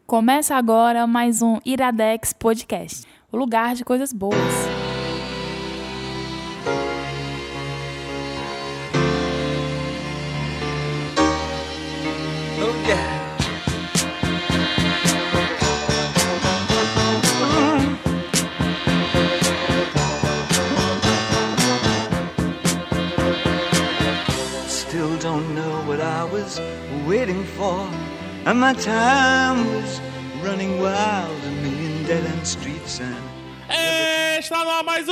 Começa agora mais um Iradex Podcast, o lugar de coisas boas. Still don't know what I was waiting for, and my time was running wild, a million dead-end streets and... Está no ar mais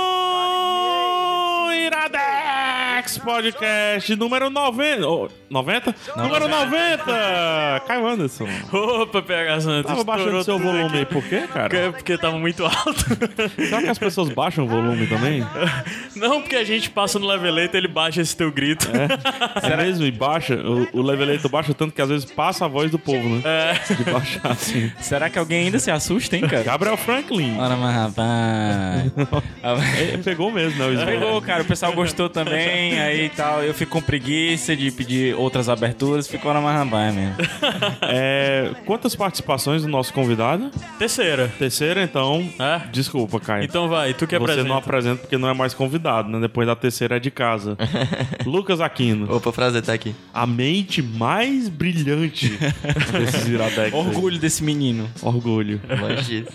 um Iradex Podcast número 90. 90? Número 90! Caio Anderson. Opa, PH Santos. Tava baixando seu volume aí, por quê, cara? Porque tava muito alto. Será que as pessoas baixam o volume também? Não, porque a gente passa no Leveleito e ele baixa esse teu grito. É mesmo? E baixa? O Leveleito baixa tanto que às vezes passa a voz do povo, né? É. De baixar assim. Será que alguém ainda se assusta, hein, cara? Gabriel Franklin. Ora, mas rapaz. Pegou mesmo, né? O Sven? Pegou, cara. O pessoal gostou também, aí e tal. Eu fico com preguiça de pedir outras aberturas. Ficou na mais rapaz mesmo. Quantas participações do nosso convidado? Terceira. Terceira, então. É? Desculpa, Caio. Então vai, tu que Você apresenta. não apresenta porque não é mais convidado, né? Depois da terceira é de casa. Lucas Aquino. Opa, prazer estar aqui. A mente mais brilhante desses Iradex. Orgulho desse menino. Orgulho. Longe disso.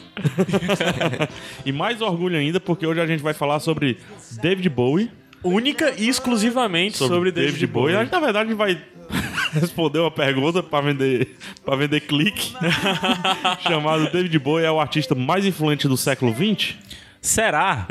E mais orgulho ainda porque hoje a gente vai falar sobre David Bowie. Única e exclusivamente sobre David Bowie. A gente, na verdade, vai responder uma pergunta pra vender clique. Chamado David Bowie é o artista mais influente do século XX? Será?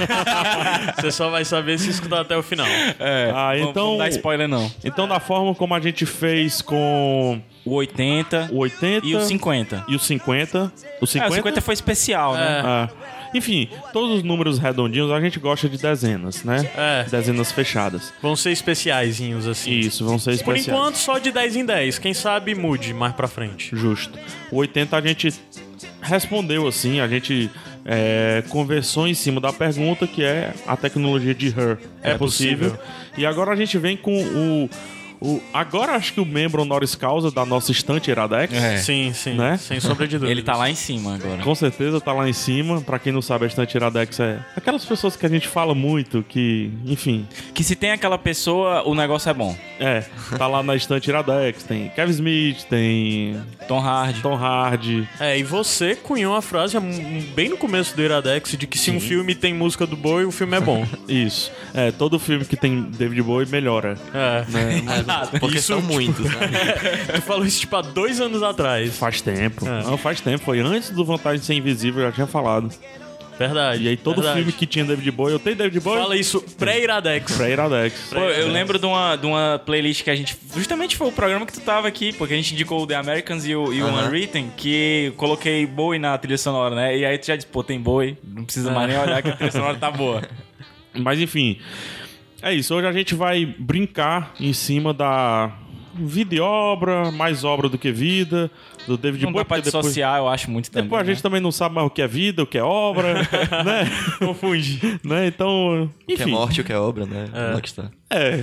Você só vai saber se escutar até o final. Então. Não dá spoiler, não. Então, da forma como a gente fez com O 80 o 80 e o 50. e o 50. O 50, O 50 foi especial, né? Ah, enfim, todos os números redondinhos a gente gosta de dezenas, né? É. Dezenas fechadas. Vão ser especiaizinhos assim. Isso, vão ser Por especiais. enquanto, só de 10 em 10. Quem sabe mude mais pra frente. Justo. O 80 a gente respondeu assim, a gente conversou em cima da pergunta que é a tecnologia de Her. É possível? E agora a gente vem com agora acho que o membro honoris causa da nossa estante Iradex. Sim, Né? sem sombra de dúvida. Ele tá lá em cima agora. Com certeza tá lá em cima. Pra quem não sabe, a estante Iradex é aquelas pessoas que a gente fala muito, que, enfim... Que se tem aquela pessoa, o negócio é bom. Tá lá na estante Iradex. Tem Kevin Smith, tem Tom Hardy. Tom Hardy. E você cunhou a frase bem no começo do Iradex de que se um filme tem música do Bowie, o filme é bom. Isso. Todo filme que tem David Bowie melhora. Né? Porque Isso, são muitos, né? Tu falou isso, tipo, há 2 anos atrás. Faz tempo. Não, faz tempo. Foi antes do Vantagem de Ser Invisível, eu já tinha falado. Verdade. E aí todo verdade. filme que tinha David Bowie, eu tenho David Bowie? Fala isso pré-Iradex. Pré-Iradex. Pô, eu lembro de uma playlist que a gente... Justamente foi o programa que tu tava aqui, porque a gente indicou o The Americans e o Unwritten, que eu coloquei Bowie na trilha sonora, né? E aí tu já disse, pô, tem Bowie, não precisa mais nem olhar que a trilha sonora tá boa. Mas enfim, é isso. Hoje a gente vai brincar em cima da vida e obra, mais obra do que vida, do David Não Bowie. dá pra porque dissociar, eu acho muito também. depois a gente também não sabe mais o que é vida, o que é obra, né? Confunde. Né? Então, O que é enfim. morte, o que é obra, né? Como é que está?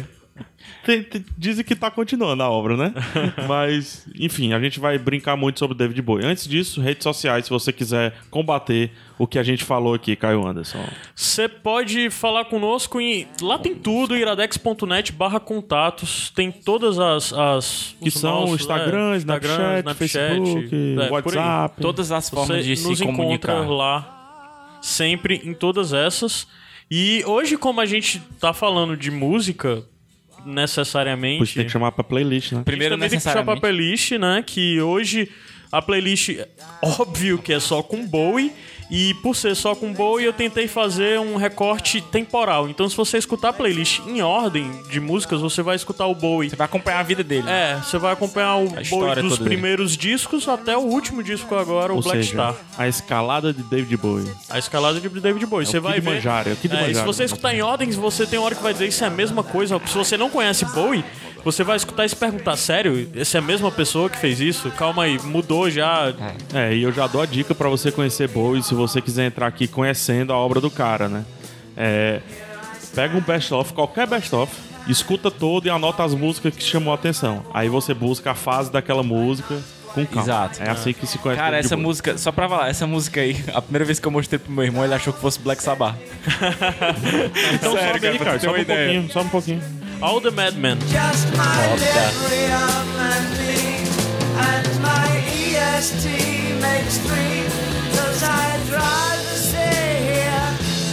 Dizem que tá continuando a obra, né? Mas, enfim, a gente vai brincar muito sobre David Bowie. Antes disso, redes sociais, se você quiser combater o que a gente falou aqui, Caio Anderson. Você pode falar conosco lá tem tudo, iradex.net/contatos. Tem todas as Que os são nossos, Instagram, Snapchat, Facebook, por aí. WhatsApp. Todas as formas Você de se nos comunicar. encontra lá sempre em todas essas. E hoje, como a gente tá falando de música, necessariamente... Pois tem que chamar pra playlist, né? Primeiro, a gente também tem que puxar pra necessariamente. playlist, né? Que hoje a playlist, óbvio que é só com Bowie. E por ser só com Bowie, eu tentei fazer um recorte temporal. Então, se você escutar a playlist em ordem de músicas, você vai escutar o Bowie. Você vai acompanhar a vida dele. Você vai acompanhar o Bowie história dos toda dele. primeiros discos até o último disco agora, o Ou Black seja, Star. a escalada de David Bowie. A escalada de David Bowie. Você vai ver. Kilimanjaro, é o E Kilimanjaro. se você escutar em ordem, você tem uma hora que vai dizer isso é a mesma coisa. Se você não conhece Bowie, você vai escutar e se perguntar, sério? Essa é a mesma pessoa que fez isso? Calma aí, mudou já. E eu já dou a dica pra você conhecer Bowie, se você quiser entrar aqui conhecendo a obra do cara, né? Pega um best-of, qualquer best-of, escuta todo e anota as músicas que chamou a atenção. Aí você busca a fase daquela música com calma. Exato. É assim que se conhece. Cara, David essa Bowie. música, só pra falar, essa música aí, a primeira vez que eu mostrei pro meu irmão, ele achou que fosse Black Sabbath. Então Sério, sobe aí, cara, pra cara. tu ter uma ideia. Só um pouquinho. All the Madmen. Just my livery of me and my EST makes 3, 'cause I drive to stay here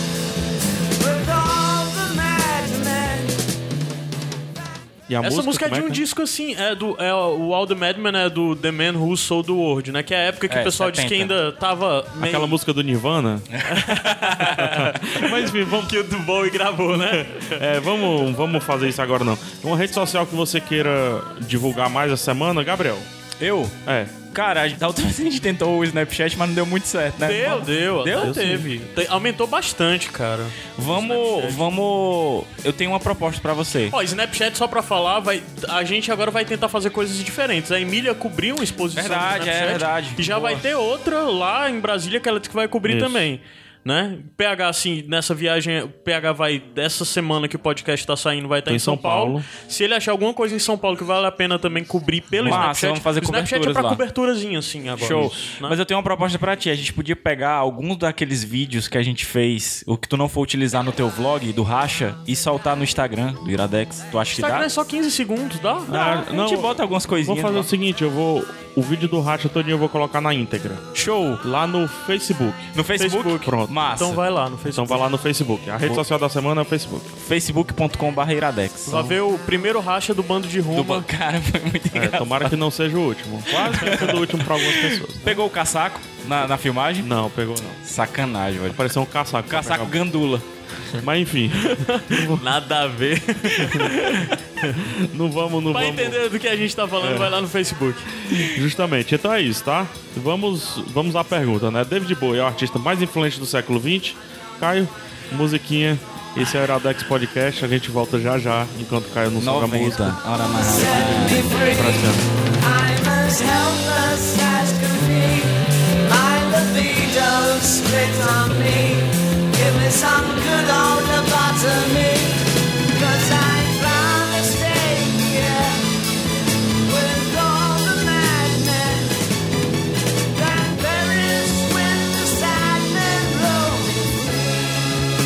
with all the madmen. E a Essa música é como de um que disco assim, o All the Madmen é do The Man Who Sold the World, né? Que é a época que o pessoal diz que 70. ainda tava meio... Aquela música do Nirvana. Mas enfim, vamos... que o do Bowie gravou, né? Vamos fazer isso agora não. Uma rede social que você queira divulgar mais essa semana, Gabriel? Eu? É. Cara, da última vez a gente tentou o Snapchat, mas não deu muito certo, né? Deu, Deu? até teve. Aumentou bastante, cara. Vamos... Eu tenho uma proposta pra você. Ó, Snapchat, só pra falar, a gente agora vai tentar fazer coisas diferentes. A Emília cobriu uma exposição Verdade, no Snapchat. é verdade. E já Boa. vai ter outra lá em Brasília que ela que vai cobrir Isso. também. Né? PH, assim, nessa viagem, PH vai, dessa semana que o podcast tá saindo, vai estar em São Paulo. Se ele achar alguma coisa em São Paulo que vale a pena também cobrir pelo Massa, Snapchat, vamos fazer o Snapchat é coberturas pra lá. coberturazinha, assim, agora. Show. Isso, né? Mas eu tenho uma proposta pra ti. A gente podia pegar alguns daqueles vídeos que a gente fez, o que tu não for utilizar no teu vlog, do Racha, e soltar no Instagram do Iradex. Tu acha que Instagram dá? é só 15 segundos, dá? Dá. A gente bota algumas Vou coisinhas. fazer lá. o seguinte, o vídeo do Racha todinho eu vou colocar na íntegra. Show. Lá no Facebook. No Facebook? Pronto. Massa. Então vai lá no Então Facebook. vai lá no Facebook. A rede social da semana é o Facebook. facebook.com/iradex. Vai ver o primeiro racha do bando de Roma. Cara, foi muito engraçado. Tomara que não seja o último. Quase que seja o último pra algumas pessoas. Pegou o casaco na filmagem? Não, pegou não. Sacanagem, velho. Pareceu um casaco. Casaco gandula. Mas enfim, Nada a ver. não vamos. Pra entender do que a gente tá falando, vai lá no Facebook. Justamente, então é isso, tá? Vamos à pergunta, né? David Bowie é o artista mais influente do século XX. Caio, musiquinha. Esse é o Iradex Podcast. A gente volta já, enquanto Caio não sobe a música. 90. Hora mais. Set me free. I'm as helpless as can be. My libido split on me. Give me some good old lobotomy. 'Cause I'd rather stay here with all the madmen than perish with the sad men roaming free.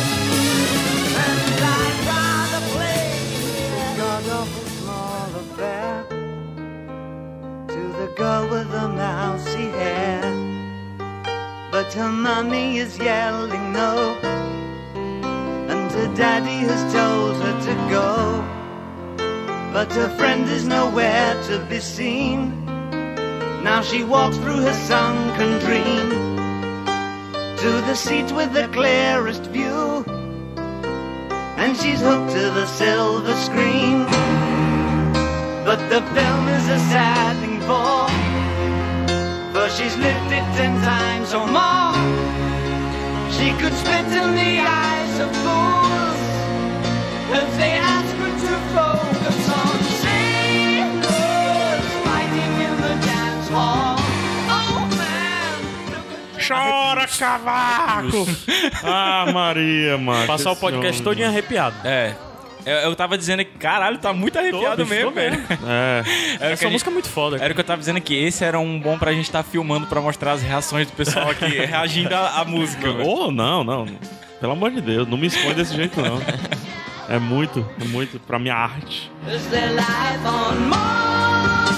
And I'd rather play here. God of a small affair to the girl with the mousy hair. But her mommy is yelling no, and her daddy has told her to go. But her friend is nowhere to be seen. Now she walks through her sunken dream to the seat with the clearest view, and she's hooked to the silver screen. But the film is a sad thing for she's lived it 10 times or more. She could spit in the eyes of fools if they ask her to focus on sailors fighting in the dance hall. Oh man, Chora, cavaco! Ah, Maria, mano. Passar o podcast todo arrepiado. É. Eu tava dizendo que, caralho, tá muito arrepiado Tô, mesmo, tô velho. É. Essa música é muito foda. Era o que eu tava dizendo que esse era um bom pra gente estar filmando pra mostrar as reações do pessoal aqui, reagindo à música. velho. Oh, não. Pelo amor de Deus, não me expõe desse jeito, não. É muito pra minha arte. is there life on Mars?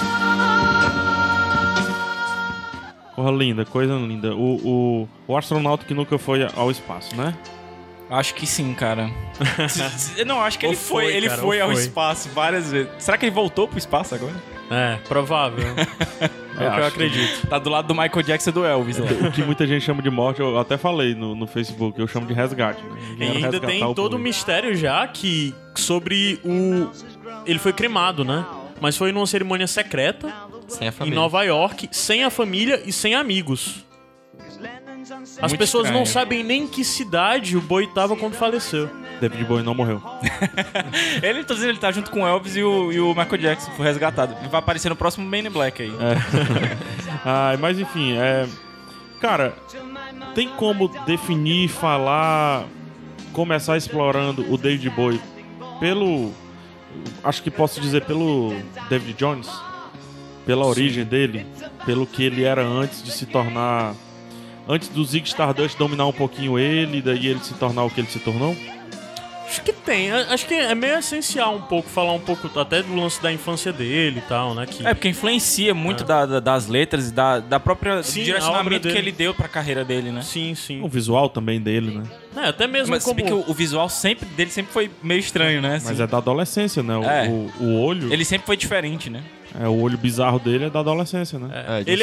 Coisa linda. O astronauta que nunca foi ao espaço, né? Acho que sim, cara. Não, acho que Ou ele foi. foi, Ele cara, foi ou ao foi. espaço várias vezes. Será que ele voltou pro espaço agora? É, provável. É o que eu acho acredito. Tá do lado do Michael Jackson e do Elvis lá. O que muita gente chama de morte, eu até falei no Facebook, eu chamo de resgate. Né? E Vieram ainda resgatar tem o todo o público. mistério já que sobre o... Ele foi cremado, né? Mas foi numa cerimônia secreta Sem a em família. Nova York, sem a família e sem amigos. As Muito pessoas não estranho. sabem nem em que cidade o Bowie tava quando faleceu. David Bowie não morreu. Ele, tô dizendo, ele tá junto com o Elvis e o Michael Jackson. Foi resgatado. Ele vai aparecer no próximo Man in Black aí. Mas enfim, cara, tem como definir, falar, começar explorando o David Bowie acho que posso dizer pelo David Jones? pela origem dele, pelo que ele era antes de se tornar... Antes do Ziggy Stardust dominar um pouquinho ele, e daí ele se tornar o que ele se tornou? Acho que tem. Acho que é meio essencial um pouco, falar um pouco até do lance da infância dele e tal, né? Que... Porque influencia muito das letras e da própria Sim, direcionamento a obra que ele deu pra carreira dele, né? Sim, sim. O visual também dele, né? Até mesmo Mas como... se bem que o visual dele sempre foi meio estranho, né? Assim. Mas é da adolescência, né? O olho... Ele sempre foi diferente, né? O olho bizarro dele é da adolescência, né?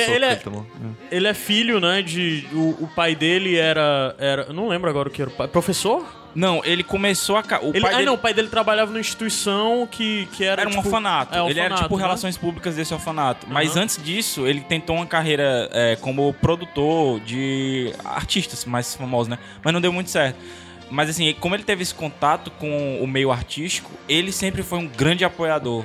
Ele é filho, né, de... O pai dele era... Não lembro agora o que era o pai. Professor? Não, ele começou a... O pai dele trabalhava numa instituição que era um tipo, orfanato. Ele era tipo né? relações públicas desse orfanato. Mas antes disso, ele tentou uma carreira como produtor de artistas mais famosos, né? Mas não deu muito certo. Mas assim, como ele teve esse contato com o meio artístico, ele sempre foi um grande apoiador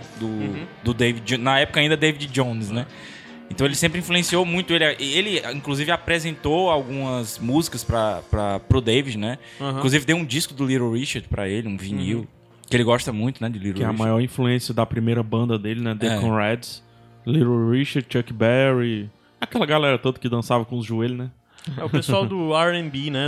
do David, na época ainda David Jones, né? Então ele sempre influenciou muito ele inclusive apresentou algumas músicas pro David, né? Inclusive deu um disco do Little Richard pra ele, um vinil, que ele gosta muito, né, de Little Richard. Que é a maior influência da primeira banda dele, né? The Conrads, Little Richard, Chuck Berry, aquela galera toda que dançava com os joelhos, né? O pessoal do R&B, né?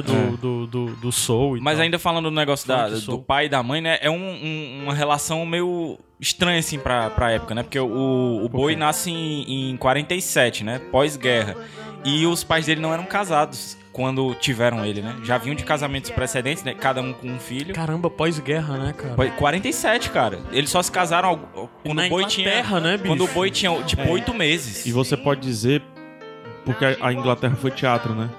Do soul e Mas tal. ainda falando do negócio do pai e da mãe, né? É uma relação meio estranha, assim, pra época, né? Porque o Bowie nasce em 47, né? Pós-guerra. E os pais dele não eram casados quando tiveram ele, né? Já vinham de casamentos precedentes, né? Cada um com um filho. Caramba, pós-guerra, né, cara? 47, cara. Eles só se casaram quando o Bowie tinha... né, bicho? Quando o Bowie tinha, tipo, 8 meses. E você pode dizer... Porque a Inglaterra foi teatro, né?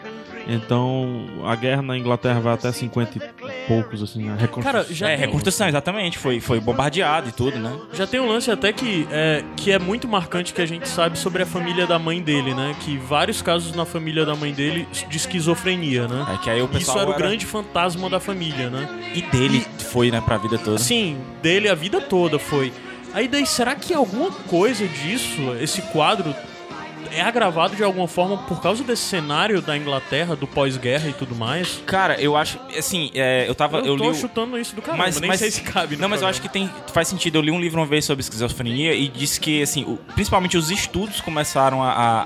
Então, a guerra na Inglaterra vai até 50 e poucos, assim, a reconstrução. Cara, reconstrução, exatamente. Foi bombardeado e tudo, né? Já tem um lance até que é muito marcante que a gente sabe sobre a família da mãe dele, né? Que vários casos na família da mãe dele de esquizofrenia, né? Que aí o pessoal Isso era o grande fantasma da família, né? E dele foi, né, pra vida toda. Sim, dele a vida toda foi. Aí daí, será que alguma coisa disso, esse quadro... é agravado de alguma forma por causa desse cenário da Inglaterra, do pós-guerra e tudo mais? Cara, eu acho, assim, eu tô chutando isso do caramba, nem sei se cabe. Não, mas eu acho que faz sentido. Eu li um livro uma vez sobre esquizofrenia e disse que, assim, principalmente os estudos começaram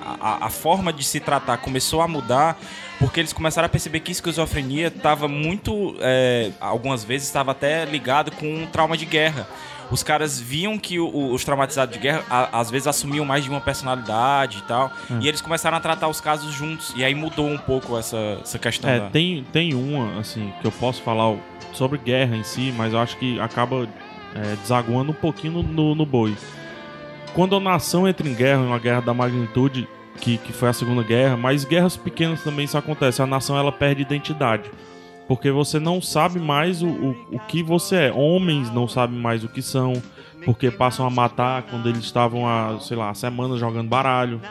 a forma de se tratar começou a mudar, porque eles começaram a perceber que a esquizofrenia estava muito, algumas vezes estava até ligado com um trauma de guerra. Os caras viam que os traumatizados de guerra às vezes assumiam mais de uma personalidade e tal. E eles começaram a tratar os casos juntos. E aí mudou um pouco essa questão. Tem uma, assim, que eu posso falar sobre guerra em si, mas eu acho que acaba desaguando um pouquinho no Bowie. Quando a nação entra em guerra, uma guerra da magnitude que foi a Segunda Guerra, mas guerras pequenas também isso acontece. A nação, ela perde identidade. Porque você não sabe mais o que você é. Homens não sabem mais o que são, porque passam a matar quando eles estavam há semanas jogando baralho.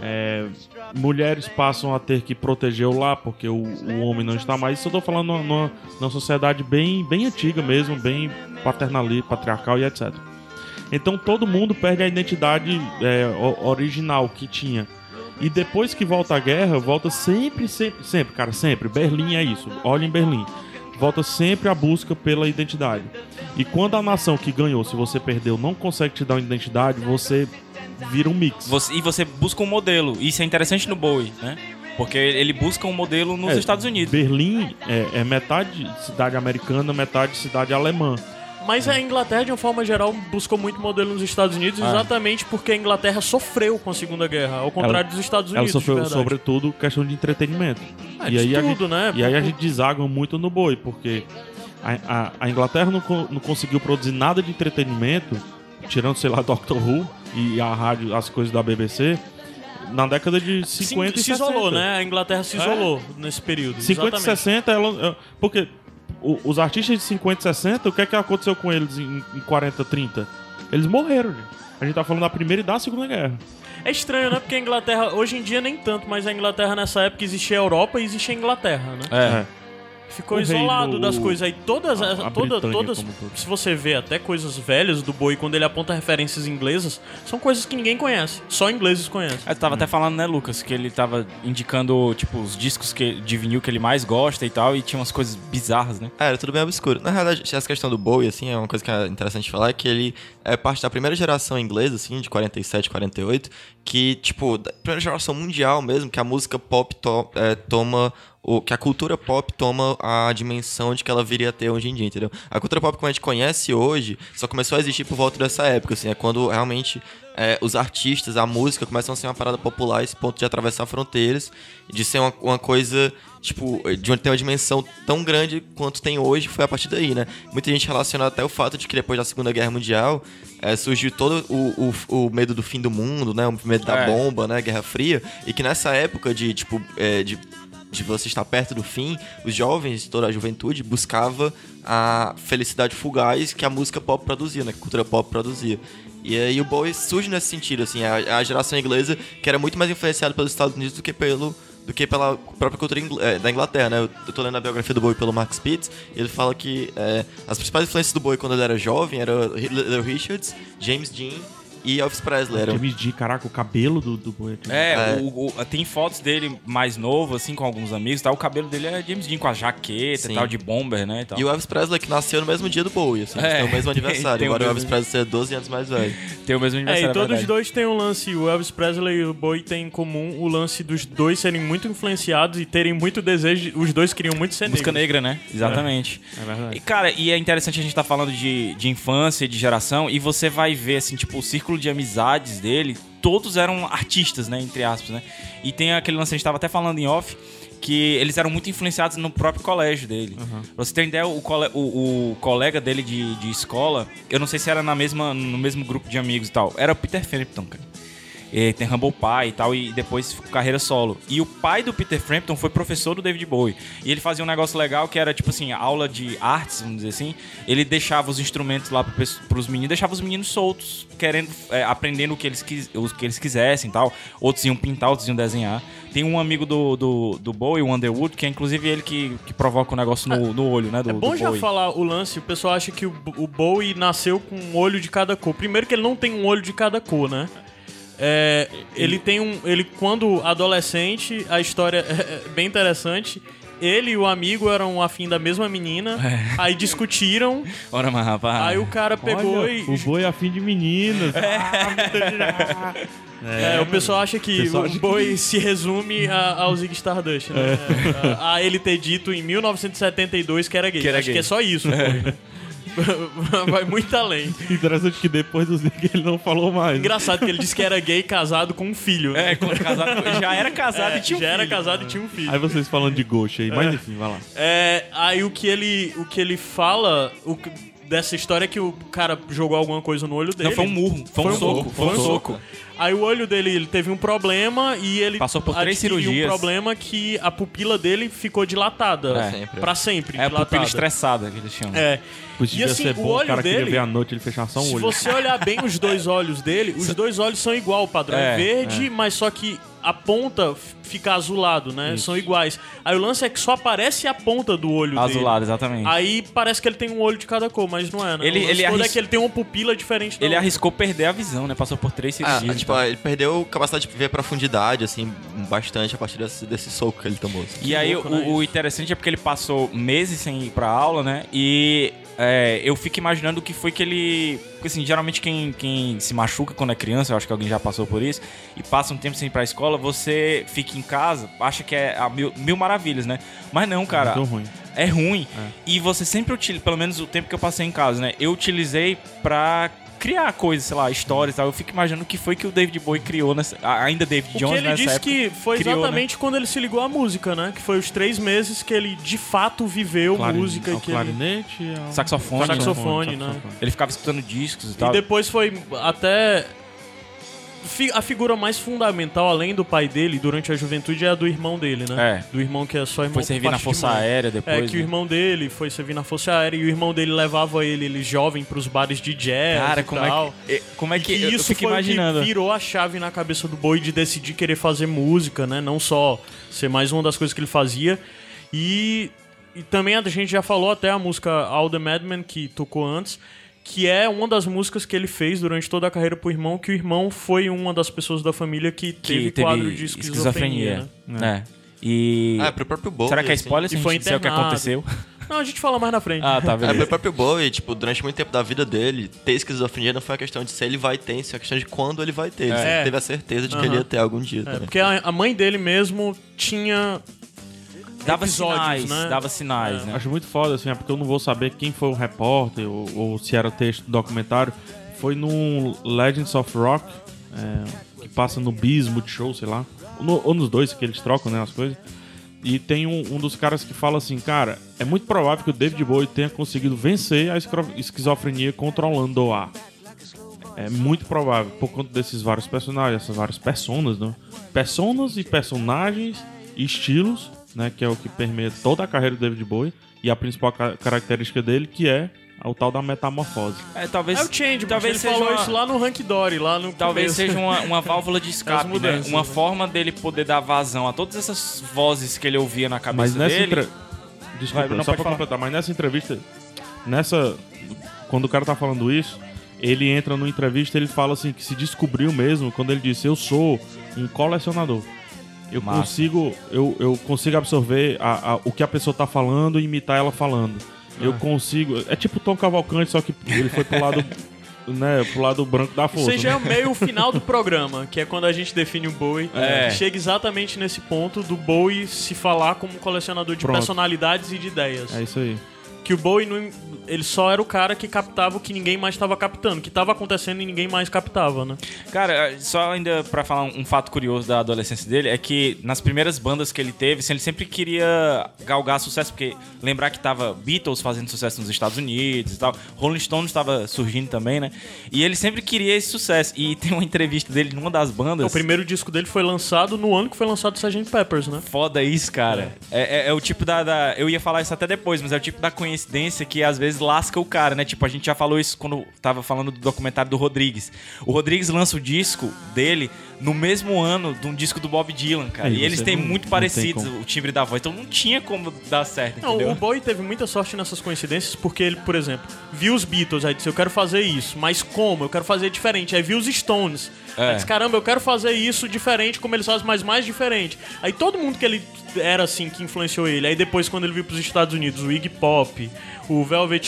Mulheres passam a ter que proteger o lar, porque o homem não está mais. Isso eu estou falando numa sociedade bem antiga mesmo, bem patriarcal e etc. Então todo mundo perde a identidade original que tinha. E depois que volta a guerra, volta sempre, cara, sempre. Berlim é isso, olha em Berlim. Volta sempre a busca pela identidade. E quando a nação que ganhou, se você perdeu, não consegue te dar uma identidade, você vira um mix. E você busca um modelo. Isso é interessante no Bowie, né? Porque ele busca um modelo nos Estados Unidos. Berlim é metade cidade americana, metade cidade alemã. Mas a Inglaterra, de uma forma geral, buscou muito modelo nos Estados Unidos exatamente porque a Inglaterra sofreu com a Segunda Guerra, ao contrário dos Estados Unidos. Ela sofreu, sobretudo, questão de entretenimento. E aí a gente deságua muito no Bowie, porque a Inglaterra não conseguiu produzir nada de entretenimento, tirando, sei lá, Doctor Who e a rádio, as coisas da BBC, na década de 50 e 60. Se isolou, né? A Inglaterra se isolou nesse período. 50 e 60, porque... Os artistas de 50 e 60, o que é que aconteceu com eles em 40, 30? Eles morreram, gente. A gente tá falando da Primeira e da Segunda Guerra. É estranho, né? Porque a Inglaterra, hoje em dia nem tanto, mas a Inglaterra nessa época existia a Europa e existia a Inglaterra, né? ficou o isolado reino, das coisas. Aí todas, a todas, Britânia como um todo. se você vê até coisas velhas do Bowie, quando ele aponta referências inglesas, são coisas que ninguém conhece. Só ingleses conhecem. Eu tava até falando, né, Lucas, que ele tava indicando, tipo, os discos de vinil que ele mais gosta e tal, e tinha umas coisas bizarras, né? Era tudo bem obscuro. Na realidade, essa questão do Bowie, assim, é uma coisa que é interessante falar, que ele é parte da primeira geração inglesa, assim, de 47, 48, que, tipo, da primeira geração mundial mesmo, que a música pop toma... que a cultura pop toma a dimensão de que ela viria a ter hoje em dia, entendeu? A cultura pop, como a gente conhece hoje, só começou a existir por volta dessa época, assim, é quando realmente os artistas, a música começam a ser uma parada popular a esse ponto de atravessar fronteiras, de ser uma coisa, tipo, de ter uma dimensão tão grande quanto tem hoje, foi a partir daí, né? Muita gente relaciona até o fato de que depois da Segunda Guerra Mundial surgiu todo o medo do fim do mundo, né? O medo da bomba, né? Guerra Fria, e que nessa época de você estar perto do fim, os jovens, toda a juventude, buscava a felicidade fugaz que a música pop produzia, né? Que a cultura pop produzia. E aí o Bowie surge nesse sentido, assim, a geração inglesa que era muito mais influenciada pelos Estados Unidos do que pela própria cultura da Inglaterra, né? Eu tô lendo a biografia do Bowie pelo Mark Spitz, e ele fala que as principais influências do Bowie quando ele era jovem eram Little Richards, James Dean e Elvis Presley. James Dean, caraca, o cabelo do Bowie. Tem fotos dele mais novo, assim, com alguns amigos, tá? O cabelo dele é James Dean, com a jaqueta e tal, de bomber, né? E, tal. E o Elvis Presley, que nasceu no mesmo dia do Bowie, assim, tem o mesmo aniversário, embora o Elvis Presley seja 12 anos mais velho. Tem o mesmo aniversário, e todos os dois têm um lance, o Elvis Presley e o Bowie têm em comum o lance dos dois serem muito influenciados e terem muito desejo, os dois queriam muito ser música negros. negra, né? Exatamente. É verdade. E, cara, e é interessante a gente tá falando de infância e de geração, e você vai ver, assim, tipo, o círculo de amizades dele, todos eram artistas, né, entre aspas, né? E tem aquele lance, a gente tava até falando em off, que eles eram muito influenciados no próprio colégio dele. Pra você ter ideia, o colega dele de escola, eu não sei se era no mesmo grupo de amigos e tal, era o Peter Frampton, cara. Ele tem Humble Pie e tal, e depois carreira solo. E o pai do Peter Frampton foi professor do David Bowie. E ele fazia um negócio legal que era, tipo assim, aula de artes, vamos dizer assim. Ele deixava os instrumentos lá pros meninos, deixava os meninos soltos, aprendendo o que eles quisessem e tal. Outros iam pintar, outros iam desenhar. Tem um amigo do Bowie, o Underwood, que é inclusive ele que provoca o negócio no olho, né? É bom já falar o lance, o pessoal acha que o Bowie nasceu com um olho de cada cor. Primeiro que ele não tem um olho de cada cor, né? Ele quando adolescente, a história é bem interessante. Ele e o amigo eram afim da mesma menina, aí discutiram. Ora, mas rapaz. Aí o cara pegou o Bowie é afim de meninas. O pessoal acha que o Bowie se resume ao Ziggy Stardust, né? A ele ter dito em 1972 que era gay. Que é só isso, né? Vai muito além. Interessante que depois do Zig ele não falou mais. Engraçado que ele disse que era gay casado com um filho. Já era casado e tinha um filho. Já era casado e tinha um filho. Aí vocês falando de Ghost aí, mas enfim, vai lá. Aí o que ele fala dessa história é que o cara jogou alguma coisa no olho dele. Não, foi um murro. Foi um soco. Aí o olho dele, ele teve um problema e ele passou por 3 cirurgias. Um problema que a pupila dele ficou dilatada. Pra sempre. A pupila estressada que eles chamam. E assim, ser bom, o olho dele, queria ver à noite, ele fechar só um olho. Se você olhar bem os dois olhos dele, os dois olhos são igual, o padrão é verde, mas só que a ponta fica azulado, né? Isso. São iguais. Aí o lance é que só aparece a ponta do olho dele. Azulado, exatamente. Aí parece que ele tem um olho de cada cor, mas não é, né? Ele é que ele tem uma pupila diferente da outra. Arriscou perder a visão, né? Passou por 3 cirurgias. Ele perdeu a capacidade de ver profundidade, assim, bastante a partir desse soco que ele tomou. Assim. E aí, o interessante é porque ele passou meses sem ir pra aula, né? E eu fico imaginando o que foi que ele... Porque, assim, geralmente quem se machuca quando é criança, eu acho que alguém já passou por isso, e passa um tempo sem ir pra escola, você fica em casa, acha que é mil maravilhas, né? Mas não, cara. Muito ruim. É ruim. E você sempre utiliza, pelo menos o tempo que eu passei em casa, né? Eu utilizei pra criar coisas, sei lá, histórias e tal. Eu fico imaginando o que foi que o David Bowie criou ainda David Jones nessa época. Ele disse que foi exatamente quando ele se ligou à música, né? Que foi os 3 meses que ele de fato viveu música. Clarinete, Saxofone, né? Ele ficava escutando discos e tal. E depois foi até... A figura mais fundamental, além do pai dele, durante a juventude, é a do irmão dele, né? Do irmão que é só irmão. Foi servir na Força Aérea depois. Que o irmão dele foi servir na Força Aérea e o irmão dele levava ele jovem pros bares de jazz. Cara, e tal. Como é que eu fico foi imaginando. O que virou a chave na cabeça do Bowie de decidir querer fazer música, né? Não só ser mais uma das coisas que ele fazia. E E também a gente já falou até a música All the Madmen, que tocou antes, que é uma das músicas que ele fez durante toda a carreira pro irmão, que o irmão foi uma das pessoas da família que teve quadro de esquizofrenia. Né? E... pro próprio Bowie. Será que é spoiler se a gente disser o que aconteceu? Não, a gente fala mais na frente. Ah, tá, beleza. Pro próprio Bowie, tipo, durante muito tempo da vida dele, ter esquizofrenia não foi uma questão de se ele vai ter, isso é uma questão de quando ele vai ter. Ele sempre teve a certeza de que ele ia ter algum dia também. Porque a mãe dele mesmo tinha... Dava episódios, sinais, né? dava sinais, né? Acho muito foda, assim, porque eu não vou saber quem foi o repórter ou se era texto do documentário. Foi no Legends of Rock, que passa no Bismuth Show, sei lá. Ou nos dois, que eles trocam, né, as coisas. E tem um dos caras que fala assim, cara, é muito provável que o David Bowie tenha conseguido vencer a esquizofrenia controlando-a. É muito provável, por conta desses vários personagens, essas várias personas, né? Personas e personagens e estilos, né? Que é o que permeia toda a carreira do David Bowie. E a principal característica dele, que é o tal da metamorfose. Talvez, É o Change, talvez ele seja falou uma... isso lá no Hank Dory, lá no Talvez começo. seja uma válvula de escape, né? Uma forma dele poder dar vazão a todas essas vozes que ele ouvia na cabeça Mas nessa dele. Desculpa, Não, só pode pra falar. completar, mas nessa entrevista, quando o cara tá falando isso, ele entra numa entrevista e ele fala assim, que se descobriu mesmo, quando ele disse, eu sou um colecionador. Eu consigo absorver o que a pessoa tá falando e imitar ela falando. Eu consigo... É tipo Tom Cavalcante, só que ele foi pro lado... né, pro lado branco da força. Isso aí já é né? meio o final do programa, que é quando a gente define o Bowie. Chega exatamente nesse ponto do Bowie se falar como um colecionador de personalidades e de ideias. É isso aí. Que o Bowie, ele só era o cara que captava o que ninguém mais estava captando, que estava acontecendo e ninguém mais captava, né? Cara, só ainda pra falar um fato curioso da adolescência dele, é que nas primeiras bandas que ele teve, assim, ele sempre queria galgar sucesso, porque lembrar que tava Beatles fazendo sucesso nos Estados Unidos e tal, Rolling Stones tava surgindo também, né? E ele sempre queria esse sucesso. E tem uma entrevista dele numa das bandas... O primeiro disco dele foi lançado no ano que foi lançado o Sgt. Peppers, né? Foda isso, cara. É o tipo da... Eu ia falar isso até depois, mas é o tipo da coincidência que às vezes lasca o cara, né? Tipo, a gente já falou isso quando tava falando do documentário do Rodrigues. O Rodrigues lança o disco dele no mesmo ano de um disco do Bob Dylan, cara. E eles têm muito parecidos o timbre da voz, então não tinha como dar certo, entendeu? Não, o Bowie teve muita sorte nessas coincidências, porque ele, por exemplo, viu os Beatles, aí disse, eu quero fazer isso, mas como? Eu quero fazer diferente. Aí viu os Stones, aí disse, caramba, eu quero fazer isso diferente, como eles fazem, mas mais diferente. Aí todo mundo que ele era assim, que influenciou ele. Aí depois, quando ele veio pros Estados Unidos, o Iggy Pop, o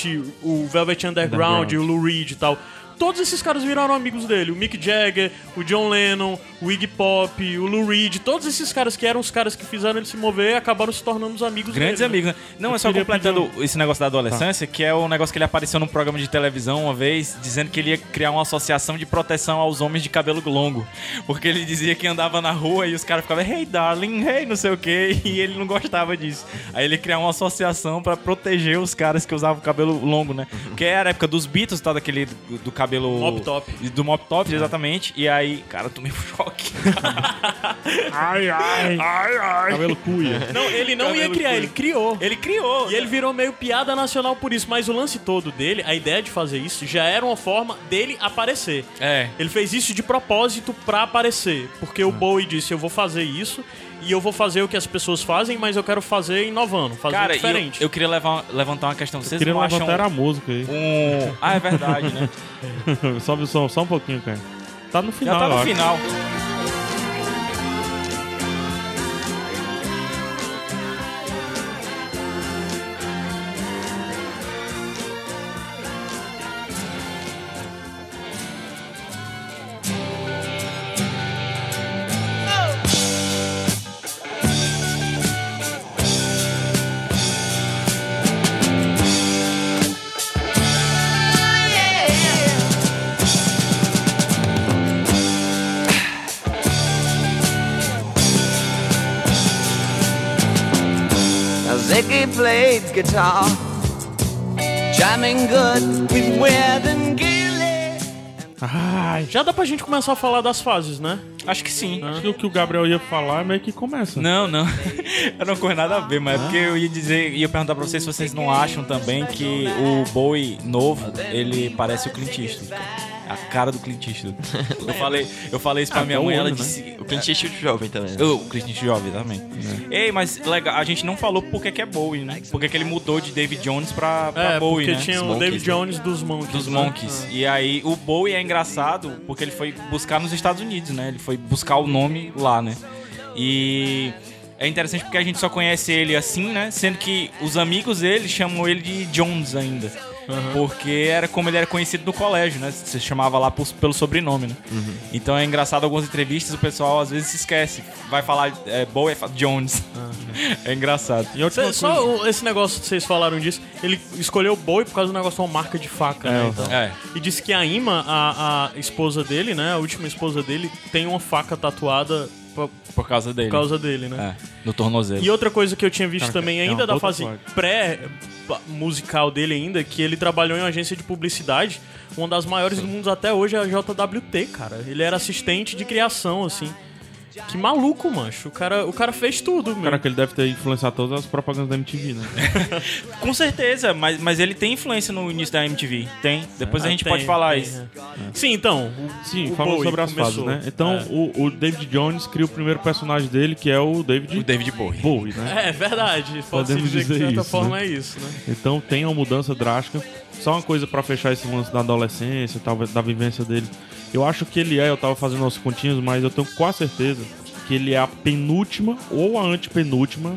Velvet Underground, o Lou Reed e tal... Todos esses caras viraram amigos dele. O Mick Jagger, o John Lennon, o Iggy Pop, o Lou Reed. Todos esses caras que eram os caras que fizeram ele se mover acabaram se tornando os amigos Grandes dele. amigos, né? Não, é só completando esse negócio da adolescência, que é o negócio que ele apareceu num programa de televisão uma vez, dizendo que ele ia criar uma associação de proteção aos homens de cabelo longo. Porque ele dizia que andava na rua e os caras ficavam, hey darling, hey não sei o que, e ele não gostava disso. Aí ele criou uma associação pra proteger os caras que usavam cabelo longo, né? Porque era a época dos Beatles, tal, daquele do cabelo... Mop Top. Do Mop Top, exatamente. E aí, cara, eu tomei um choque. Ai. Cabelo cuia. Não, ele não ia criar, ele criou. Ele criou. E ele virou meio piada nacional por isso. Mas o lance todo dele, a ideia de fazer isso, já era uma forma dele aparecer. Ele fez isso de propósito pra aparecer. Porque o Bowie disse, eu vou fazer isso... E eu vou fazer o que as pessoas fazem, mas eu quero fazer inovando, fazer diferente. Eu queria levantar uma questão. Vocês Queria não acham levantar a música aí. Ah, é verdade, né? Sobe o som só um pouquinho, cara. Tá no final, Já tá eu no acho. final. Ziggy played guitar, jamming good with Weird and Gilly. Ai, Já dá pra gente começar a falar das fases, né? Acho que sim. acho que o que o Gabriel ia falar meio que começa. Não. Eu não corro nada a ver, mas é porque eu ia perguntar pra vocês se vocês não acham também que o Bowie novo, ele parece o Clint Eastwood. A cara do Clint Eastwood. Eu falei isso pra minha até o mãe, olho, ela né? disse... O Clint Eastwood jovem também. Né? O Clint Eastwood jovem também. Ei, mas legal, a gente não falou por que é Bowie, né? Por que ele mudou de David Jones pra Bowie, porque né? tinha o Monkeys, David né? Jones dos Monkeys. Dos né? Monkeys. E aí, o Bowie é engraçado porque ele foi buscar nos Estados Unidos, né? Ele foi buscar o nome lá, né? E é interessante porque a gente só conhece ele assim, né? Sendo que os amigos dele chamam ele de Jones ainda. Porque era como ele era conhecido no colégio, né? Você chamava lá pelo sobrenome, né? Então é engraçado, algumas entrevistas o pessoal às vezes se esquece. Vai falar Bowie, fala Jones. É engraçado. E outra coisa, Só esse negócio que vocês falaram disso, ele escolheu o Bowie por causa do negócio de uma marca de faca, né? Então. E disse que a Ima, a esposa dele, né? A última esposa dele, tem uma faca tatuada Por causa dele. por causa dele, né? No tornozelo. E outra coisa que eu tinha visto Cara, também, é ainda uma da boa fase tatuagem. pré-musical dele ainda, que ele trabalhou em uma agência de publicidade, uma das maiores do mundo até hoje é a JWT, cara. Ele era assistente de criação, assim. Que maluco, mancho. O cara fez tudo, meu. cara, que ele deve ter influenciado todas as propagandas da MTV, né? Com certeza, mas ele tem influência no início da MTV. Tem. Depois a gente Tem, pode falar tem, isso. Sim, então. Sim, o falando Bowie sobre as começou. fases, né? Então, o David Jones cria o primeiro personagem dele, que é o David Bowie. Bowie, né? É verdade. Pode-se Podemos dizer que de dizer certa isso, forma né? é isso, né? Então tem uma mudança drástica. Só uma coisa pra fechar esse lance da adolescência, tal, da vivência dele. Eu acho que eu tava fazendo as continhas, mas eu tenho quase certeza que ele é a penúltima ou a antepenúltima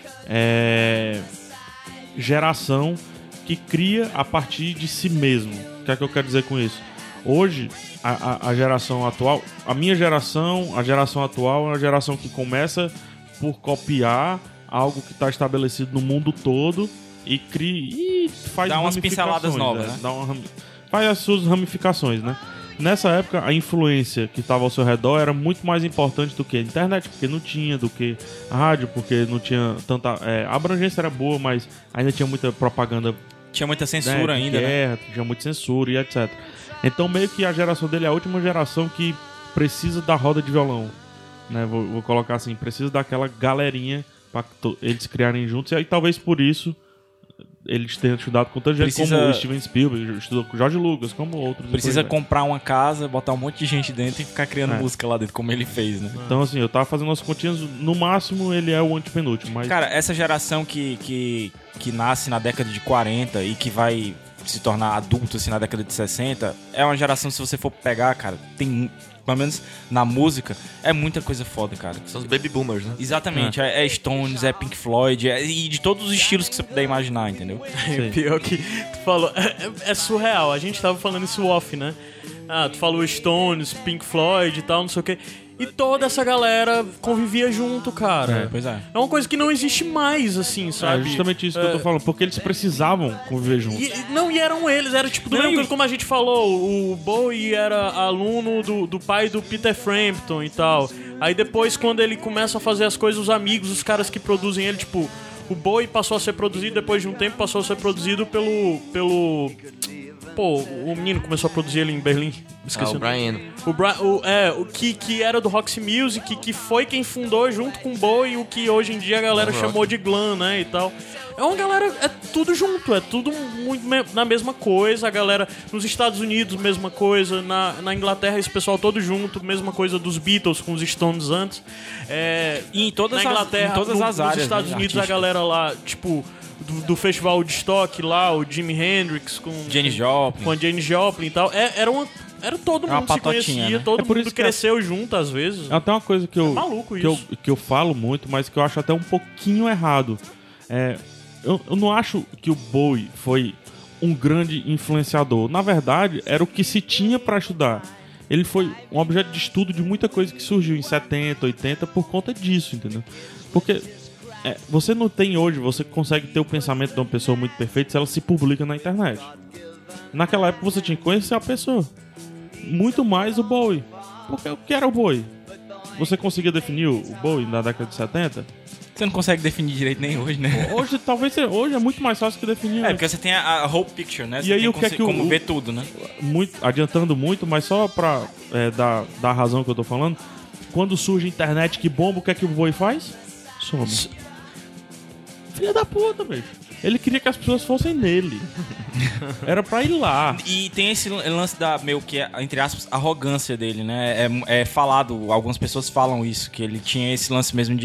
geração que cria a partir de si mesmo. O que é que eu quero dizer com isso? Hoje, a geração atual, a minha geração, a geração atual é uma geração que começa por copiar algo que está estabelecido no mundo todo e cria e faz Dá umas ramificações, pinceladas novas, né? Faz as suas ramificações, né? Nessa época, a influência que estava ao seu redor era muito mais importante do que a internet, porque não tinha, do que a rádio, porque não tinha tanta... a abrangência era boa, mas ainda tinha muita propaganda, Tinha muita censura de ainda, né? guerra, tinha muita censura e etc. Então, meio que a geração dele é a última geração que precisa da roda de violão, né? Vou colocar assim, precisa daquela galerinha para eles criarem juntos, e aí talvez por isso eles tenham estudado com tanta gente, como o Steven Spielberg, estudou com o George Lucas, como outros. Precisa depois, comprar uma casa, botar um monte de gente dentro e ficar criando música lá dentro, como ele fez, né? Então, assim, eu tava fazendo as continhas, no máximo ele é o antepenúltimo, mas... Cara, essa geração que nasce na década de 40 e que vai se tornar adulto assim na década de 60, é uma geração, se você for pegar, cara, tem, pelo menos na música, é muita coisa foda, cara. São os baby boomers, né? Exatamente, é Stones, é Pink Floyd, e de todos os estilos que você puder imaginar, entendeu? Pior que tu falou, é surreal. A gente tava falando isso off, né? Tu falou Stones, Pink Floyd e tal, não sei o quê. E toda essa galera convivia junto, cara. Pois é. É uma coisa que não existe mais, assim, É sabe? justamente isso que eu tô falando, porque eles precisavam conviver juntos. E eram eles, era tipo do mesmo como a gente falou, o Bowie era aluno do pai do Peter Frampton e tal. Aí depois, quando ele começa a fazer as coisas, os amigos, os caras que produzem ele, tipo, o Bowie passou a ser produzido, depois de um tempo passou a ser produzido pelo Pô, o menino começou a produzir ele em Berlim. Esqueci O Brian. O que era do Roxy Music, que foi quem fundou junto com o Bowie, o que hoje em dia a galera chamou de glam, né, e tal. É uma galera, é tudo junto, é tudo muito na mesma coisa. A galera nos Estados Unidos, mesma coisa. Na Inglaterra, esse pessoal todo junto, mesma coisa dos Beatles com os Stones antes. E em todas na Inglaterra, em todas as áreas, nos Estados né, Unidos, artísticas. a galera lá, tipo... Do festival de Stock lá, o Jimi Hendrix com Janis Joplin. com a Janis Joplin e tal. Era todo Uma mundo se patotinha, conhecia, né? todo por mundo isso que cresceu junto às vezes. É até uma coisa que maluco que eu falo muito, mas que eu acho até um pouquinho errado. Eu não acho que o Bowie foi um grande influenciador. Na verdade, era o que se tinha pra estudar. Ele foi um objeto de estudo de muita coisa que surgiu em 70, 80 por conta disso, entendeu? Porque você não tem hoje, você consegue ter o pensamento de uma pessoa muito perfeita se ela se publica na internet. Naquela época você tinha que conhecer a pessoa. Muito mais o Bowie. Porque o que era o Bowie? Você conseguia definir o Bowie na década de 70? Você não consegue definir direito nem hoje, né? Hoje, hoje é muito mais fácil que definir. Porque você tem a whole picture, né? Você E aí, tem o que é que como ver tudo, né? Adiantando muito, mas só pra dar a razão que eu tô falando, quando surge a internet que bomba, o que é que o Bowie faz? Some. Filha da puta, bicho. Ele queria que as pessoas fossem nele. Era pra ir lá. E tem esse lance da, meio que, entre aspas, arrogância dele, né? É falado, algumas pessoas falam isso, que ele tinha esse lance mesmo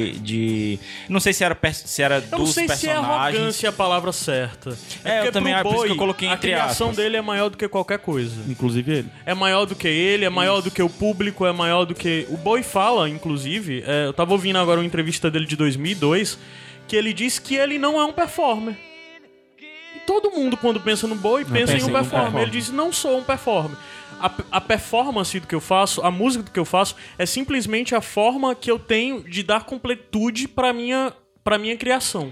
de não sei se era dos personagens. Eu não sei se é arrogância a palavra certa. Eu também, pro por isso Bowie, que eu coloquei a entre criação aspas. dele é maior do que qualquer coisa. Inclusive ele. É maior do que ele, é maior do que o público, é maior do que... O Bowie fala, inclusive, eu tava ouvindo agora uma entrevista dele de 2002, que ele diz que ele não é um performer. E todo mundo, quando pensa no Bowie, pensa em um performer. Ele diz, não sou um performer. A performance do que eu faço, a música do que eu faço, é simplesmente a forma que eu tenho de dar completude pra minha criação.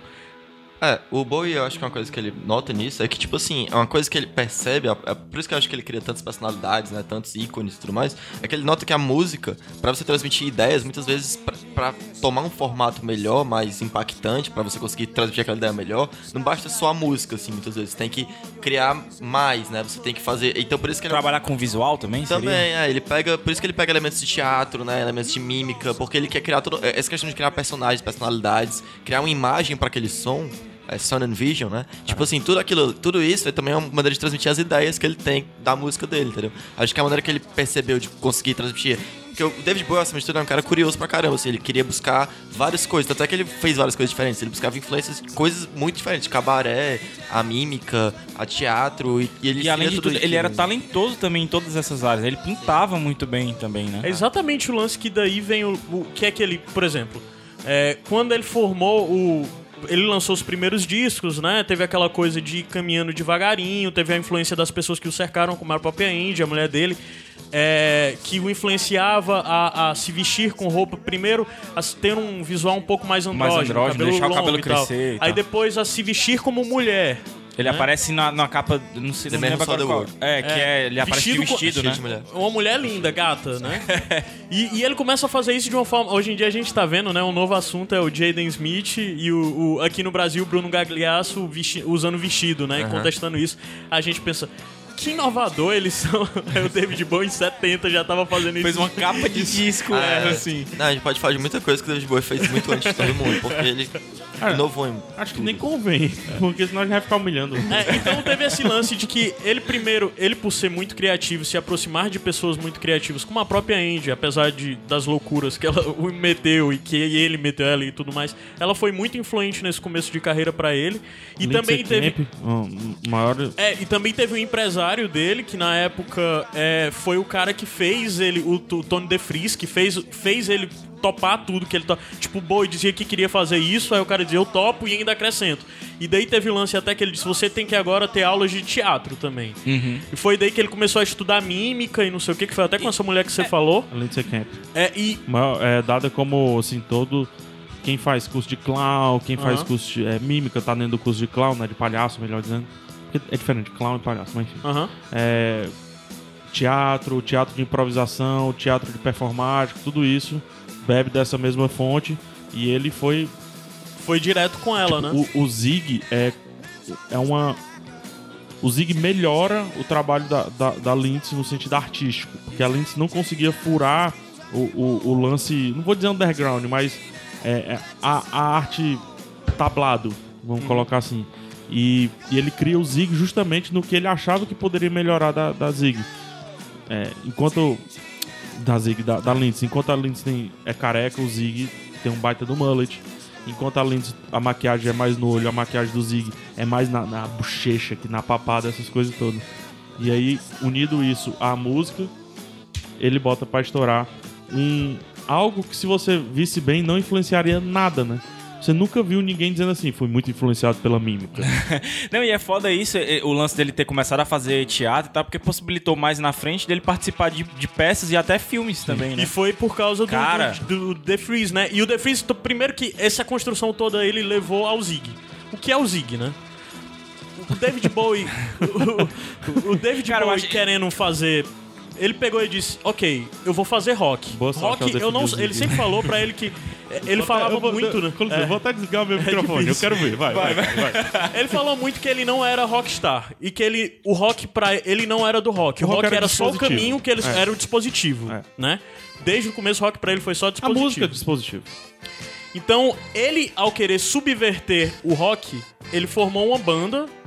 O Bowie, eu acho que uma coisa que ele nota nisso é que, tipo assim, é uma coisa que ele percebe, por isso que eu acho que ele cria tantas personalidades, né, tantos ícones e tudo mais, é que ele nota que a música, pra você transmitir ideias, muitas vezes, pra tomar um formato melhor, mais impactante, pra você conseguir transmitir aquela ideia melhor, não basta só a música, assim, muitas vezes, você tem que criar mais, né, você tem que fazer, então por isso que ele... Trabalhar com visual também? Também, ele pega, por isso que ele pega elementos de teatro, né, elementos de mímica, porque ele quer criar essa questão de criar personagens, personalidades, criar uma imagem pra aquele som, Sound and Vision, né? Tipo assim, tudo isso é também uma maneira de transmitir as ideias que ele tem da música dele, entendeu? Acho que é a maneira que ele percebeu de conseguir transmitir. Porque o David Bowie, acima de tudo, é um cara curioso pra caramba, assim, ele queria buscar várias coisas, tanto é que ele fez várias coisas diferentes, ele buscava influências de coisas muito diferentes, cabaré, a mímica, a teatro, e ele... E além de tudo, ele era talentoso também em todas essas áreas, ele pintava muito bem também, né? É exatamente o lance que daí vem o que é que ele, por exemplo, quando ele formou ele lançou os primeiros discos, né? Teve aquela coisa de ir caminhando devagarinho, teve a influência das pessoas que o cercaram, como a própria Andy, a mulher dele, que o influenciava a se vestir com roupa, primeiro a ter um visual um pouco mais andrógeno, deixar o cabelo crescer e tal. Aí depois a se vestir como mulher. Ele aparece na capa, não sei, não lembro agora qual. Ele aparece vestido, né? Uma mulher linda, gata, né? e ele começa a fazer isso de uma forma... Hoje em dia a gente tá vendo, né? Um novo assunto é o Jaden Smith e aqui no Brasil o Bruno Gagliasso usando vestido, né? E contestando isso. A gente pensa... Que inovador eles são. O David Bowie em 70 já tava fazendo isso. Fez uma capa de disco, assim. Não, a gente pode falar de muita coisa que o David Bowie fez muito antes de todo mundo, porque ele inovou em Acho que nem convém, porque senão a gente vai ficar humilhando. Então teve esse lance de que ele por ser muito criativo, se aproximar de pessoas muito criativas, como a própria Andy, apesar das loucuras que ela o meteu e que ele meteu ela e tudo mais, ela foi muito influente nesse começo de carreira pra ele. E também teve... maior... e também teve um empresário dele, que na época foi o cara que fez ele, o Tony DeFries, que fez ele topar tudo que ele tipo, o Bowie dizia que queria fazer isso, aí o cara dizia, eu topo e ainda acrescento. E daí teve o lance até que ele disse, você tem que agora ter aulas de teatro também. E foi daí que ele começou a estudar mímica e não sei o que foi até com essa mulher que você falou. Lindsay Camp. Dada como, assim, quem faz curso de clown, quem faz curso de mímica, tá dentro do curso de clown, né, de palhaço, melhor dizendo. É diferente, clown e palhaço, mas enfim. Teatro de improvisação, teatro de performático, tudo isso bebe dessa mesma fonte. E ele foi direto com ela, tipo, né? O Zig o Zig melhora o trabalho da Lindsay no sentido artístico, porque a Lindsay não conseguia furar o lance, não vou dizer underground, mas a arte tablado, vamos colocar assim. E ele cria o Zig justamente no que ele achava que poderia melhorar da Zig. Da Lindsay. Enquanto a Lindsay é careca, o Zig tem um baita do mullet. Enquanto a Lindsay, a maquiagem é mais no olho, a maquiagem do Zig é mais na bochecha, na papada, essas coisas todas. E aí, unido isso à música, ele bota pra estourar algo que, se você visse bem, não influenciaria nada, né? Você nunca viu ninguém dizendo assim, fui muito influenciado pela mímica. Não, e é foda isso, o lance dele ter começado a fazer teatro e tal, porque possibilitou mais na frente dele participar de peças e até filmes também, né? E foi por causa do DeFries, né? E o DeFries, primeiro que essa construção toda ele levou ao Zig. O que é o Zig, né? O David Bowie... o David Bowie querendo fazer... Ele pegou e disse, ok, eu vou fazer rock. Rock, eu não... Ele sempre falou pra ele que... Ele falava muito, né? Eu vou até desligar o meu microfone, eu quero ver. Vai. Ele falou muito que ele não era rockstar. E que o rock pra ele não era do rock. O rock era só o caminho, que era o dispositivo, né? Desde o começo, o rock pra ele foi só dispositivo. A música é dispositivo. Então, ele, ao querer subverter o rock, ele formou uma banda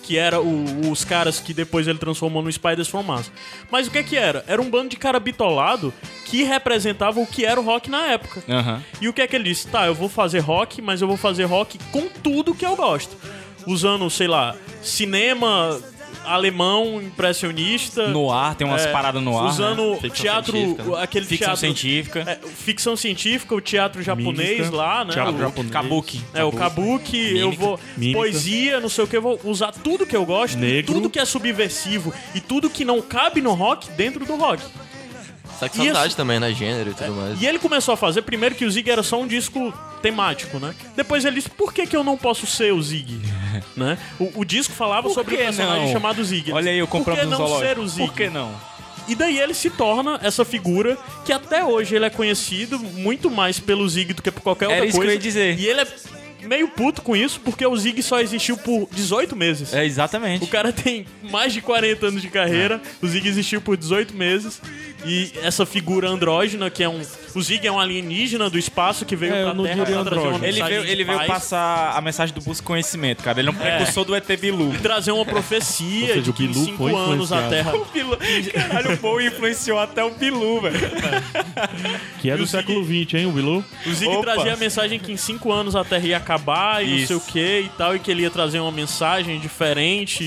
que era os caras que depois ele transformou no Spiders from Mars. Mas o que era? Era um bando de cara bitolado que representava o que era o rock na época. Aham. E o que é que ele disse? Tá, eu vou fazer rock, mas eu vou fazer rock com tudo que eu gosto. Usando, sei lá, cinema alemão impressionista. Noir, tem umas paradas no ar. Usando Ficção teatro, científica, né? aquele Ficção teatro... científica. ficção científica, o teatro japonês Mímica, lá, né? teatro O- japonês. Kabuki. o kabuki, eu vou... Mímica. Poesia, não sei o que, eu vou usar tudo que eu gosto, Negro. tudo que é subversivo e tudo que não cabe no rock dentro do rock. Sexualidade Isso. também, né? Gênero e tudo mais. E ele começou a fazer, primeiro que o Zig era só um disco temático, né? Depois ele disse, por que eu não posso ser o Zig? Né? O disco falava Por sobre um que personagem não? chamado Zig. Olha aí, eu comprando Por que no não zoológico. ser o Zig? Por que não? E daí ele se torna essa figura que até hoje ele é conhecido muito mais pelo Zig do que por qualquer outra Era isso que eu coisa. ia dizer. E ele é meio puto com isso porque o Zig só existiu por 18 meses. É, exatamente. O cara tem mais de 40 anos de carreira, o Zig existiu por 18 meses. E essa figura andrógena, que é um... O Zig é um alienígena do espaço que veio É, eu pra não Terra diria pra trazer uma andrógeno. mensagem Ele de veio paz. passar a mensagem do busca conhecimento, cara. Ele é um precursor do ET Bilu. Trazer uma profecia Ou seja, de o que em Bilu 5 foi anos a influenciado. Terra... Caralho, o Bowie influenciou até o Bilu, velho. Que é E do o século XX, hein, o Bilu? O Zig Opa. trazia a mensagem que em 5 anos a Terra ia acabar e não Isso. sei o que e tal, e que ele ia trazer uma mensagem diferente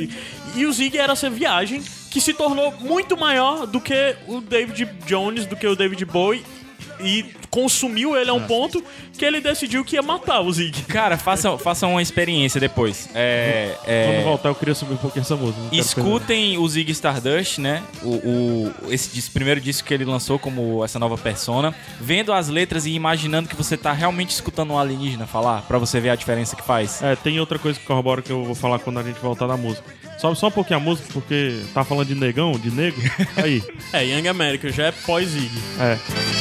e o Zig era essa viagem que se tornou muito maior do que o David Jones, do que o David Bowie, e consumiu ele a um ponto que ele decidiu que ia matar o Zig. Cara, façam uma experiência depois. Quando voltar, eu queria subir um pouquinho essa música. não quero Escutem o Zig Stardust, né? Esse primeiro disco que ele lançou como essa nova persona. Vendo as letras e imaginando que você tá realmente escutando um alienígena falar, pra você ver a diferença que faz. tem outra coisa que corrobora que eu vou falar quando a gente voltar da música. Sobe só um pouquinho a música, porque tá falando de negão, de negro. Aí. Young America já é pós-Zig. É.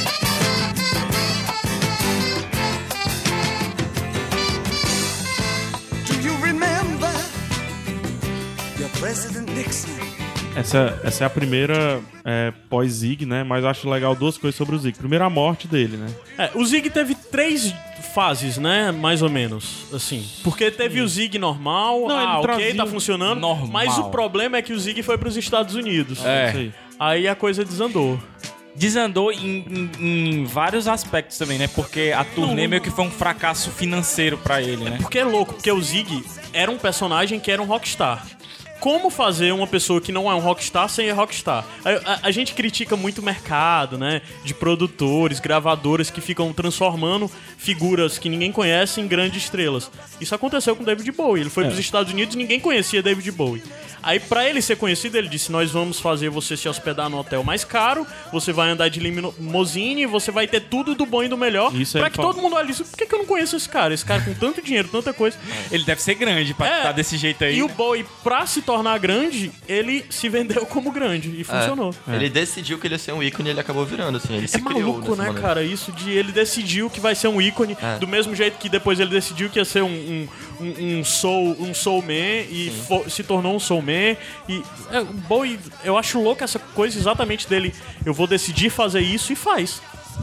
Do you remember your President Nixon? Essa é a primeira pós-Zig, né? Mas eu acho legal duas coisas sobre o Zig. Primeiro, a morte dele, né? O Zig teve 3 fases, né? Mais ou menos, assim. Porque teve o Zig normal, Não, ele ok, trazia tá funcionando. normal. Mas o problema é que o Zig foi pros Estados Unidos. É. Isso aí. Aí a coisa desandou. Desandou em vários aspectos também, né? Porque a turnê meio que foi um fracasso financeiro pra ele, né? Porque é louco, porque o Zig era um personagem que era um rockstar. Como fazer uma pessoa que não é um rockstar sem ser rockstar? A gente critica muito o mercado, né? De produtores, gravadoras que ficam transformando figuras que ninguém conhece em grandes estrelas. Isso aconteceu com David Bowie. Ele foi pros Estados Unidos e ninguém conhecia David Bowie. Aí, pra ele ser conhecido, ele disse: nós vamos fazer você se hospedar no hotel mais caro, você vai andar de limousine, você vai ter tudo do bom e do melhor. Isso pra aí que fala- todo mundo olhe isso. Por que eu não conheço esse cara? Esse cara com tanto dinheiro, tanta coisa. Ele deve ser grande pra estar desse jeito aí. E o Bowie, pra se tornar grande, ele se vendeu como grande e funcionou. Ele decidiu que ele ia ser um ícone e ele acabou virando, assim. Ele se É criou maluco, dessa né, maneira. cara? Isso de ele decidiu que vai ser um ícone, do mesmo jeito que depois ele decidiu que ia ser um soulman e se tornou um soulman. E o Bowie, eu acho louco essa coisa exatamente dele. Eu vou decidir fazer isso e faz.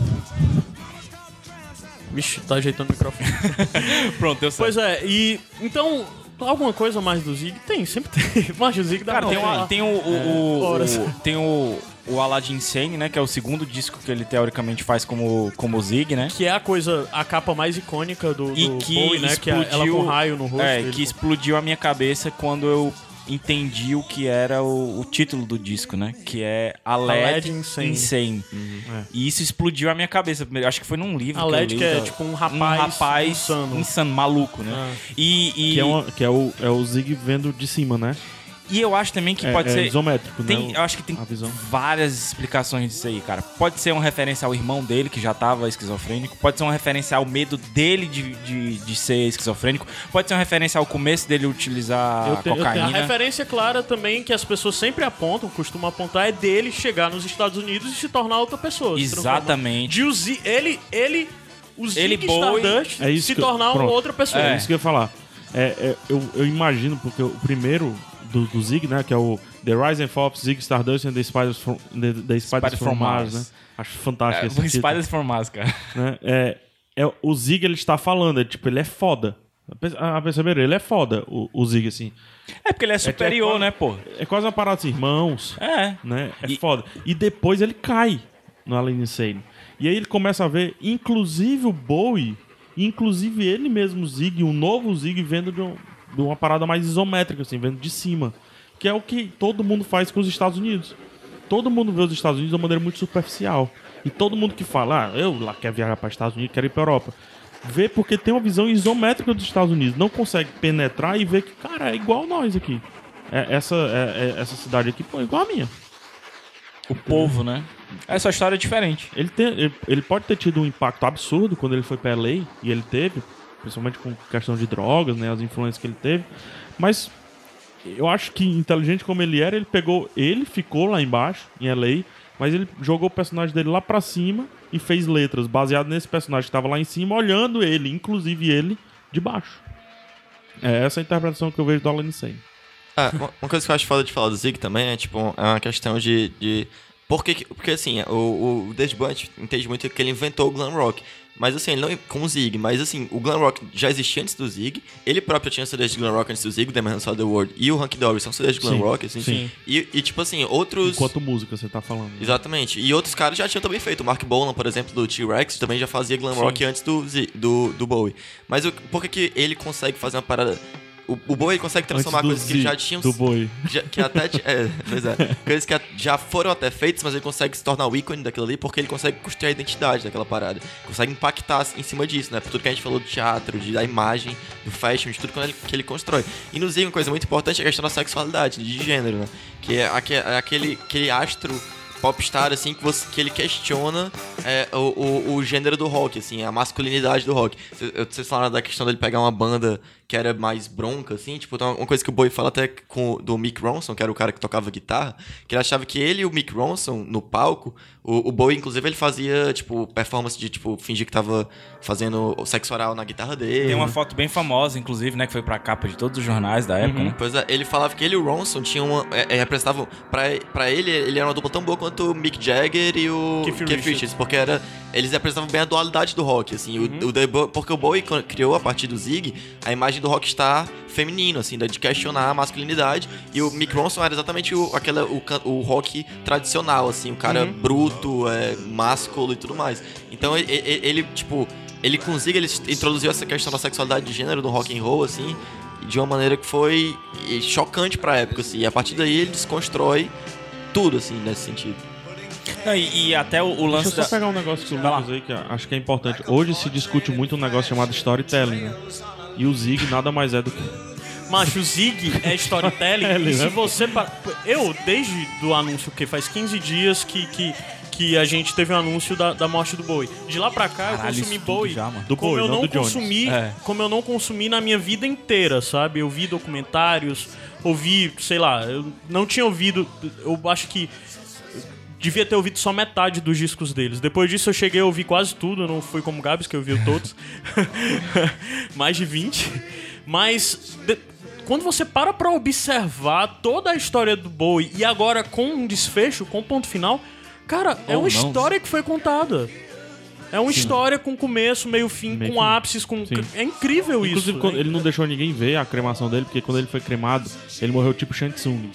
Vixe, tá ajeitando o microfone. Pronto, eu sei. Pois é, e então, alguma coisa mais do Zig? Tem, sempre tem. Mas o Zig dá Cara, pra tem horas. tem o Aladdin Sane, né? Que é o segundo disco que ele teoricamente faz como Zig, né? Que é a capa mais icônica do E que Bowie, né? Que é explodiu, ela com um raio no rosto dele. que explodiu a minha cabeça quando eu entendi o que era o título do disco, né? Que é Aladdin Insane. E isso explodiu a minha cabeça. Eu acho que foi num livro Aladdin que eu li. que é tipo um rapaz insano, maluco, né? E Que é o Zig vendo de cima, né? E eu acho também que pode ser... isométrico, né? Eu acho que tem a visão. várias explicações disso aí, cara. Pode ser uma referência ao irmão dele, que já tava esquizofrênico. Pode ser uma referência ao medo dele de ser esquizofrênico. Pode ser uma referência ao começo dele utilizar cocaína. A referência clara também que as pessoas sempre apontam, costumam apontar, é dele chegar nos Estados Unidos e se tornar outra pessoa. Exatamente. De o Zig Ele, Bowie, Stardust é isso se que- tornar uma pronto. outra pessoa. É isso que eu ia falar. Eu imagino, porque o primeiro do Zig, né? Que é o The Rise and Fall of Zig Stardust and the Spiders from Mars, né? Acho fantástico esse título. Spiders from Mars, cara. Né? O Zig, ele está falando, ele é foda. Perceberam? Ele é foda, o Zig, assim. É porque ele é superior, quase, né, pô? É quase uma parada assim, irmãos. É. Né? É foda. E depois ele cai no Alain Insane. E aí ele começa a ver, inclusive o Bowie, inclusive ele mesmo, o Zig, um novo Zig, vendo de uma parada mais isométrica, assim, vendo de cima. Que é o que todo mundo faz com os Estados Unidos. Todo mundo vê os Estados Unidos de uma maneira muito superficial. E todo mundo que fala, eu lá quero viajar para os Estados Unidos, quero ir para Europa. Vê porque tem uma visão isométrica dos Estados Unidos. Não consegue penetrar e ver que, cara, é igual nós aqui. Essa cidade aqui, pô, é igual a minha. O povo, né? Essa história é diferente. Ele pode ter tido um impacto absurdo quando ele foi pra LA, e ele teve, principalmente com questão de drogas, né, as influências que ele teve. Mas eu acho que, inteligente como ele era, ele ficou lá embaixo, em LA, mas ele jogou o personagem dele lá pra cima e fez letras baseado nesse personagem que tava lá em cima, olhando ele, inclusive ele, de baixo. É essa a interpretação que eu vejo do Alain Insane. Uma coisa que eu acho foda de falar do Zig também é, tipo, é uma questão de... Porque assim, o David Bowie entende muito que ele inventou o glam rock. Mas assim, ele não com o Zig. Mas assim, o glam rock já existia antes do Zig. Ele próprio tinha CDs de glam rock antes do Zig, o The Man Who Saw the World e o Hunky Dory são CDs de glam rock, assim. Sim. E tipo assim, outros... Enquanto música você tá falando. Né? Exatamente. E outros caras já tinham também feito. O Mark Bolan, por exemplo, do T-Rex, também já fazia glam rock antes do Bowie. Mas por que ele consegue fazer uma parada... O Bowie consegue transformar coisas que já tinham... Do Bowie. Que até... pois é. Coisas que já foram até feitas, mas ele consegue se tornar o ícone daquilo ali porque ele consegue construir a identidade daquela parada. Consegue impactar em cima disso, né? Por tudo que a gente falou do teatro, da imagem, do fashion, de tudo que ele constrói. E no Zig, uma coisa muito importante é a questão da sexualidade, de gênero, né? Que é aquele astro popstar, assim, que ele questiona o gênero do rock, assim, a masculinidade do rock. Vocês falaram da questão dele pegar uma banda que era mais bronca, assim, tipo, então uma coisa que o Bowie fala até do Mick Ronson, que era o cara que tocava guitarra, que ele achava que ele e o Mick Ronson, no palco, o Bowie, inclusive, ele fazia, tipo, performance de, tipo, fingir que tava fazendo sexo oral na guitarra dele. Tem uma foto bem famosa, inclusive, né, que foi pra capa de todos os jornais da época, né? Pois é, ele falava que ele e o Ronson tinham representavam, pra ele era uma dupla tão boa quanto o Mick Jagger e o Keith Richards, porque eles representavam bem a dualidade do rock, assim, porque o Bowie criou, a partir do Zig, a imagem do rockstar feminino, assim, de questionar a masculinidade, e o Mick Ronson era exatamente o rock tradicional, assim, o cara bruto, másculo e tudo mais. Então ele tipo, ele com o Zig, ele introduziu essa questão da sexualidade de gênero no rock and roll, assim, de uma maneira que foi chocante pra época, assim, e a partir daí ele desconstrói tudo, assim, nesse sentido. Não, e até o lance Deixa eu só pegar um negócio que o Lucas aí, que acho que é importante. Hoje se discute muito um negócio chamado storytelling, né? E o Zig nada mais é do que... Macho, o Zig é storytelling. E se você... Eu, desde do anúncio, que faz 15 dias que a gente teve um anúncio da morte do Bowie. De lá pra cá, eu consumi Bowie já, mano. Do Bowie, não do Jones. Como eu não consumi na minha vida inteira, sabe? Eu vi documentários, ouvi, sei lá, eu não tinha ouvido... Eu acho que devia ter ouvido só metade dos discos deles. Depois disso eu cheguei a ouvir quase tudo. Eu não fui como o Gabs, que eu ouvi todos. Mais de 20. Mas quando você para pra observar toda a história do Bowie e agora com um desfecho, com um ponto final, cara, é uma história que foi contada. É uma história com começo, meio fim, com ápices, com... É incrível isso. Inclusive, quando ele não deixou ninguém ver a cremação dele, porque quando ele foi cremado, ele morreu tipo Shang Tsung.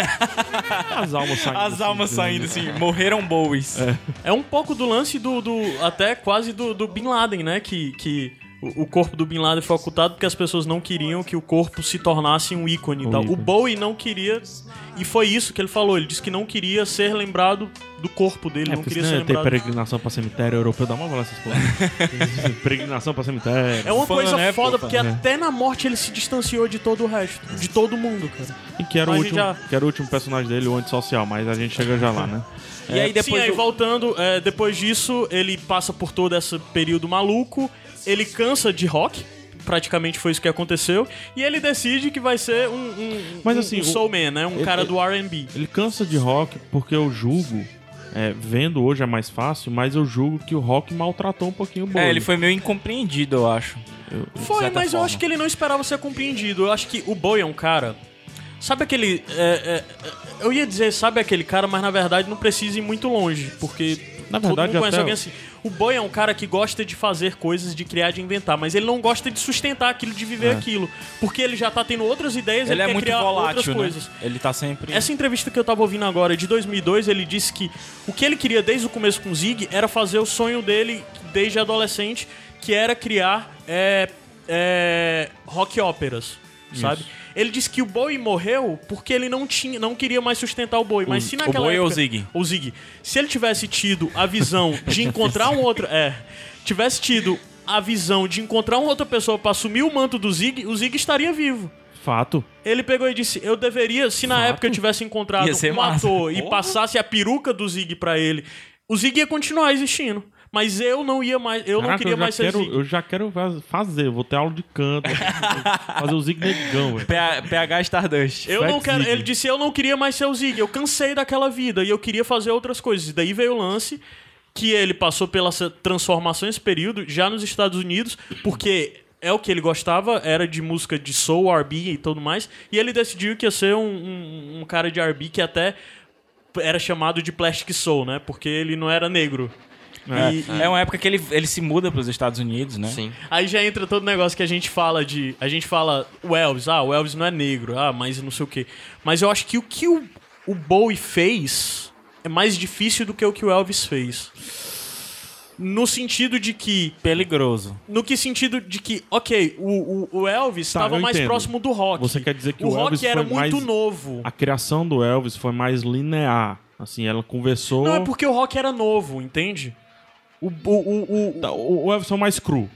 As almas saindo. As almas saindo, assim, morreram Bowies. É um pouco do lance até quase do Bin Laden, né? Que o corpo do Bin Laden foi ocultado porque as pessoas não queriam que o corpo se tornasse um ícone e tal. O Bowie não queria, e foi isso que ele falou. Ele disse que não queria ser lembrado do corpo dele, não queria ser lembrado. Ter peregrinação pra cemitério europeu, dá uma bola essas coisas. Peregrinação pra cemitério. É uma coisa foda, porque até na morte ele se distanciou de todo o resto, de todo mundo, cara. E que era o último personagem dele, o antissocial, mas a gente chega já lá, né? E aí depois voltando, depois disso, ele passa por todo esse período maluco, ele cansa de rock, praticamente foi isso que aconteceu, e ele decide que vai ser um soulman, né? Um cara do R&B. Ele cansa de rock porque eu julgo, vendo hoje é mais fácil, mas eu julgo que o rock maltratou um pouquinho o Bowie. Ele foi meio incompreendido, eu acho. Foi, mas eu acho que ele não esperava ser compreendido. Eu acho que o Bowie é um cara... Sabe aquele... eu ia dizer, sabe aquele cara, mas na verdade não precisa ir muito longe, porque na verdade, todo mundo conhece alguém assim. O Bowie é um cara que gosta de fazer coisas, de criar, de inventar, mas ele não gosta de sustentar aquilo, de viver aquilo. Porque ele já tá tendo outras ideias, ele Ele é quer muito criar outras volátil, né? coisas. Ele tá sempre... Essa entrevista que eu tava ouvindo agora, de 2002, ele disse que o que ele queria desde o começo com o Zig era fazer o sonho dele desde adolescente, que era criar rock óperas, sabe? Ele disse que o Bowie morreu porque ele não queria mais sustentar o Bowie. Mas se naquela Bowie época... ou o Zig? O Zig. Se ele tivesse tido a visão de encontrar um outro... tivesse tido a visão de encontrar uma outra pessoa pra assumir o manto do Zig, o Zig estaria vivo. Fato. Ele pegou e disse, eu deveria... Se na época eu tivesse encontrado Ia ser um massa. ator e Porra. passasse a peruca do Zig pra ele, o Zig ia continuar existindo. Mas eu não ia mais... Eu não Caraca, queria mais ser Zig. Eu já quero fazer, vou ter aula de canto. Fazer o Zig Negão, velho. PH Stardust. Eu não Fat quero. Zig. Ele disse, eu não queria mais ser o Zig. Eu cansei daquela vida e eu queria fazer outras coisas. E daí veio o lance que ele passou pela transformação nesse período, já nos Estados Unidos, porque é o que ele gostava, era de música de soul, R&B e tudo mais. E ele decidiu que ia ser um cara de R&B que até era chamado de Plastic Soul, né? Porque ele não era negro. É uma época que ele se muda pros Estados Unidos, né? Sim. Aí já entra todo o negócio que a gente fala de... A gente fala, o Elvis não é negro, mas não sei o quê. Mas eu acho que o que o Bowie fez é mais difícil do que o Elvis fez. No sentido de que... Peligroso. sentido de que, ok, o Elvis Tá, estava eu mais entendo. próximo do rock. Você quer dizer que o o rock Elvis era foi muito mais- novo. A criação do Elvis foi mais linear. Assim, ela conversou... Não, é porque o rock era novo, entende? O Elvis foi mais cru.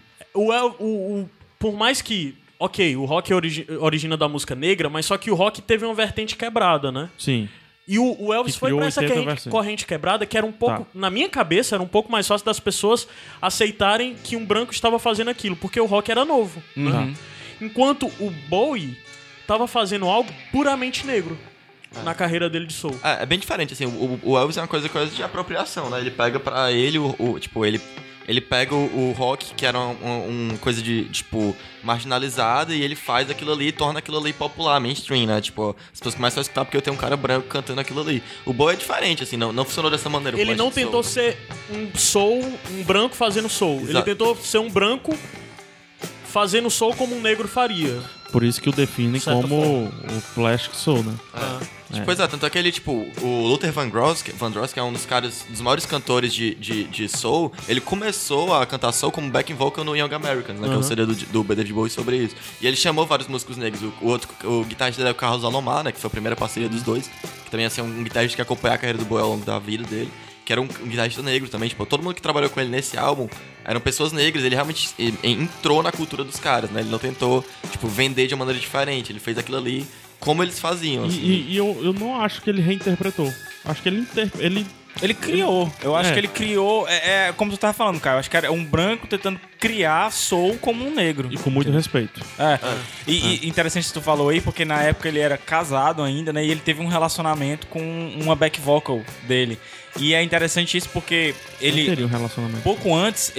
Por mais que... Ok, o rock origina da música negra, mas só que o rock teve uma vertente quebrada, né? Sim. E o Elvis Que foi criou pra essa 80 versões. corrente quebrada que era um pouco... Tá. Na minha cabeça, era um pouco mais fácil das pessoas aceitarem que um branco estava fazendo aquilo, porque o rock era novo. Né? Enquanto o Bowie estava fazendo algo puramente negro na carreira dele de soul. É bem diferente, assim, o Elvis é uma coisa de apropriação, né? Ele pega pra ele tipo, ele pega o rock, que era uma coisa de, tipo, marginalizada, e ele faz aquilo ali e torna aquilo ali popular, mainstream, né? Tipo, as pessoas começam a escutar porque eu tenho um cara branco cantando aquilo ali. O Bowie é diferente, assim, não funcionou dessa maneira. o Ele não Plastic tentou Soul. ser um soul, um branco fazendo soul. Ele Exato. tentou ser um branco fazendo soul como um negro faria. Por isso que o definem Certa como o Plastic Soul, né? Pois é, tanto é que ele, tipo, o Luther Vandross, que é um dos maiores cantores de soul, ele começou a cantar soul como backing vocal no Young Americans, né? Que é o CD do David Bowie sobre isso. E ele chamou vários músicos negros. O guitarrista dele é o Carlos Alomar, né? Que foi a primeira parceria dos dois. Que também, assim, é um guitarrista que acompanha a carreira do Bowie ao longo da vida dele. Que era um guitarrista negro também. Tipo, todo mundo que trabalhou com ele nesse álbum eram pessoas negras. Ele realmente entrou na cultura dos caras, né? Ele não tentou, tipo, vender de uma maneira diferente. Ele fez aquilo ali como eles faziam, assim. E eu não acho que ele reinterpretou. Acho que Ele criou. Eu acho É. que ele criou... como tu tava falando, cara. Eu acho que era um branco tentando criar soul como um negro. E com muito respeito. E interessante que tu falou aí, porque na época ele era casado ainda, né? E ele teve um relacionamento com uma back vocal dele. E é interessante isso porque Ele ele... teria um relacionamento. Pouco antes,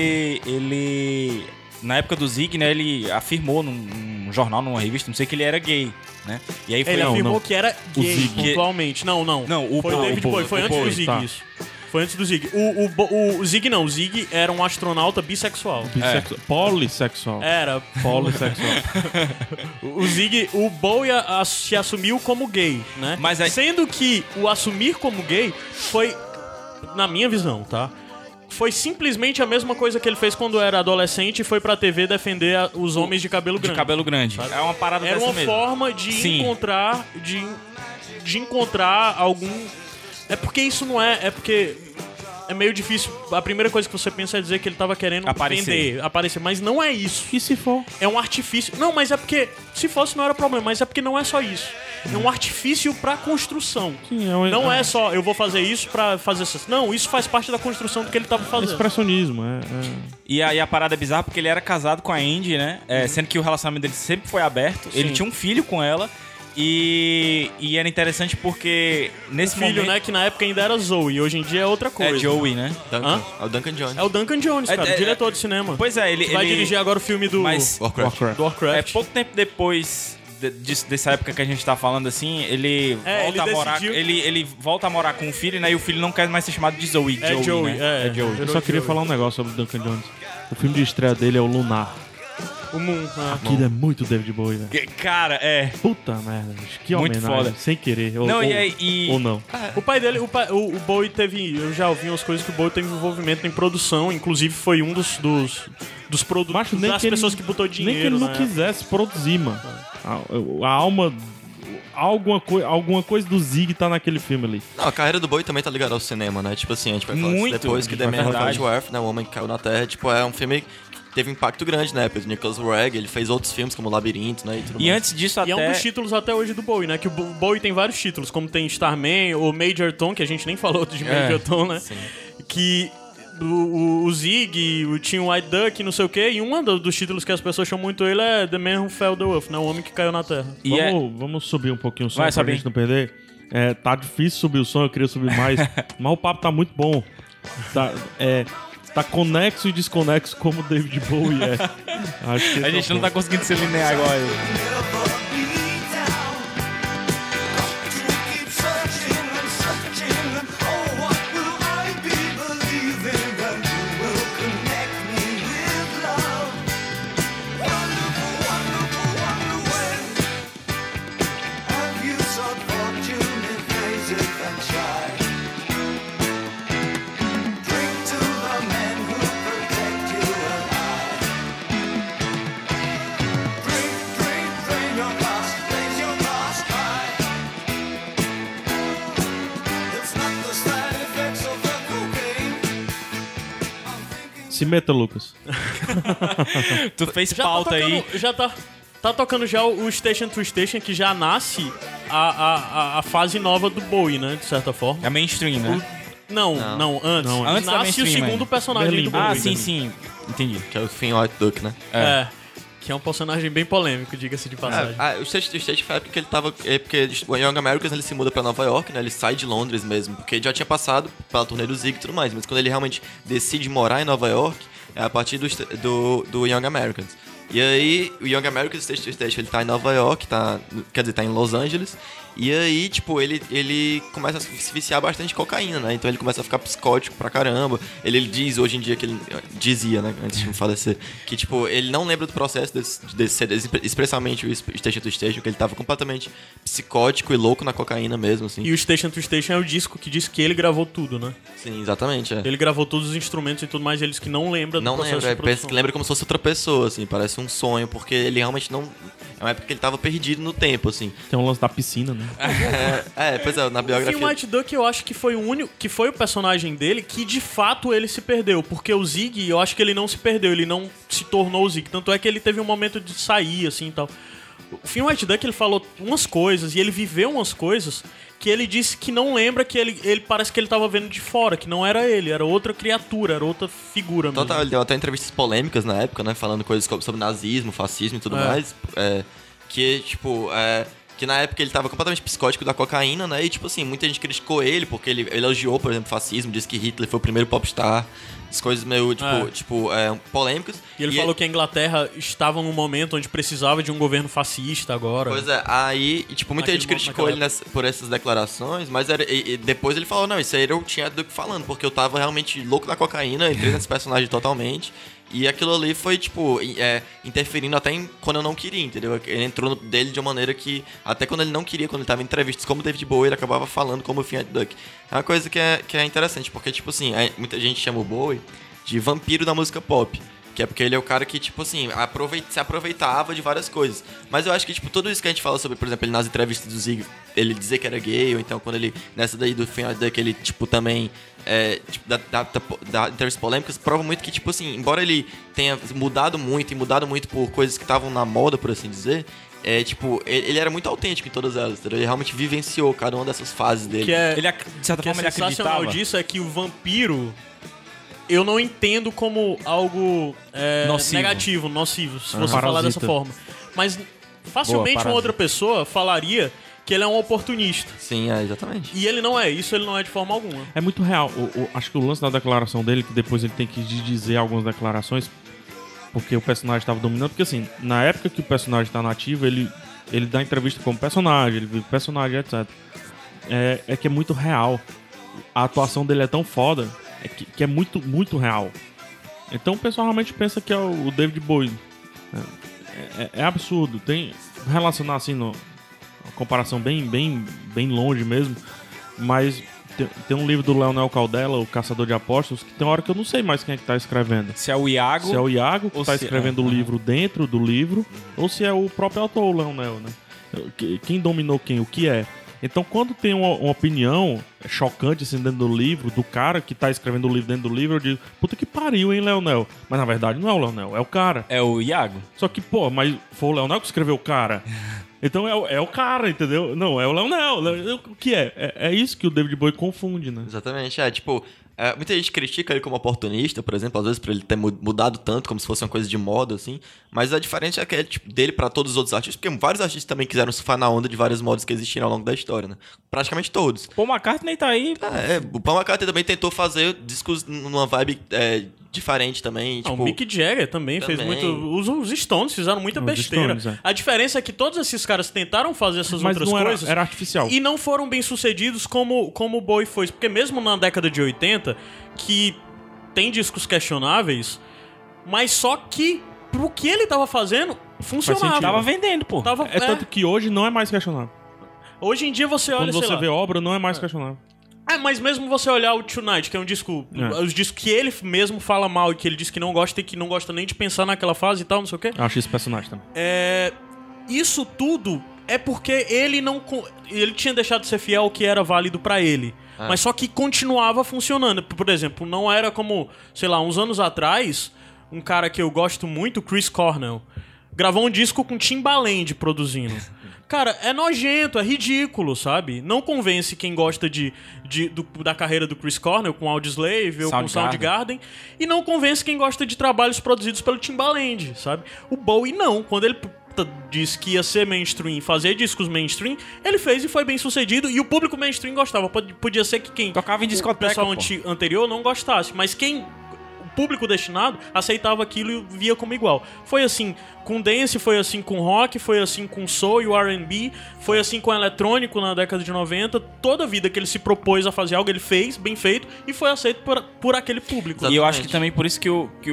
ele... Na época do Zig, né? Ele afirmou num jornal, numa revista, não sei, que ele era gay, né? E aí foi... Ele afirmou não. que era O gay, Zig. pontualmente. Não. Não, o foi o Bowie, David Bowie. Foi o antes do Bowie, Zig, tá. isso. Foi antes do Zig. O Zig não. O Zig era um astronauta bissexual. Polissexual. Era. Polissexual. O Zig, o Bowie se assumiu como gay, né? Mas aí- Sendo que o assumir como gay foi, na minha visão, tá? Foi simplesmente a mesma coisa que ele fez quando era adolescente e foi pra TV defender os homens de cabelo De grande. cabelo grande. É uma parada Era dessa uma mesmo. forma de Sim. encontrar de encontrar algum... É porque isso não é... É porque é meio difícil. A primeira coisa que você pensa é dizer que ele tava querendo Aparecer. aparecer. Mas não é isso. E se for? É um artifício. Não, mas é porque... Se fosse não era problema, mas é porque não é só isso. É um artifício pra construção. Sim, Não é só eu vou fazer isso pra fazer isso. Não, isso faz parte da construção do que ele tava fazendo. expressionismo. E a parada é bizarra porque ele era casado com a Andy, né? Sendo que o relacionamento dele sempre foi aberto. Ele tinha um filho com ela. E era interessante porque nesse Filho, momento... né? Que na época ainda era Zoe. E hoje em dia é outra coisa. É Joey, né? Duncan. É o Duncan Jones. É o Duncan Jones, cara. É, diretor de cinema. Pois é, ele... Vai dirigir agora o filme do... Mas Warcraft. do Warcraft. pouco tempo depois dessa época que a gente tá falando assim, ele volta a morar. Ele volta a morar com o filho, né? E o filho não quer mais ser chamado de Zoe. É Joey, né? é Joey. Eu só queria falar um negócio sobre o Duncan Jones. O filme de estreia dele é o Lunar. O Moon. Aquilo é muito David Bowie, velho. Cara, Puta merda, bicho. Que Muito homenagem. foda. Sem querer. Não, Ou não. O pai dele, o Bowie teve... Eu já ouvi umas coisas que o Bowie teve envolvimento em produção. Inclusive foi um dos produtos Macho, nem das que pessoas ele, que botou dinheiro, nem que ele não né? quisesse produzir, mano. A alma... Alguma coisa do Zig tá naquele filme ali. Não, a carreira do Bowie também tá ligada ao cinema, né? Tipo assim, a gente vai falar Muito, isso depois que The Man Who Fell to Earth, né? O Homem que Caiu na Terra, tipo, é um filme que teve um impacto grande na época do Nicholas Roeg. Ele fez outros filmes como Labirinto, né? E E antes disso E até... é um dos títulos até hoje do Bowie, né? Que o Bowie tem vários títulos, como tem Starman, o Major Tom, que a gente nem falou de Major Tom, né? Sim. Que o Zig, o Tim White Duck, não sei o quê, e um dos títulos que as pessoas chamam muito ele é The Man Who Fell to Earth, né? O Homem que Caiu na Terra. E Vamos subir um pouquinho o som Vai, pra subir. gente não perder. Tá difícil subir o som, eu queria subir mais. Mas o papo tá muito bom. Tá conexo e desconexo como o David Bowie é. Acho que A gente não tá conseguindo ser linear igual a ele. Se meta, Lucas. Tu fez Já pauta tá aí. tocando, já tá tocando já o Station to Station, que já nasce a fase nova do Bowie, né? De certa forma. É mainstream, né? Não, antes. Não, antes da Nasce o mainstream, segundo né? personagem Berlim. do Bowie. Ah, sim. Entendi. Que é o Finn White Duck, né? É. Que é um personagem bem polêmico, diga-se de passagem. O State foi a época que ele tava... porque o Young Americans ele se muda pra Nova York, né? Ele sai de Londres mesmo, porque ele já tinha passado pela turnê do Zig e tudo mais. Mas quando ele realmente decide morar em Nova York, é a partir do Young Americans. E aí, o Young Americans Stage to Stage, ele tá em Nova York, tá em Los Angeles. E aí, tipo, ele começa a se viciar bastante de cocaína, né? Então ele começa a ficar psicótico pra caramba. Ele diz hoje em dia que ele... Dizia, né? Antes de me falecer. Que, tipo, ele não lembra do processo de ser expressamente o Station to Station, que ele tava completamente psicótico e louco na cocaína mesmo, assim. E o Station to Station é o disco que diz que ele gravou tudo, né? Sim, exatamente, é. Ele gravou todos os instrumentos e tudo mais, e eles que não lembram do Não processo lembra, de produção. lembra como se fosse outra pessoa, assim, parece um sonho, porque ele realmente não... É uma época que ele tava perdido no tempo, assim. Tem um lance da piscina, né? Pois é, na O biografia... Finn White Duck eu acho que foi o único, que foi o personagem dele que de fato ele se perdeu, porque o Zig, eu acho que ele não se perdeu, ele não se tornou o Zig, tanto é que ele teve um momento de sair, assim, e tal. O Finn White Duck, ele falou umas coisas, e ele viveu umas coisas que ele disse que não lembra, que ele parece que ele tava vendo de fora, que não era ele, era outra criatura, era outra figura mesmo. Total, ele deu até entrevistas polêmicas na época, né? Falando coisas sobre nazismo, fascismo e tudo mais. Que na época ele tava completamente psicótico da cocaína, né? E, tipo assim, muita gente criticou ele, porque ele elogiou, por exemplo, fascismo, disse que Hitler foi o primeiro popstar. As coisas meio, polêmicas. E ele falou que a Inglaterra estava num momento onde precisava de um governo fascista agora. Pois é, aí, muita gente criticou ele por essas declarações, mas depois ele falou, não, isso aí eu tinha do que falando, porque eu tava realmente louco da cocaína, entrei nesse personagem totalmente, e aquilo ali foi, interferindo até quando eu não queria, entendeu? Ele entrou dele de uma maneira que, até quando ele não queria, quando ele tava em entrevistas como David Bowie, ele acabava falando como o Finn White Duck. É uma coisa que é interessante, porque, muita gente chama o Bowie de vampiro da música pop. Que é porque ele é o cara que, se aproveitava de várias coisas. Mas eu acho que, tudo isso que a gente fala sobre, por exemplo, ele nas entrevistas do Zig, ele dizer que era gay, ou então quando ele, nessa daí do Finn White Duck, ele, também, da entrevistas polêmicas, prova muito que, embora ele tenha mudado muito por coisas que estavam na moda, por assim dizer, ele era muito autêntico em todas elas, entendeu? Ele realmente vivenciou cada uma dessas fases dele. Que é, Ele, de certa que é forma, ele sensacional acreditava. disso é que o vampiro... Eu não entendo como algo Nocivo. nocivo, se você falar dessa forma. Mas facilmente Boa, uma outra pessoa falaria que ele é um oportunista. Sim, exatamente. E ele não é, isso ele não é de forma alguma. É muito real. Acho que o lance da declaração dele, que depois ele tem que dizer algumas declarações, porque o personagem estava dominando. Porque, assim, na época que o personagem tá nativo, ele ele dá entrevista como personagem, ele vive personagem, etc. É que é muito real. A atuação dele é tão foda que é muito, muito real. Então o pessoal realmente pensa que é o David Bowie. É absurdo. Tem relacionar assim, uma comparação bem longe mesmo. Mas tem um livro do Leonel Caldela, O Caçador de Apóstolos, que tem uma hora que eu não sei mais quem é que tá escrevendo. Se é o Iago. Se é o Iago que tá escrevendo o livro dentro do livro, ou se é o próprio autor, o Leonel, né? Quem dominou quem, o que é. Então, quando tem uma opinião chocante assim dentro do livro, do cara que tá escrevendo o livro dentro do livro, eu digo, puta que pariu, hein, Leonel? Mas na verdade não é o Leonel, é o cara. É o Iago. Só que, pô, mas foi o Leonel que escreveu o cara. Então é o cara, entendeu? Não, é o Leonel. O que é? É isso que o David Bowie confunde, né? Exatamente, muita gente critica ele como oportunista, por exemplo, às vezes por ele ter mudado tanto, como se fosse uma coisa de moda, assim. Mas a diferença é que é tipo, dele pra todos os outros artistas, porque vários artistas também quiseram surfar na onda de vários modos que existiram ao longo da história, né? Praticamente todos. Paul McCartney tá aí. O Paul McCartney também tentou fazer discos numa vibe diferente também. O Mick Jagger também fez muito... Os Stones fizeram muita besteira. Stones, A diferença é que todos esses caras tentaram fazer essas mas outras coisas... era artificial. E não foram bem sucedidos como o Bowie foi. Porque mesmo na década de 80, que tem discos questionáveis, mas só que pro que ele tava fazendo, funcionava. Tava vendendo, pô. Tanto que hoje não é mais questionável. Hoje em dia você olha, quando você vê obra, não é mais questionável. Mas mesmo você olhar o Tonight, que é um disco... Os discos que ele mesmo fala mal e que ele diz que não gosta e que não gosta nem de pensar naquela fase e tal, não sei o quê. Eu acho esse personagem também. Isso tudo é porque ele tinha deixado de ser fiel ao que era válido pra ele. Mas só que continuava funcionando. Por exemplo, não era como, sei lá, uns anos atrás, um cara que eu gosto muito, Chris Cornell, gravou um disco com Timbaland produzindo. Cara, é nojento, é ridículo, sabe? Não convence quem gosta da carreira do Chris Cornell com Audioslave ou com Soundgarden. E não convence quem gosta de trabalhos produzidos pelo Timbaland, sabe? O Bowie não. Quando ele disse que ia ser mainstream, fazer discos mainstream, ele fez e foi bem sucedido. E o público mainstream gostava. Podia ser que quem... Tocava em discoteca, o pessoal anterior não gostasse. Mas quem... público destinado aceitava aquilo e via como igual. Foi assim com dance, foi assim com rock, foi assim com soul e o R&B, foi assim com eletrônico na década de 90. Toda a vida que ele se propôs a fazer algo, ele fez, bem feito, e foi aceito por aquele público. Exatamente. E eu acho que também por isso que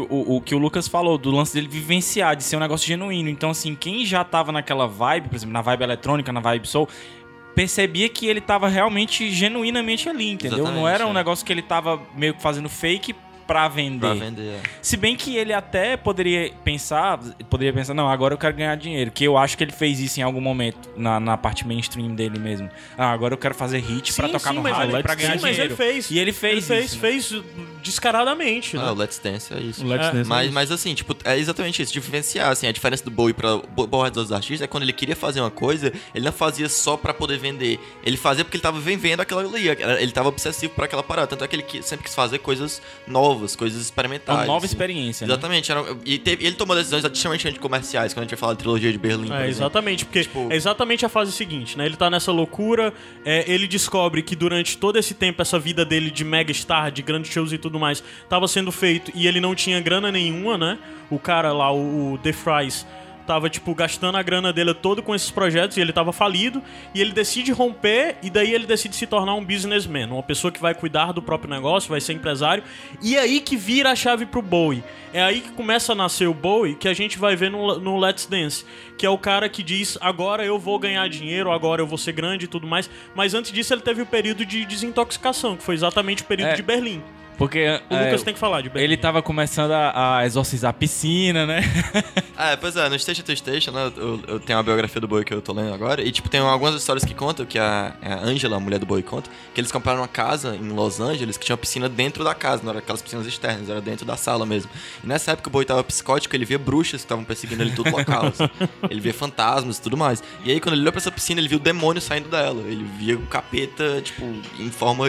o Lucas falou, do lance dele vivenciar, de ser um negócio genuíno. Então, assim, quem já tava naquela vibe, por exemplo, na vibe eletrônica, na vibe soul, percebia que ele tava realmente, genuinamente ali, entendeu? Exatamente, não era um negócio que ele tava meio que fazendo fake pra vender. Se bem que ele até poderia pensar, não, agora eu quero ganhar dinheiro, que eu acho que ele fez isso em algum momento, na parte mainstream dele mesmo. Agora eu quero fazer hit pra tocar no rádio pra ganhar dinheiro. Mas ele fez. E ele fez isso, fez descaradamente, né? O Let's Dance é isso. Mas assim, tipo, é exatamente isso, diferenciar, assim, a diferença do Bowie pra boa dos artistas é quando ele queria fazer uma coisa, ele não fazia só pra poder vender, ele fazia porque ele tava vivendo aquela ali, ele tava obsessivo por aquela parada, tanto é que ele sempre quis fazer coisas novas, coisas experimentais. Uma nova experiência, exatamente, né? Ele tomou decisões extremamente anticomerciais, quando a gente vai falar de trilogia de Berlim, exatamente, porque é exatamente a fase seguinte, né? Ele tá nessa loucura, ele descobre que durante todo esse tempo, essa vida dele de mega star, de grandes shows e tudo mais, tava sendo feito e ele não tinha grana nenhuma, né? O cara lá, o The Fries, tava, tipo, gastando a grana dele todo com esses projetos e ele tava falido, e ele decide romper, e daí ele decide se tornar um businessman, uma pessoa que vai cuidar do próprio negócio, vai ser empresário, e é aí que vira a chave pro Bowie. É aí que começa a nascer o Bowie, que a gente vai ver no Let's Dance, que é o cara que diz, agora eu vou ganhar dinheiro, agora eu vou ser grande e tudo mais, mas antes disso ele teve o período de desintoxicação, que foi exatamente o período de Berlim. Porque o Lucas tem que falar de Berlim. Ele tava começando a exorcizar a piscina, né? Pois é, no Station to Station, né, eu tenho uma biografia do Bowie que eu tô lendo agora, e tipo, tem algumas histórias que contam, que a Angela, a mulher do Bowie, conta, que eles compraram uma casa em Los Angeles que tinha uma piscina dentro da casa, não era aquelas piscinas externas, era dentro da sala mesmo. E nessa época o Bowie tava psicótico, ele via bruxas que estavam perseguindo ele todo local, assim. Ele via fantasmas e tudo mais. E aí quando ele olhou pra essa piscina, ele viu o demônio saindo dela, ele via o capeta, tipo, em forma...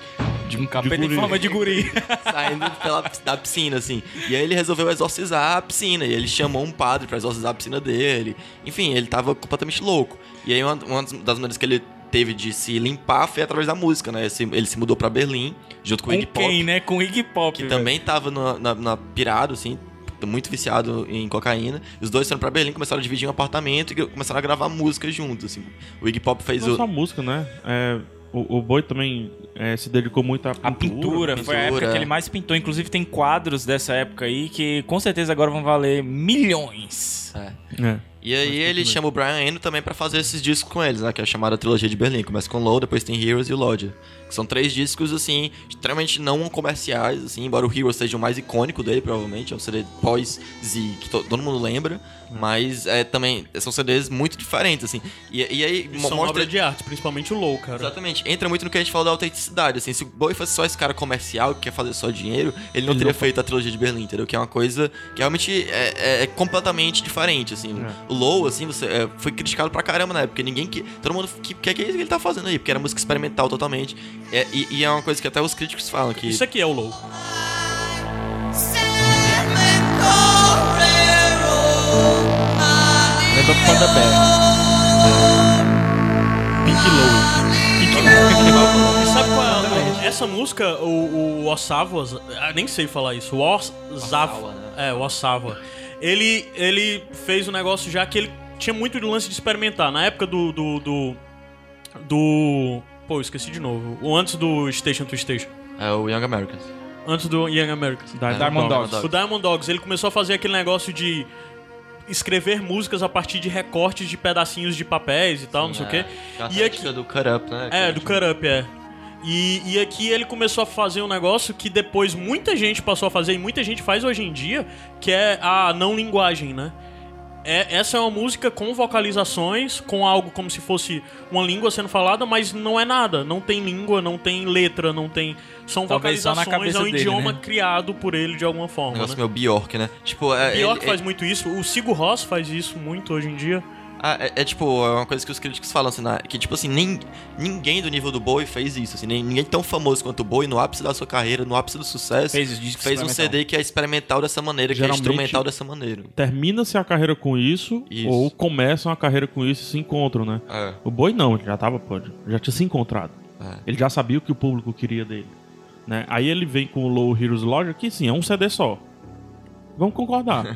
de um capeta em forma de guri. Saindo da piscina, assim. E aí ele resolveu exorcizar a piscina. E ele chamou um padre pra exorcizar a piscina dele. Enfim, ele tava completamente louco. E aí uma das maneiras que ele teve de se limpar foi através da música, né? Ele se mudou pra Berlim, junto com o Iggy Pop. Com quem, né? Com o Iggy Pop. Que também tava pirado, assim. muito viciado em cocaína. Os dois foram pra Berlim, começaram a dividir um apartamento e começaram a gravar música juntos, assim. O Iggy Pop fez Não só música, né? O Bowie também se dedicou muito à pintura. A pintura foi a época que ele mais pintou. Inclusive tem quadros dessa época aí que com certeza agora vão valer milhões. E aí ele chama o Brian Eno também pra fazer esses discos com eles, né? Que é a chamada trilogia de Berlim. Começa com Low, depois tem Heroes e o Lodger. Que são 3 discos, assim, extremamente não comerciais, assim. Embora o Heroes seja o mais icônico dele, provavelmente. É um CD pós-Z que todo mundo lembra. Mas também são CDs muito diferentes, assim. E aí são obra de arte, principalmente o Low, cara. Exatamente. Entra muito no que a gente falou da autenticidade, assim. Se o Bowie fosse só esse cara comercial que quer fazer só dinheiro, ele não teria feito a trilogia de Berlim, entendeu? Que é uma coisa que realmente é completamente diferente, assim. O Low, assim, foi criticado pra caramba na época. Todo mundo que é isso que ele tá fazendo aí? Porque era música experimental totalmente. E é uma coisa que até os críticos falam que... Isso aqui é o Low. Lembra por da Bear. Pink Low. E sabe qual é? Essa música, o Osava, nem sei falar isso, o Osava, o Osava, ele fez um negócio já que ele tinha muito de lance de experimentar. Na época pô, esqueci de novo. O antes do Station to Station. É o Young Americans. Antes do Young Americans. Diamond Dogs. O Diamond Dogs, ele começou a fazer aquele negócio de escrever músicas a partir de recortes de pedacinhos de papéis e tal, não sei o quê. E aqui do Cut Up, né? Do Cut Up, E aqui ele começou a fazer um negócio que depois muita gente passou a fazer e muita gente faz hoje em dia, que é a não linguagem, né? Essa é uma música com vocalizações, com algo como se fosse uma língua sendo falada, mas não é nada. Não tem língua, não tem letra, não tem... São talvez vocalizações, é um dele, idioma né? criado por ele de alguma forma. Um negócio né? meio Bjork, né? Tipo, Bjork faz muito isso, o Sigur Rós faz isso muito hoje em dia. Tipo, é uma coisa que os críticos falam, assim, que tipo assim, ninguém do nível do Bowie fez isso, assim, ninguém tão famoso quanto o Bowie, no ápice da sua carreira, no ápice do sucesso, fez um CD que é experimental dessa maneira, que é instrumental dessa maneira. Termina-se a carreira com isso, ou começam a carreira com isso e se encontram, né? O Bowie não, ele já já tinha se encontrado. Ele já sabia o que o público queria dele, né? Aí ele vem com o Low, Heroes, Lodger, que sim, é um CD só. Vamos concordar.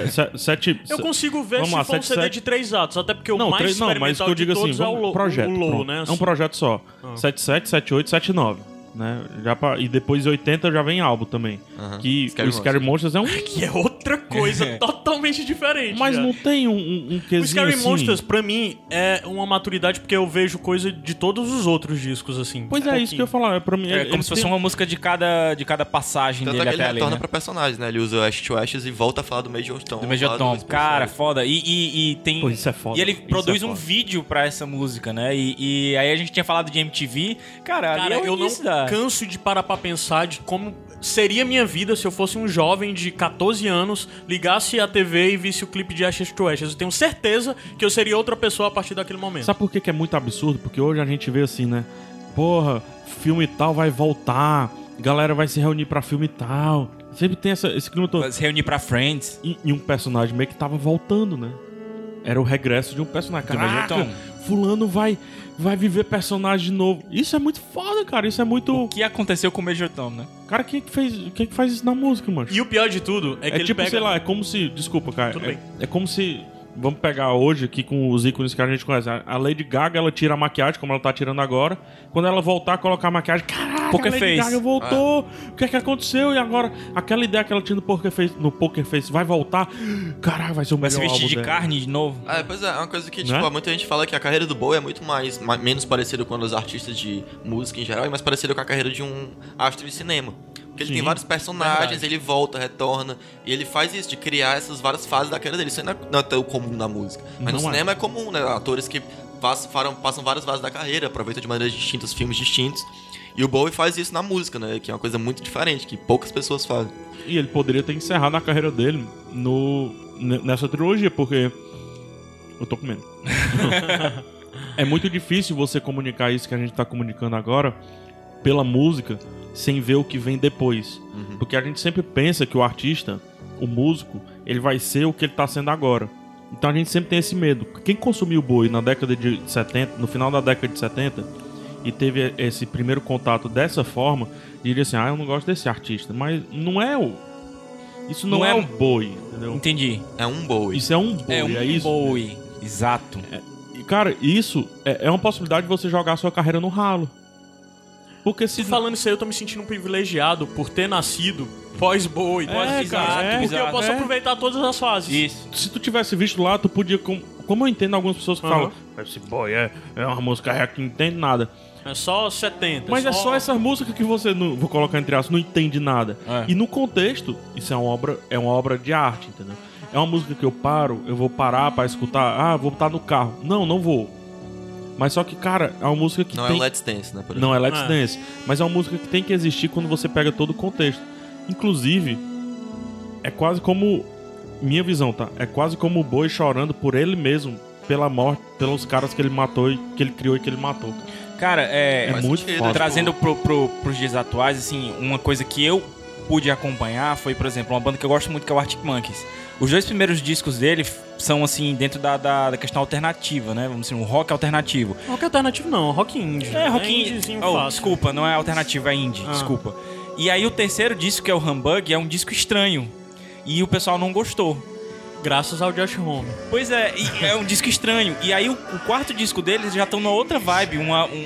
Eu consigo ver se for um CD de 3 atos, até porque o mais experimental mas que eu digo de todos assim, é o projeto, Low, né? É um projeto só. 77, 78, 79. Né? E depois de 80 já vem álbum também. Que o Scary Monsters é um... Que é outra coisa totalmente diferente. Mas já não tem um quesinho o Scary assim... Monsters, pra mim, é uma maturidade porque eu vejo coisa de todos os outros discos, assim. Pois é, isso que eu ia falar. Pra mim, como se fosse uma música de cada passagem tanto dele até ali. Ele retorna né? pra personagens, né? Ele usa Ashes to Ashes e volta a falar do Major Tom. Do Major Tom. Cara, foda. E tem... Pô, isso é foda. E ele produz um vídeo pra essa música, né? E aí a gente tinha falado de MTV. Cara eu não canso de parar pra pensar de como seria minha vida se eu fosse um jovem de 14 anos, ligasse a TV e visse o clipe de Ashes to Ashes. Eu tenho certeza que eu seria outra pessoa a partir daquele momento. Sabe por que é muito absurdo? Porque hoje a gente vê assim, né? Porra, filme tal vai voltar, galera vai se reunir pra filme tal. Sempre tem esse clima todo. Vai se reunir pra Friends. E um personagem meio que tava voltando, né? Era o regresso de um personagem. Caraca, fulano vai viver personagem de novo. Isso é muito foda, cara. Isso é muito... O que aconteceu com o Major Tom, né? Cara, quem é que faz isso na música, mano? E o pior de tudo é que ele tipo, pega... sei lá, é como se... Desculpa, cara. Tudo bem. É como se... Vamos pegar hoje aqui com os ícones que a gente conhece. A Lady Gaga, ela tira a maquiagem, como ela tá tirando agora. Quando ela voltar, colocar a maquiagem... Caraca, Poker a Lady Face. Gaga voltou. O que é que aconteceu? E agora, aquela ideia que ela tinha no Poker Face vai voltar. Caraca, vai ser o melhor álbum dela. Vai se vestir de dela. carne de novo. Pois é uma coisa que, tipo, muita gente fala que a carreira do Bowie é muito menos parecida com os artistas de música em geral e mais parecida com a carreira de um astro de cinema. Porque ele tem vários personagens, ele volta, retorna, e ele faz isso, de criar essas várias fases da carreira dele. Isso não é tão comum na música. Mas no cinema é comum, né? Atores que passam várias fases da carreira, aproveitam de maneiras distintas, filmes distintos. E o Bowie faz isso na música, né? Que é uma coisa muito diferente, que poucas pessoas fazem. E ele poderia ter encerrado a carreira dele nessa trilogia, porque... Eu tô comendo. É muito difícil você comunicar isso que a gente tá comunicando agora pela música sem ver o que vem depois. Porque a gente sempre pensa que o artista, o músico, ele vai ser o que ele tá sendo agora. Então a gente sempre tem esse medo. Quem consumiu o Bowie na década de 70, no final da década de 70, e teve esse primeiro contato dessa forma, diria assim, eu não gosto desse artista. Mas não é Isso não Não é é- o Bowie, entendeu? Entendi. É um Bowie. Isso é um Bowie, É um isso? Bowie. Exato. E, cara, isso é uma possibilidade de você jogar a sua carreira no ralo. Porque se... Falando isso aí, eu tô me sentindo um privilegiado por ter nascido pós-Bowie, cara, porque eu posso é. aproveitar todas as fases. Isso. Se tu tivesse visto lá, tu podia... Como eu entendo algumas pessoas que falam, esse Bowie é uma música que não entende nada. É só 70. Mas é só essa música que você, não, vou colocar entre aspas, não entende nada. É. E no contexto, isso é uma obra de arte, entendeu? É uma música que eu vou parar pra escutar, vou botar no carro. Não vou. Mas só que, cara, é uma música que Não tem... é Let's Dance, né? Por Não é Let's É. Dance. Mas é uma música que tem que existir quando você pega todo o contexto. Inclusive, é quase como... Minha visão, tá? É quase como o Bowie chorando por ele mesmo, pela morte, pelos caras que ele matou, que ele criou e que ele matou. Cara, É Faz muito sentido, foda. trazendo pros dias atuais, assim, uma coisa que eu pude acompanhar foi, por exemplo, uma banda que eu gosto muito, que é o Arctic Monkeys. Os 2 primeiros discos dele são, assim, dentro da questão alternativa, né? Vamos dizer, um rock alternativo. Rock alternativo não, rock indie. Rock indiezinho indie. fácil. Desculpa, não é alternativo, é indie, desculpa. E aí o terceiro disco, que é o Humbug, é um disco estranho. E o pessoal não gostou. Graças ao Josh Homme. Pois é, e é um disco estranho. E aí o quarto disco deles já estão numa outra vibe,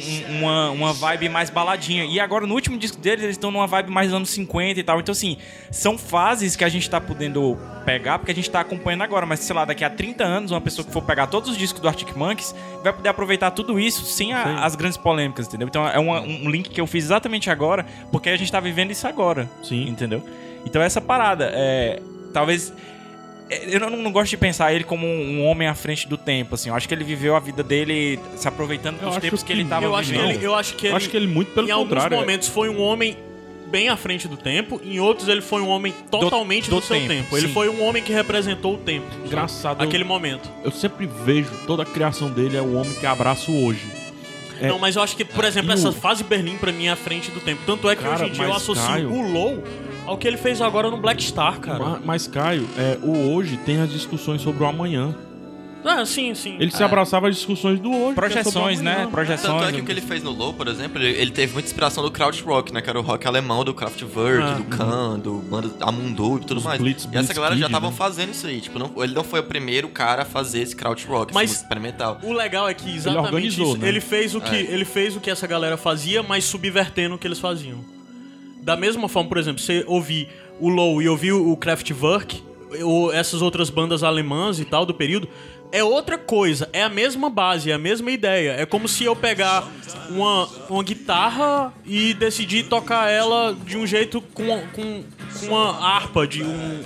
uma vibe mais baladinha. E agora no último disco deles eles estão numa vibe mais anos 50 e tal. Então assim, são fases que a gente tá podendo pegar porque a gente tá acompanhando agora. Mas sei lá, daqui a 30 anos uma pessoa que for pegar todos os discos do Arctic Monkeys vai poder aproveitar tudo isso sem as grandes polêmicas, entendeu? Então é um link que eu fiz exatamente agora porque a gente tá vivendo isso agora. Sim. Entendeu? Então essa parada, talvez... Eu não gosto de pensar ele como um homem à frente do tempo, assim. Eu acho que ele viveu a vida dele se aproveitando dos acho tempos que que ele tava Eu acho que vivendo. ele, muito pelo em alguns contrário. momentos foi um homem bem à frente do tempo, em outros ele foi um homem totalmente do seu tempo. Ele sim. foi um homem que representou o tempo. Engraçado. Aquele momento. Eu sempre vejo toda a criação dele é o homem que abraça o hoje. Não, mas eu acho que, por exemplo, e essa o- fase Berlim pra mim é à frente do tempo. Tanto é que Cara, hoje em dia eu mas, associo Caio- o Low ao que ele fez agora no Black Star, cara. Mas, Caio, o hoje tem as discussões sobre o amanhã. Ah, sim. Ele se abraçava às discussões do hoje. que é sobre o Projeções, né? amanhã. Projeções. Tanto é que o que ele fez no Low, por exemplo, ele teve muita inspiração do Krautrock, né? Que era o rock alemão do Kraftwerk, do Kahn, do banda Amundu e tudo Os mais. Blitz, e essa galera já Blitzkrieg, estavam né? fazendo isso aí. Tipo, ele não foi o primeiro cara a fazer esse Krautrock, Mas- esse música experimental. O legal é que exatamente organizou, isso. né? Ele fez o que essa galera fazia, mas subvertendo o que eles faziam. Da mesma forma, por exemplo, você ouvir o Low e ouvir o Kraftwerk, ou essas outras bandas alemãs e tal do período, é outra coisa, é a mesma base, é a mesma ideia. É como se eu pegar uma guitarra e decidir tocar ela de um jeito com uma harpa de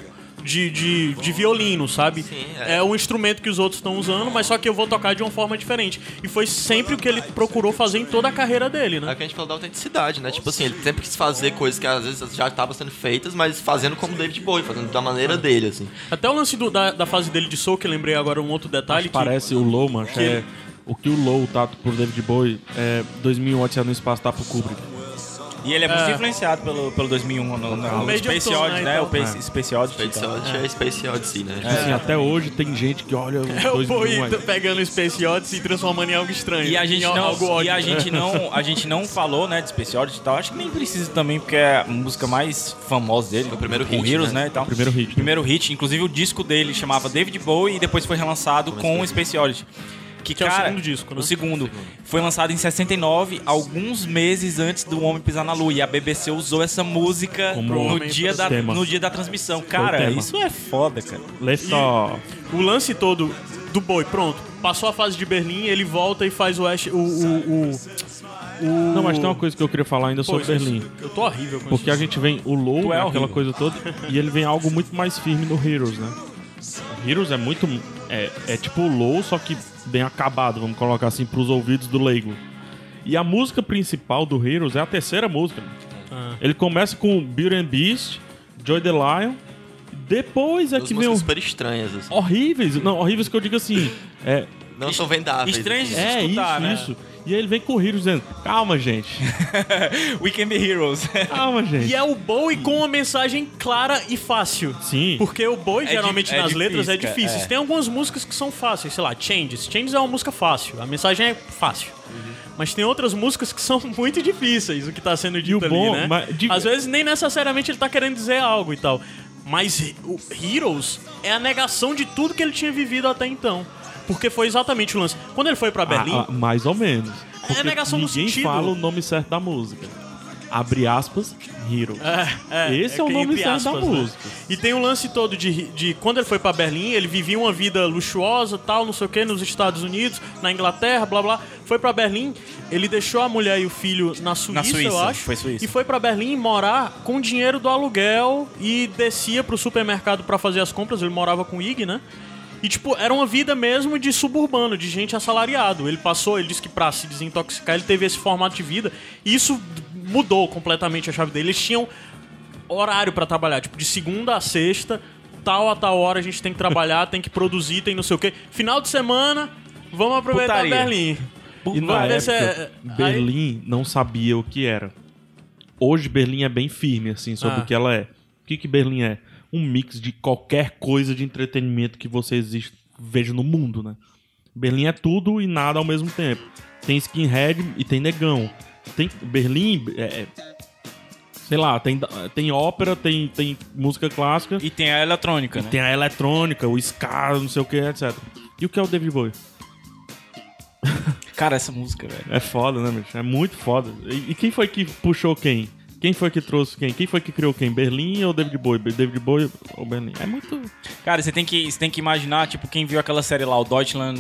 violino, sabe? Sim, é um instrumento que os outros estão usando, mas só que eu vou tocar de uma forma diferente. E foi sempre o que ele procurou fazer em toda a carreira dele, É né? o que a gente falou da autenticidade, né? Tipo assim, ele sempre quis fazer coisas que às vezes já estavam sendo feitas, mas fazendo como David Bowie, fazendo da maneira dele, assim. Até o lance da fase dele de soul, que eu lembrei agora um outro detalhe. Que Parece o Low, mano. que ele- O que o Low tá por David Bowie é 2001 Odisseia no Espaço tá pro Kubrick. E ele é muito influenciado pelo 2001 no Meio Space de Odyssey, né, né? então. O Space Odyssey. Space Odyssey é Space Odyssey, né? Assim, até hoje tem gente que olha o é o 2001 Bowie aí. pegando o Space Odyssey e transformando em algo estranho. E a gente em não, algo ótimo. a gente não falou, né, de Space Odyssey e tal. Acho que nem precisa também, porque é a música mais famosa dele. Foi o primeiro com hit, Heroes, né? né, e tal. Primeiro hit. Primeiro hit. Inclusive o disco dele chamava David Bowie e depois foi relançado com o Space Odyssey. Que é o cara, segundo disco, né? O segundo. Foi lançado em 69, alguns meses antes do Homem pisar na Lua. E a BBC usou essa música Como tema. no dia da transmissão. Cara, tema. isso é foda, cara. Lift off. O lance todo do Bowie, pronto. Passou a fase de Berlim, ele volta e faz o Ash, Não, mas tem uma coisa que eu queria falar ainda sobre Berlim. Eu tô horrível com Porque a isso. gente vem o Low, Tu é né, horrível. aquela coisa toda, e ele vem algo muito mais firme no Heroes, né? O Heroes é muito... É tipo o Low, só que bem acabado, vamos colocar assim, pros ouvidos do leigo. E a música principal do Heroes é a terceira música. Ele começa com Beauty and Beast, Joy the Lion, depois é Duas que vem músicas o... super estranhas, assim. Horríveis, não, horríveis que eu digo assim... Não são vendáveis. Estranhos de assim. se escutar, né? isso. E aí ele vem com o Heroes dizendo, calma, gente. We Can Be Heroes. Calma, gente. E é o Bowie com uma mensagem clara e fácil. Sim. Porque o Bowie, geralmente, é nas difícil, letras, é cara, difícil. é. Tem algumas músicas que são fáceis, sei lá, Changes. Changes é uma música fácil, a mensagem é fácil. Mas tem outras músicas que são muito difíceis, o que tá sendo dito o ali, bom, né? mas Às vezes, nem necessariamente ele tá querendo dizer algo e tal. Mas o Heroes é a negação de tudo que ele tinha vivido até então. Porque foi exatamente o lance. Quando ele foi pra Berlim... mais ou menos. Porque a negação do ninguém sentido. fala o nome certo da música. Abre aspas, Hero. Esse é o que nome entre certo da aspas, né? música. E tem o lance todo de quando ele foi pra Berlim, ele vivia uma vida luxuosa, tal, não sei o que, nos Estados Unidos, na Inglaterra, blá blá. Foi pra Berlim, ele deixou a mulher e o filho na Suíça, eu acho. Foi Suíça. E foi pra Berlim morar com o dinheiro do aluguel e descia pro supermercado pra fazer as compras. Ele morava com o Ig, né? E, tipo, era uma vida mesmo de suburbano, de gente assalariado. Ele disse que pra se desintoxicar, ele teve esse formato de vida. E isso mudou completamente a chave dele. Eles tinham horário pra trabalhar, tipo, de segunda a sexta, tal a tal hora a gente tem que trabalhar, tem que produzir, tem não sei o quê. Final de semana, vamos aproveitar Putaria. Berlim. E na época, Berlim não sabia o que era. Hoje, Berlim é bem firme, assim, sobre o que ela é. O que Berlim é? Um mix de qualquer coisa de entretenimento que você veja no mundo, né? Berlim é tudo e nada ao mesmo tempo. Tem skinhead e tem negão. Berlim sei lá, tem ópera, tem música clássica. E tem a eletrônica, né? Tem a eletrônica, o ska, não sei o que, etc. E o que é o David Bowie? Cara, essa música, velho. É foda, né, bicho? É muito foda. E quem foi que puxou quem? Quem foi que trouxe quem? Quem foi que criou quem? Berlim ou David Bowie? David Bowie ou Berlim? É muito... Cara, você tem que imaginar, tipo, quem viu aquela série lá, o Deutschland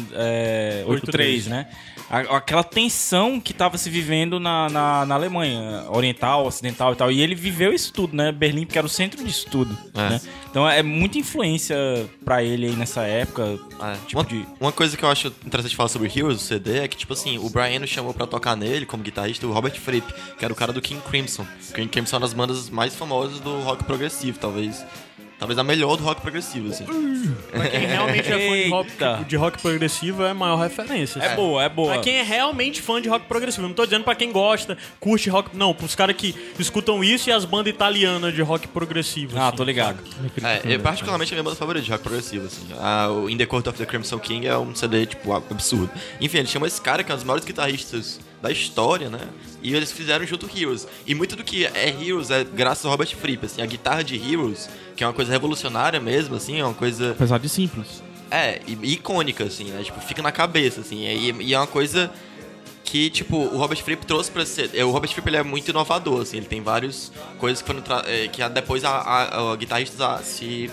83, né? Aquela tensão que tava se vivendo na Alemanha, oriental, ocidental e tal. E ele viveu isso tudo, né? Berlim, porque era o centro disso tudo, né? Então é muita influência pra ele aí nessa época. Uma coisa que eu acho interessante falar sobre Heroes, o CD, é que, tipo assim, o Brian Eno chamou pra tocar nele, como guitarrista, o Robert Fripp, que era o cara do King Crimson. King Crimson é uma das bandas mais famosas do rock progressivo, talvez a melhor do rock progressivo, assim. Pra quem realmente é fã de rock progressivo, é a maior referência. É boa. Pra quem é realmente fã de rock progressivo. Eu não tô dizendo pra quem gosta, curte rock... Não, pros caras que escutam isso e as bandas italianas de rock progressivo. Ah, assim, tô ligado. Eu particularmente a minha banda favorita de rock progressivo, assim. O In the Court of the Crimson King é um CD, tipo, absurdo. Enfim, ele chama esse cara, que é um dos maiores guitarristas da história, né? E eles fizeram junto Heroes. E muito do que é Heroes é graças ao Robert Fripp, assim. A guitarra de Heroes, que é uma coisa revolucionária mesmo, assim, é uma coisa... Apesar de simples. E icônica, assim, né? Tipo, fica na cabeça, assim. E é uma coisa que, tipo, o Robert Fripp trouxe pra ser... O Robert Fripp, ele é muito inovador, assim. Ele tem várias coisas que foram... que depois a guitarristas se...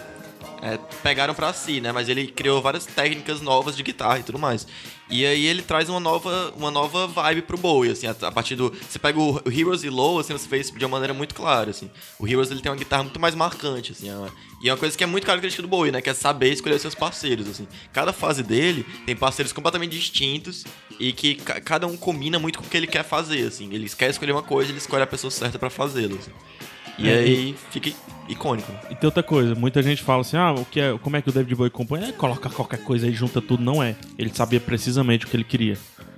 pegaram pra si, né? Mas ele criou várias técnicas novas de guitarra e tudo mais. E aí ele traz uma nova vibe pro Bowie, assim, a partir do... Você pega o Heroes e Low, assim, você fez de uma maneira muito clara, assim. O Heroes, ele tem uma guitarra muito mais marcante, assim, e é uma coisa que é muito característica do Bowie, né? Que é saber escolher seus parceiros, assim. Cada fase dele tem parceiros completamente distintos e que cada um combina muito com o que ele quer fazer, assim. Ele quer escolher uma coisa, ele escolhe a pessoa certa pra fazê-lo, assim. E aí fica icônico. E tem outra coisa, muita gente fala assim, como é que o David Bowie compõe? Coloca qualquer coisa aí, junta tudo. Não é. Ele sabia precisamente o que ele queria,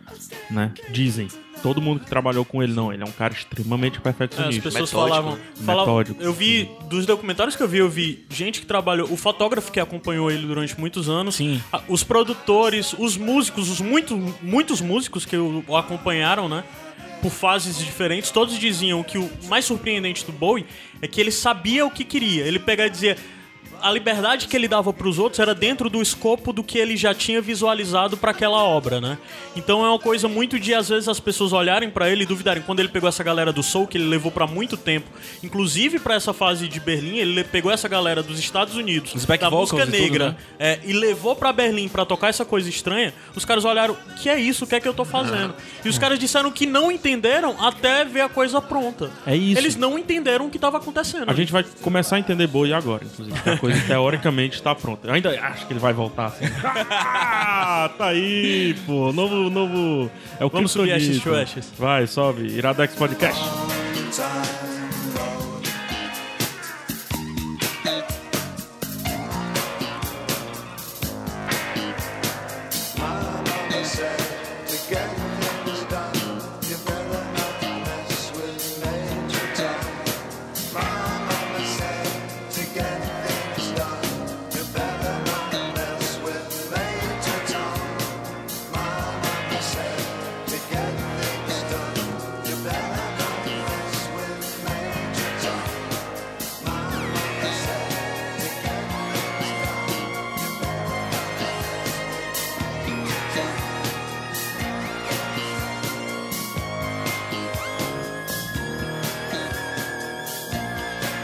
né? Dizem. Todo mundo que trabalhou com ele, não. Ele é um cara extremamente perfeccionista. As pessoas Metódico. falavam... Metódico. Eu vi, dos documentários que eu vi gente que trabalhou... O fotógrafo que acompanhou ele durante muitos anos. Sim. Os produtores, os músicos, muitos músicos que o acompanharam, né? Por fases diferentes, todos diziam que o mais surpreendente do Bowie é que ele sabia o que queria. Ele pegava e dizia... A liberdade que ele dava pros outros era dentro do escopo do que ele já tinha visualizado pra aquela obra, né? Então é uma coisa muito de, às vezes, as pessoas olharem pra ele e duvidarem. Quando ele pegou essa galera do soul, que ele levou pra muito tempo, inclusive pra essa fase de Berlim, ele pegou essa galera dos Estados Unidos, Os back da vocals música e tudo, negra, e levou pra Berlim pra tocar essa coisa estranha. Os caras olharam, que é isso? O que é que eu tô fazendo? E os caras disseram que não entenderam até ver a coisa pronta. É isso. Eles não entenderam o que tava acontecendo. A gente vai começar a entender Bowie agora, inclusive. A coisa teoricamente está pronta. Eu ainda acho que ele vai voltar assim. Tá aí, pô. Novo. É o Vamos subir Ashes to Ashes. Vai, sobe. Iradex Podcast.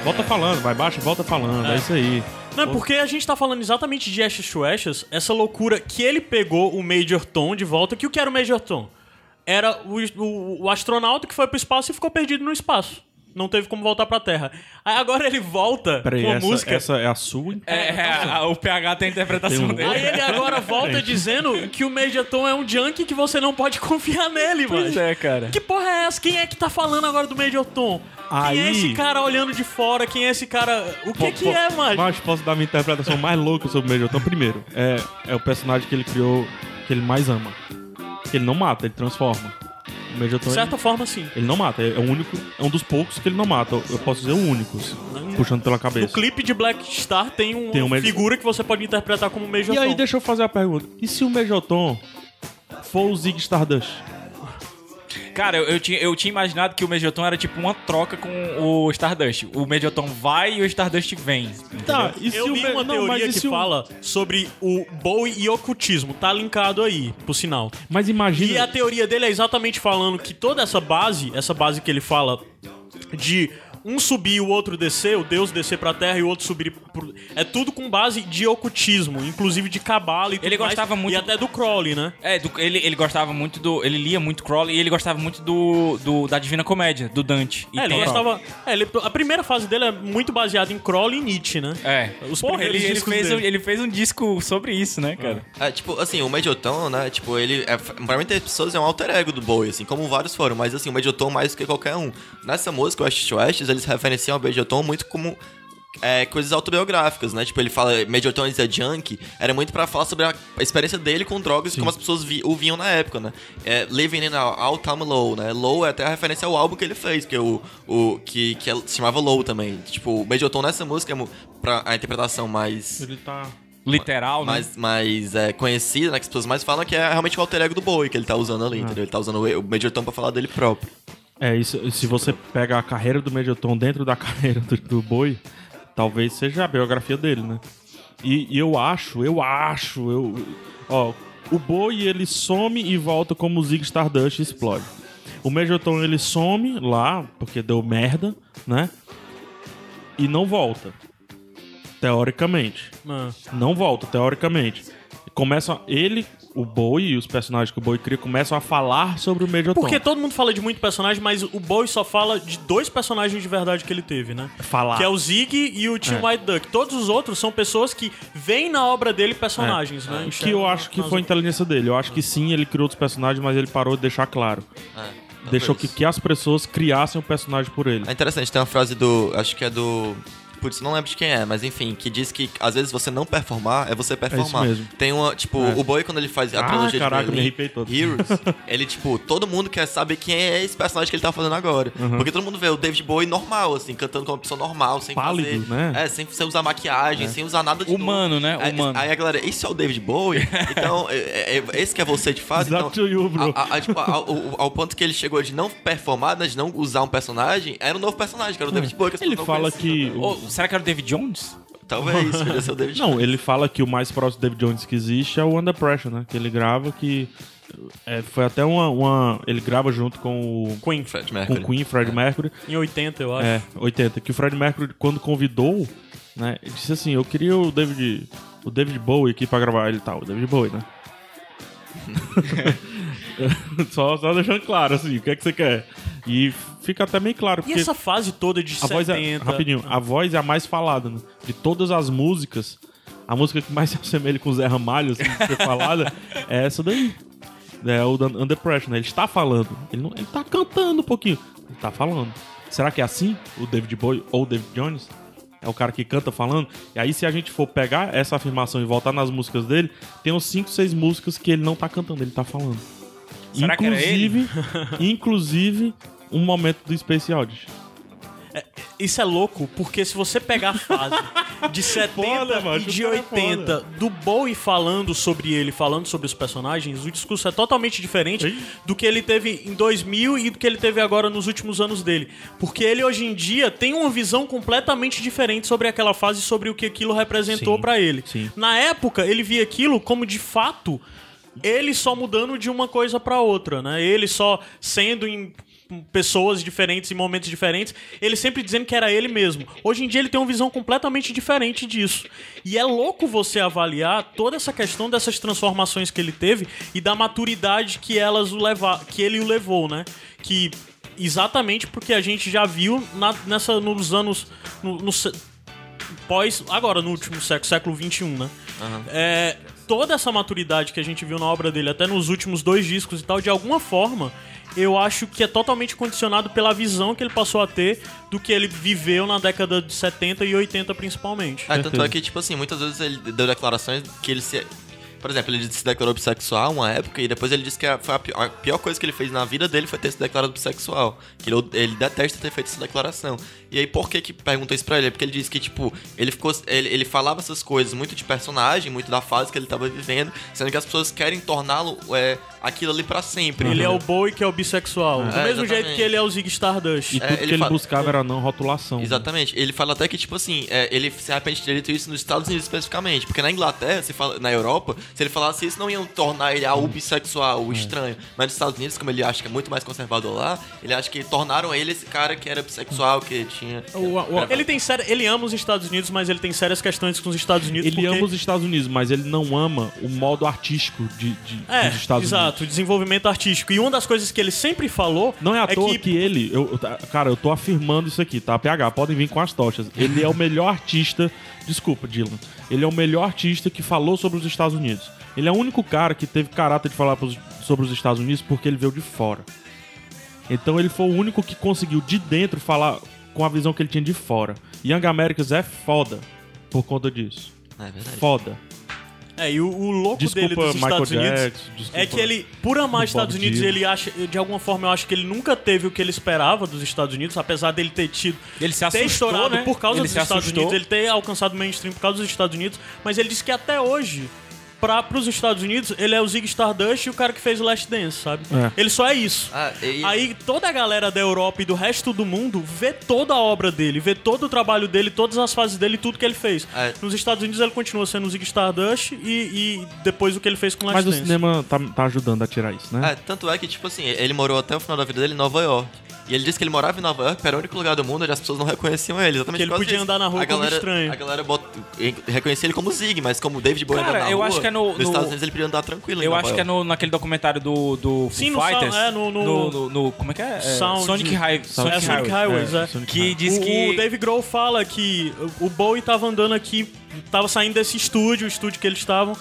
Volta falando, vai baixo e volta falando, é isso aí. Não, é porque a gente tá falando exatamente de Ashes to Ashes, essa loucura que ele pegou o Major Tom de volta. Que o que era o Major Tom? Era o astronauta que foi pro espaço e ficou perdido no espaço. Não teve como voltar pra Terra. Aí agora ele volta Peraí, com a música... essa é a sua? O PH tem a interpretação dele. Aí ele agora volta dizendo que o Major Tom é um junkie que você não pode confiar nele, mano. Pois é, cara. Que porra é essa? Quem é que tá falando agora do Major Tom? Aí... Quem é esse cara olhando de fora? Quem é esse cara... O que é, mano? Mas posso dar minha interpretação mais louca sobre o Major Tom? Primeiro, é o personagem que ele criou, que ele mais ama. Que ele não mata, ele transforma. O Major Tom, De certa forma, sim. ele não mata, é o único, é um dos poucos que ele não mata. Eu posso dizer o único, puxando pela cabeça. No clipe de Black Star tem uma Major... figura que você pode interpretar como Major Tom. E aí, deixa eu fazer a pergunta. E se o Major Tom for o Ziggy Stardust? Cara, eu tinha imaginado que o Major Tom era tipo uma troca com o Stardust. O Major Tom vai e o Stardust vem. Tá, e se Eu o li uma não, teoria mas e que se o... fala sobre o Bowie e ocultismo. Tá linkado aí, por sinal. Mas imagina... E a teoria dele é exatamente falando que toda essa base que ele fala de um subir e o outro descer, o Deus descer pra terra e o outro subir é tudo com base de ocultismo, inclusive de cabala e tudo Ele mais, gostava muito e até do Crowley, né? Ele gostava muito do... Ele lia muito Crowley e ele gostava muito da Divina Comédia, do Dante. E Ele tem- gostava... a primeira fase dele é muito baciada em Crowley e Nietzsche, né? Os Porra, primeiros ele discos fez dele. Ele fez um disco sobre isso, né, cara? Tipo, assim, o Major Tom, né, tipo, ele, pra muitas pessoas é um alter ego do Bowie, assim, como vários foram, mas, assim, o Major Tom mais do que qualquer um. Nessa música, o Ashes to Ashes, eles referenciam o Major Tom muito como coisas autobiográficas, né, tipo, ele fala Major Tom is a junkie, era muito pra falar sobre a experiência dele com drogas e como as pessoas o viam na época, né. Living in All Time Low, né, Low é até a referência ao álbum que ele fez, que se chamava Low também. Tipo, o Major Tom nessa música, pra a interpretação mais... Ele tá... Literal, né? mais conhecida, né, que as pessoas mais falam, que é realmente o alter ego do Bowie que ele tá usando ali, entendeu? Ele tá usando o Major Tom pra falar dele próprio. Isso, se você pega a carreira do Major Tom dentro da carreira do Bowie, talvez seja a biografia dele, né? E eu acho... o Bowie, ele some e volta como o Ziggy Stardust e explode. O Major Tom, ele some lá, porque deu merda, né? E não volta. Teoricamente. Não volta, teoricamente. O Bowie e os personagens que o Bowie cria começam a falar sobre o Major Tom. Porque todo mundo fala de muito personagem, mas o Bowie só fala de 2 personagens de verdade que ele teve, né? Falar. Que é o Ziggy e o Tim White Duck. Todos os outros são pessoas que veem na obra dele personagens, né? Que eu acho que foi a inteligência dele. Eu acho que sim, ele criou outros personagens, mas ele parou de deixar claro. Deixou que as pessoas criassem o personagem por ele. É interessante, tem uma frase acho que é do... Putz, não lembro de quem é, mas enfim, que diz que às vezes você não performar é você performar. É isso mesmo. Tem uma, tipo, o Bowie quando ele faz a trilogia caraca, de me arrepiei todo. Heroes, ele, tipo, todo mundo quer saber quem é esse personagem que ele tá fazendo agora. Porque todo mundo vê o David Bowie normal, assim, cantando como uma pessoa normal, sem pálido, fazer... né? Sem usar maquiagem, sem usar nada de Humano, novo. né? Humano. Aí a galera, esse é o David Bowie? Então, esse que é você de fato? It's up to you, bro. Tipo, ao ponto que ele chegou de não performar, né, de não usar um personagem, era um novo personagem, que era o David Bowie. Que as Ele pessoas não fala conheciam. que... Será que era o David Jones? Talvez, podia ser o David Não, ele fala que o mais próximo do David Jones que existe é o Under Pressure, né? Que ele grava que... foi até ele grava junto com o Queen. Fred com Mercury. o Queen, Fred Mercury. Em 80, eu acho. 80. Que o Fred Mercury, quando convidou, né? Ele disse assim, eu queria o David Bowie aqui pra gravar. Ele tá, o David Bowie, né? só deixando claro, assim, o que é que você quer? E fica até meio claro. E Porque essa fase toda de a voz 70... rapidinho, a voz é a mais falada, né? De todas as músicas, a música que mais se assemelha com o Zé Ramalho, assim, de ser falada, é essa daí. É o Under Pressure, né? Ele está falando. Ele tá cantando um pouquinho. Ele tá falando. Será que é assim o David Bowie ou o David Jones? É o cara que canta falando. E aí, se a gente for pegar essa afirmação e voltar nas músicas dele, tem uns 5, 6 músicas que ele não tá cantando, ele tá falando. Será que era ele? Inclusive, um momento do Space Oddity. Isso é louco, porque se você pegar a fase de 70 Foda, mano, e de o cara é 80 foda. do Bowie falando sobre ele, falando sobre os personagens, o discurso é totalmente diferente do que ele teve em 2000 e do que ele teve agora nos últimos anos dele. Porque ele hoje em dia tem uma visão completamente diferente sobre aquela fase, sobre o que aquilo representou Sim, pra ele. sim. Na época, ele via aquilo como de fato ele só mudando de uma coisa pra outra, né? Ele só sendo pessoas diferentes em momentos diferentes, ele sempre dizendo que era ele mesmo. Hoje em dia ele tem uma visão completamente diferente disso. E é louco você avaliar toda essa questão dessas transformações que ele teve e da maturidade que que ele o levou, né? Que exatamente porque a gente já viu nos anos... agora, no último século XXI, né? Toda essa maturidade que a gente viu na obra dele, até nos últimos 2 discos e tal, de alguma forma, eu acho que é totalmente condicionado pela visão que ele passou a ter do que ele viveu na década de 70 e 80, principalmente. Tanto é que, tipo assim, muitas vezes ele deu declarações que ele se... Por exemplo, ele se declarou bissexual uma época e depois ele disse que foi a pior coisa que ele fez na vida dele foi ter se declarado bissexual. Que ele detesta ter feito essa declaração. E aí, por que perguntou isso pra ele? É porque ele disse que, tipo, ele falava essas coisas muito de personagem, muito da fase que ele tava vivendo, sendo que as pessoas querem torná-lo aquilo ali pra sempre. Ele é o Bowie que é o bissexual. Do mesmo exatamente. jeito que ele é o Ziggy Stardust. E tudo que ele buscava era não rotulação. Exatamente. Ele fala até que, tipo assim, ele se arrepende de ter dito isso nos Estados Unidos especificamente. Porque na Inglaterra, na Europa, se ele falasse isso, não iam tornar ele o bissexual, o estranho. Mas nos Estados Unidos, como ele acha que é muito mais conservador lá, ele acha que tornaram ele esse cara que era bissexual, que tinha... Ele ama os Estados Unidos, mas ele tem sérias questões com os Estados Unidos. Ele ama os Estados Unidos, mas ele não ama o modo artístico dos Estados Unidos. Exato, o desenvolvimento artístico. E uma das coisas que ele sempre falou... Não é à toa que ele... Cara, eu tô afirmando isso aqui, tá? PH, podem vir com as tochas. Ele é o melhor artista... Desculpa, Dylan. Ele é o melhor artista que falou sobre os Estados Unidos. Ele é o único cara que teve caráter de falar sobre os Estados Unidos porque ele veio de fora. Então ele foi o único que conseguiu de dentro falar com a visão que ele tinha de fora. Young Americans é foda por conta disso. É verdade. Foda. E o louco dele dos Estados Unidos é que ele, por amar os Estados Unidos, ele acha, de alguma forma eu acho que ele nunca teve o que ele esperava dos Estados Unidos, apesar dele ter tido, ele se assustou, ter estourado, né? Por causa dos Estados assustou. Unidos, ele ter alcançado o mainstream por causa dos Estados Unidos, mas ele disse que até hoje, pros Estados Unidos, ele é o Ziggy Stardust e o cara que fez o Last Dance, sabe? Ele só é isso. Aí toda a galera da Europa e do resto do mundo vê toda a obra dele, vê todo o trabalho dele, todas as fases dele, tudo que ele fez. Nos Estados Unidos ele continua sendo o Ziggy Stardust e depois o que ele fez com o Last Dance. Mas o cinema tá ajudando a tirar isso, né? Tanto é que, tipo assim, ele morou até o final da vida dele em Nova York. E ele disse que ele morava em Nova York, era o único lugar do mundo onde as pessoas não reconheciam ele. Exatamente que ele podia andar na rua como estranho. A galera reconhecia ele como Zig, mas como David Bowie andando na rua, acho que é nos Estados Unidos ele podia andar tranquilo. Eu acho que é naquele documentário do Sim, Foo Fighters. Como é que é? Sonic Highways. Que diz que... O Dave Grohl fala que o Bowie tava andando aqui, tava saindo desse estúdio, o estúdio que eles estavam,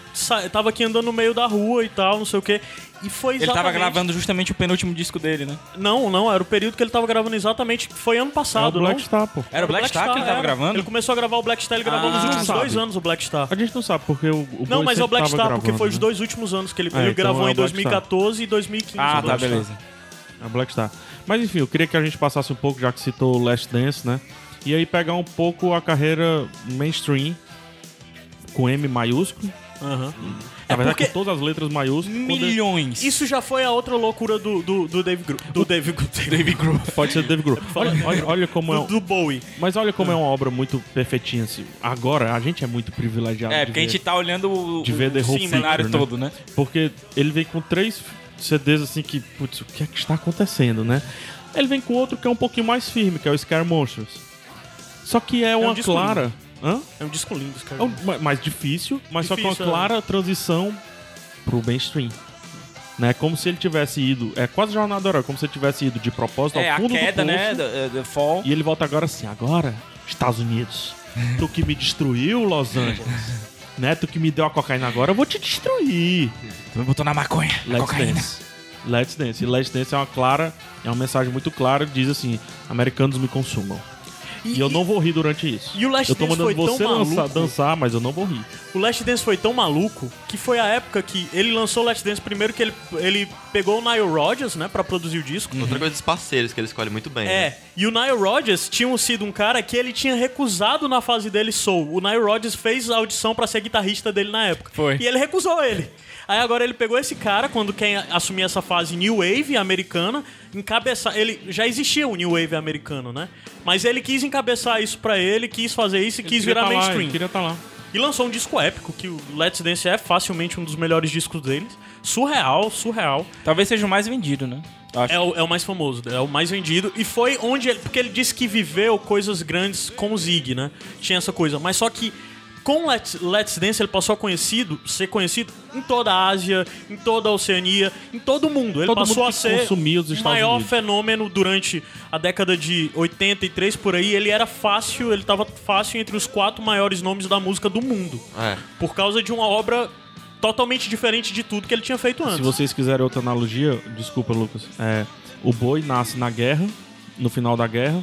e tava aqui andando no meio da rua e tal, não sei o quê. E foi exatamente... Ele tava gravando justamente o penúltimo disco dele, né? Não, era o período que ele tava gravando exatamente, foi ano passado, o Black Star, pô. Era o Black Star que ele tava gravando? Ele começou a gravar o Black Star, ele gravou nos últimos 2 anos o Black Star. A gente não sabe, porque o Não, mas é o Black Star, porque foi os os 2 últimos anos que ele então gravou é em 2014 e 2015. Ah, tá, beleza. É o Black Star. Mas enfim, eu queria que a gente passasse um pouco, já que citou o Last Dance, né? E aí pegar um pouco a carreira mainstream, com M maiúsculo. Na verdade, porque com todas as letras maiúsculas. Milhões. Isso já foi a outra loucura do Dave Grohl. David Grohl. Pode ser Dave Grohl. Olha como é... Do Bowie. Mas olha como é uma obra muito perfeitinha, assim. Agora, a gente é muito privilegiado porque a gente tá olhando de ver The Whole cenário Picture, todo, né? Porque ele vem com 3 CDs, assim, que... Putz, o que é que está acontecendo, né? Ele vem com outro que é um pouquinho mais firme, que é o Scare Monsters. Só que é uma clara... É um disco lindo, cara. Mais difícil, mas só com uma clara transição pro mainstream. Né? Como se ele tivesse ido... É quase Jornada Herói, como se ele tivesse ido de propósito ao fundo a queda, do poço, né? The Fall. E ele volta agora assim, agora, Estados Unidos. Tu que me destruiu, Los Angeles. Né? Tu que me deu a cocaína agora, eu vou te destruir. Tu me botou na maconha, na cocaína. Let's Dance. E Let's Dance é uma mensagem muito clara, diz assim, americanos me consumam. E eu não vou rir durante isso. E o Last Dance foi tão maluco. Dançar, mas eu não vou rir. O Last Dance foi tão maluco que foi a época que ele lançou o Last Dance primeiro que ele pegou o Nile Rodgers, né, pra produzir o disco. Outra coisa dos parceiros que ele escolhe muito bem. Né? E o Nile Rodgers tinha sido um cara que ele tinha recusado na fase dele soul. O Nile Rodgers fez a audição pra ser guitarrista dele na época. Foi. E ele recusou ele. Aí agora ele pegou esse cara, quando quer assumir essa fase New Wave americana, encabeçar... Ele já existia o New Wave americano, né? Mas ele quis encabeçar isso pra ele, quis fazer isso e quis virar mainstream. Queria estar lá. E lançou um disco épico, que o Let's Dance é facilmente um dos melhores discos deles. Surreal. Talvez seja o mais vendido, né? É o mais famoso, é o mais vendido. E foi onde porque ele disse que viveu coisas grandes com o Zig, né? Tinha essa coisa. Mas só que com Let's Dance ele passou a ser conhecido em toda a Ásia, em toda a Oceania, em todo o mundo. Ele passou a ser o maior fenômeno durante a década de 83 por aí. Ele tava fácil entre os 4 maiores nomes da música do mundo. Por causa de uma obra totalmente diferente de tudo que ele tinha feito antes. Se vocês quiserem outra analogia, desculpa, Lucas, o boi nasce na guerra, no final da guerra,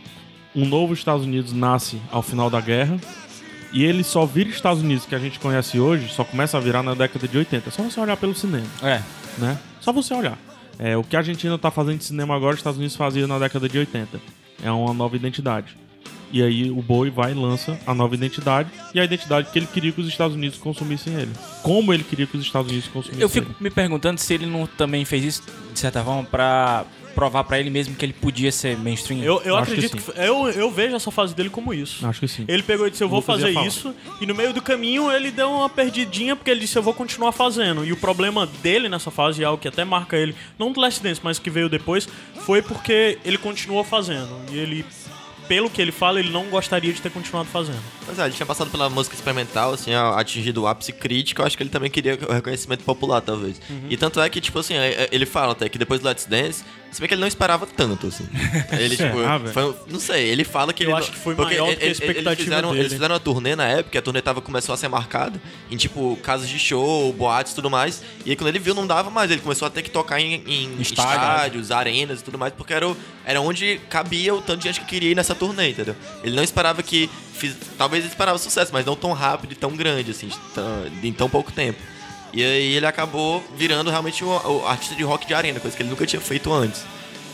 um novo Estados Unidos nasce ao final da guerra, e ele só vira Estados Unidos que a gente conhece hoje, só começa a virar na década de 80. É só você olhar pelo cinema. Né? Só você olhar. O que a Argentina tá fazendo de cinema agora, os Estados Unidos fazia na década de 80. É uma nova identidade. E aí o boi vai e lança a nova identidade, e a identidade que ele queria que os Estados Unidos consumissem ele. Como ele queria que os Estados Unidos consumissem ele. Eu fico me perguntando se ele não também fez isso, de certa forma, pra provar pra ele mesmo que ele podia ser mainstream. Eu acredito que eu vejo essa fase dele como isso. Acho que sim. Ele pegou e disse, eu vou fazer isso, e no meio do caminho ele deu uma perdidinha, porque ele disse, eu vou continuar fazendo. E o problema dele nessa fase, algo que até marca ele, não do Last Dance, mas que veio depois, foi porque ele continuou fazendo. E ele, pelo que ele fala, ele não gostaria de ter continuado fazendo. Mas ele tinha passado pela música experimental, assim, atingido o ápice crítico. Eu acho que ele também queria o reconhecimento popular, talvez. E tanto é que, tipo assim, ele fala até que depois do Let's Dance, se bem que ele não esperava tanto, assim. Ele, tipo, não sei, ele fala que eu acho que foi maior do que a expectativa dele. Eles fizeram uma turnê na época, a turnê começou a ser marcada em, tipo, casas de show, boates e tudo mais. E aí, quando ele viu, não dava mais. Ele começou a ter que tocar em estádios, arenas e tudo mais, porque era onde cabia o tanto de gente que queria ir nessa turnê, entendeu? Ele não esperava que... Talvez ele esperava sucesso, mas não tão rápido e tão grande, assim, em tão pouco tempo. E aí ele acabou virando realmente o artista de rock de arena, coisa que ele nunca tinha feito antes.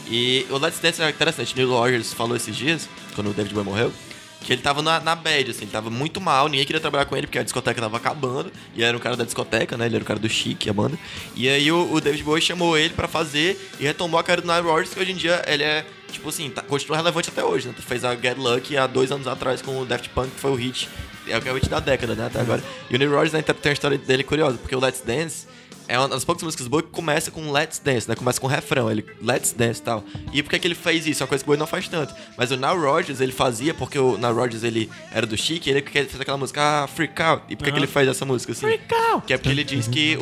E o Let's Dance é interessante. Neil Rogers falou esses dias, quando o David Bowie morreu, que ele tava na bad, assim, ele tava muito mal, ninguém queria trabalhar com ele porque a discoteca tava acabando, e era um cara da discoteca, né, ele era o cara do Chic, a banda. E aí o David Bowie chamou ele pra fazer e retomou a carreira do Neil Rogers, que hoje em dia ele é, tipo assim, continua relevante até hoje, né, fez a Get Lucky há 2 anos atrás com o Daft Punk, que foi o hit, é o hit da década, né, até agora. E o Neil Rogers, né, tem uma história dele curiosa, porque o Let's Dance é uma das poucas músicas do Bowie que começa com Let's Dance, né? Começa com um refrão, ele Let's Dance e tal. E por que ele fez isso? É uma coisa que o Bowie não faz tanto. Mas o Nile Rodgers, ele fazia, porque o Nile Rodgers, ele era do Chic, ele fez aquela música, Freak Out. E por que ele faz essa música assim? Freak Out! Que é porque ele diz que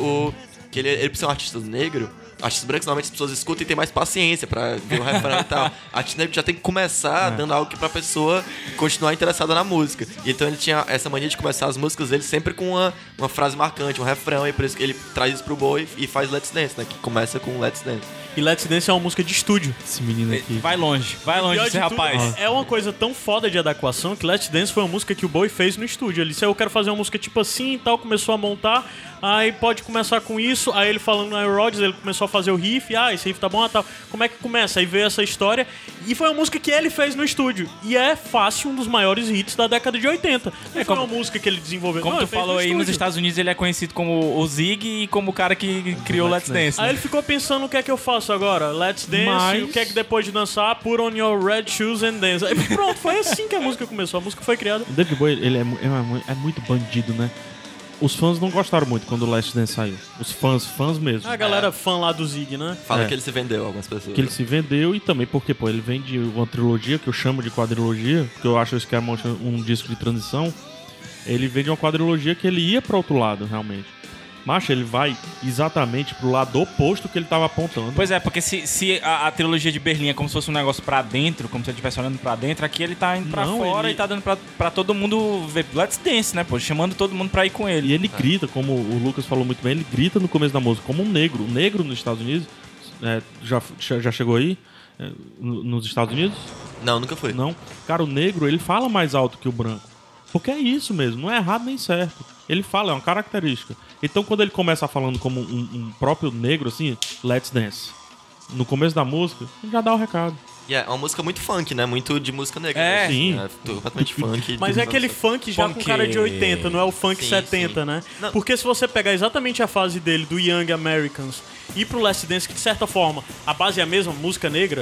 ele precisa ser um artista negro. Artistas brancos, normalmente as pessoas escutam e tem mais paciência pra ver o refrão e tal. Artista negro já tem que começar dando algo que pra pessoa continuar interessada na música. E então ele tinha essa mania de começar as músicas dele sempre com uma frase marcante, um refrão, e por isso que ele traz isso pro Bowie e faz Let's Dance, né? Que começa com Let's Dance. E Let's Dance é uma música de estúdio. Esse menino aqui. Vai longe esse rapaz. É uma coisa tão foda de adequação que Let's Dance foi uma música que o Bowie fez no estúdio. Ele disse, eu quero fazer uma música tipo assim e tal, começou a montar, aí pode começar com isso, aí ele falando no Rodgers, ele começou a fazer o riff, esse riff tá bom, tal. Como é que começa? Aí veio essa história, e foi uma música que ele fez no estúdio. E é fácil um dos maiores hits da década de 80. Não foi uma música que ele desenvolveu. Como tu falou aí, nos Estados Unidos ele é conhecido como o Zig e como o cara que criou Let's Dance. Aí ele ficou pensando, o que é que eu faço agora? Let's Dance, o que é que depois de dançar? Put on your red shoes and dance. Aí pronto, foi assim que a música começou. A música foi criada. O David Bowie, ele é muito bandido, né? Os fãs não gostaram muito quando o Last Dance saiu. Os fãs mesmo. A galera fã lá do Zig, né? Fala que ele se vendeu, algumas pessoas. Que ele se vendeu e também porque, ele vem de uma trilogia, que eu chamo de quadrilogia, que eu acho que é um disco de transição. Ele vem de uma quadrilogia que ele ia para outro lado, realmente. Macho, ele vai exatamente pro lado oposto que ele tava apontando. Pois é, porque se a trilogia de Berlim é como se fosse um negócio pra dentro, como se ele estivesse olhando pra dentro, aqui ele tá indo pra fora e tá dando pra todo mundo ver Let's Dance, né, pô? Chamando todo mundo pra ir com ele. E ele grita, como o Lucas falou muito bem, ele grita no começo da música, como um negro. O negro nos Estados Unidos, já chegou aí? Nos Estados Unidos? Não, nunca foi. Não. Cara, o negro, ele fala mais alto que o branco. Porque é isso mesmo, não é errado nem certo. Ele fala, é uma característica. Então, quando ele começa falando como um próprio negro, assim, Let's Dance, no começo da música, ele já dá o recado. É uma música muito funk, né? Muito de música negra. É, sim. Completamente funk. Mas é aquele funk já com cara de 80, não é o funk 70, né? Não. Porque se você pegar exatamente a fase dele, do Young Americans, e pro Let's Dance, que de certa forma, a base é a mesma, música negra,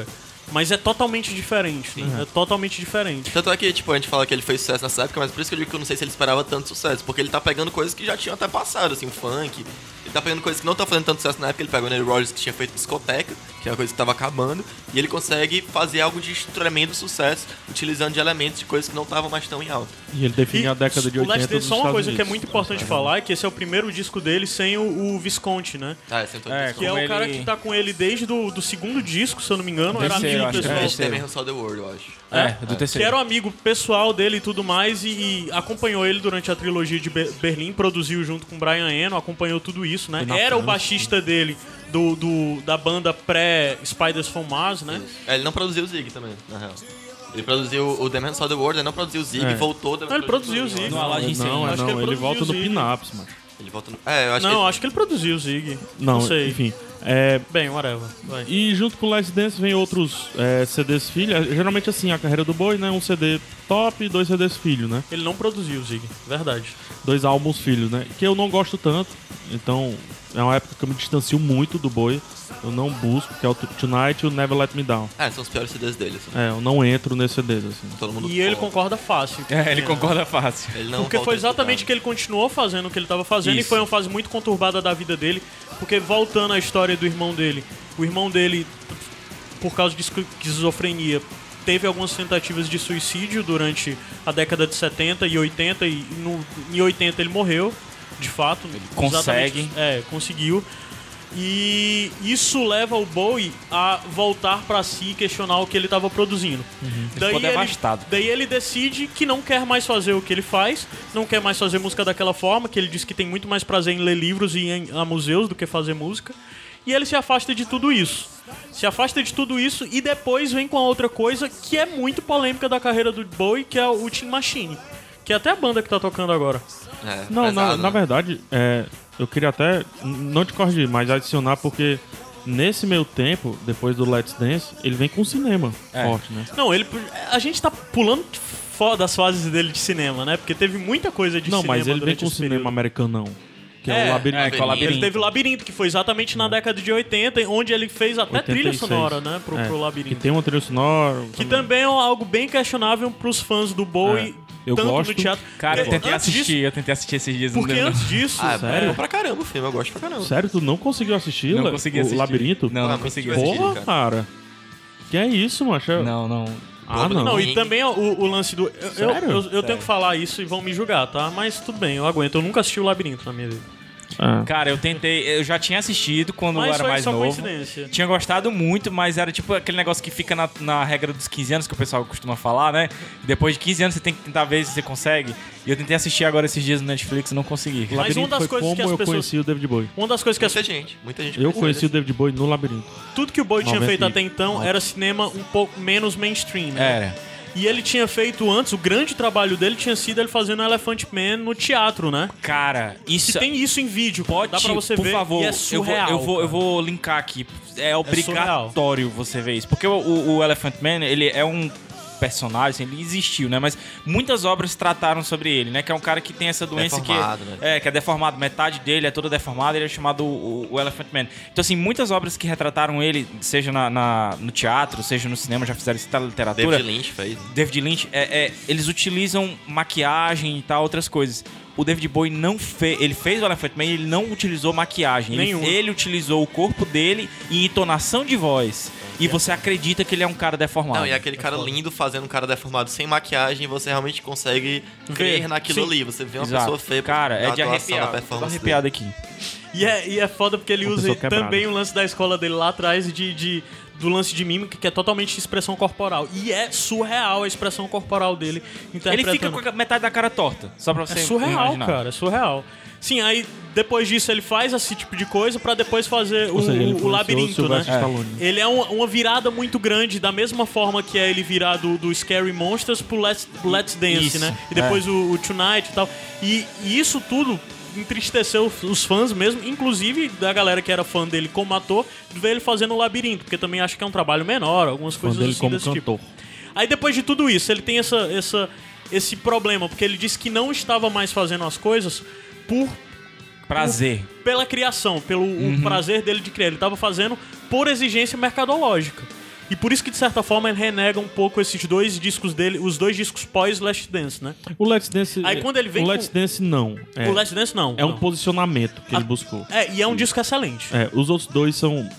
Mas é totalmente diferente, né? É totalmente diferente. Tanto é que, tipo, a gente fala que ele fez sucesso nessa época, mas por isso que eu digo que eu não sei se ele esperava tanto sucesso. Porque ele tá pegando coisas que já tinham até passado, assim, o funk. Ele tá pegando coisas que não tá fazendo tanto sucesso na época. Ele pegou o Neil Rogers, que tinha feito discoteca, que é uma coisa que tava acabando. E ele consegue fazer algo de tremendo sucesso, utilizando de elementos de coisas que não estavam mais tão em alta. E ele define a década de 80 O Last Dance, dos só uma Estados coisa que é Unidos. muito importante falar, é que esse é o primeiro disco dele sem o Visconti, né? Ah, esse Que é Como o cara ele- que tá com ele desde do segundo disco, se eu não me engano. Era Terceiro, amigo acho que é. pessoal. Esse também é The World, eu acho. Do Que terceiro. era um amigo pessoal dele e tudo mais, e acompanhou ele durante a trilogia de Berlim, produziu junto com o Brian Eno, acompanhou tudo isso, né? na Era o França. baixista dele da banda pré-Spiders from Mars, né? Ele não produziu o Zig também, na real. Ele produziu o The Man Saw the World, ele não produziu o Zig e voltou. Não, ele produziu o Zig. No Aladdin sim. Não, Acho que ele ele produziu volta o no Zig. Pinaps, mano. Ele volta no... eu acho Não, que... acho que ele produziu o Zig. Não, sei. enfim. Bem, whatever. Vai. E junto com o Last Dance vem outros CDs filho. Geralmente assim, a carreira do Bowie, né? Um CD top e 2 CDs filho, né? Ele não produziu o Zig, verdade. 2 álbuns filhos, né? Que eu não gosto tanto. Então, é uma época que eu me distancio muito do Bowie. Eu não busco, que é o Tonight e o Never Let Me Down. são os piores CDs dele, assim. Eu não entro nesses CDs, assim. Todo mundo E ele fala. concorda fácil. Ele concorda fácil. Ele não Porque volta foi a escutar. exatamente que ele continuou fazendo o que ele estava fazendo. Isso. E foi uma fase muito conturbada da vida dele. Porque voltando à história do irmão dele, o irmão dele, por causa de esquizofrenia, teve algumas tentativas de suicídio durante a década de 70 e 80. E em 80 ele morreu, de fato. consegue. Exatamente, conseguiu. E isso leva o Bowie a voltar pra si e questionar o que ele estava produzindo. ficou devastado. Daí ele decide que não quer mais fazer o que ele faz, não quer mais fazer música daquela forma, que ele diz que tem muito mais prazer em ler livros e ir a museus do que fazer música. E ele se afasta de tudo isso. E depois vem com a outra coisa que é muito polêmica da carreira do Bowie, que é o Tin Machine. Que é até a banda que tá tocando agora. Não, pesado, na né? verdade, eu queria até, não te corrigir, mas adicionar, porque nesse meio tempo, depois do Let's Dance, ele vem com cinema forte, né? Não, a gente tá pulando fora das fases dele de cinema, né? Porque teve muita coisa de Não, cinema mas ele vem durante com esse cinema período. americanão. Que é o Labirinto. que é o Labirinto. Ele teve o Labirinto, que foi exatamente na década de 80, onde ele fez até trilha 86. sonora, né? Pro Labirinto. Que tem uma trilha sonora. Que também é algo bem questionável pros fãs do Bowie, Eu tanto gosto. no teatro. Cara, eu Porque tentei antes assistir, disso- esses dias. não Porque deu, não. antes disso... sério? É bom pra caramba o filme, eu gosto pra caramba. Sério, tu não conseguiu assistir Não consegui assistir. o Labirinto? Não, não Ah, consegui mas- assistir. Porra, cara. Que é isso, macho? Não. Ah, não. Não, e também o lance do... Sério? Eu tenho que falar isso e vão me julgar, tá? Mas tudo bem, eu aguento. Eu nunca assisti o Labirinto na minha vida. Cara, eu já tinha assistido quando eu Mas era foi mais só novo. coincidência. Tinha gostado muito, mas era tipo aquele negócio que fica na regra dos 15 anos que o pessoal costuma falar, né? Depois de 15 anos você tem que tentar ver se você consegue. E eu tentei assistir agora esses dias no Netflix e não consegui. O Mas Labirinto uma das foi coisas como que as eu pessoas- conheci o David Bowie. Uma das coisas que Muita gente Eu conhece conheci o David Bowie no Labirinto. tudo que o Bowie tinha 90 feito e- até então era cinema um pouco menos mainstream, né? Era. E ele tinha feito antes, o grande trabalho dele tinha sido ele fazendo Elephant Man no teatro, né? Cara, isso Que tem isso em vídeo, pode, dá pra você por ver, favor, e é surreal. eu vou linkar aqui. É surreal. obrigatório você ver isso. Porque o Elephant Man, ele é um personagem, ele existiu, né? Mas muitas obras trataram sobre ele, né? Que é um cara que tem essa doença Deformado, né? que é deformado, metade dele é toda deformada, ele é chamado o Elephant Man. Então, assim, muitas obras que retrataram ele, seja no teatro, seja no cinema, já fizeram isso na literatura. David Lynch fez. David Lynch, eles utilizam maquiagem e tal, outras coisas. O David Bowie não fez... Ele fez o Elephant Man e ele não utilizou maquiagem. Nenhuma. Ele utilizou o corpo dele e entonação de voz. E você acredita que ele é um cara deformado. Não, e aquele cara lindo fazendo um cara deformado sem maquiagem, você realmente consegue crer naquilo Sim. ali. Você vê uma Exato. pessoa feia Cara, é na de atuação, arrepiar. na Tô performance arrepiado dele. aqui. E é foda porque ele Uma usa pessoa quebrada. também o lance da escola dele lá atrás do lance de mímica, que é totalmente expressão corporal. E é surreal a expressão corporal dele Ele interpretando. fica com a metade da cara torta. Só pra você É surreal, imaginar. cara, é surreal. Sim, aí depois disso ele faz esse tipo de coisa pra depois fazer Ou seja, ele o influenciou labirinto, né? Sylvester Stallone. Ele é uma virada muito grande, da mesma forma que é ele virar do Scary Monsters pro Let's Dance, Isso, né? E depois o Tonight e tal. E isso tudo entristeceu os fãs mesmo, inclusive da galera que era fã dele como ator, de ver ele fazendo o labirinto, porque também acho que é um trabalho menor, algumas Fã coisas dele assim como desse tipo. cantor. Aí depois de tudo isso, ele tem esse problema, porque ele disse que não estava mais fazendo as coisas Prazer. pela criação, pelo o prazer dele de criar. Ele estava fazendo por exigência mercadológica. E por isso que, de certa forma, ele renega um pouco esses dois discos dele, os dois discos pós-Last Dance, né? O Let's Dance... Aí quando ele vem o Let's Dance não. O Last Dance não. É um não. posicionamento que ele buscou. E é um disco excelente. Os outros dois são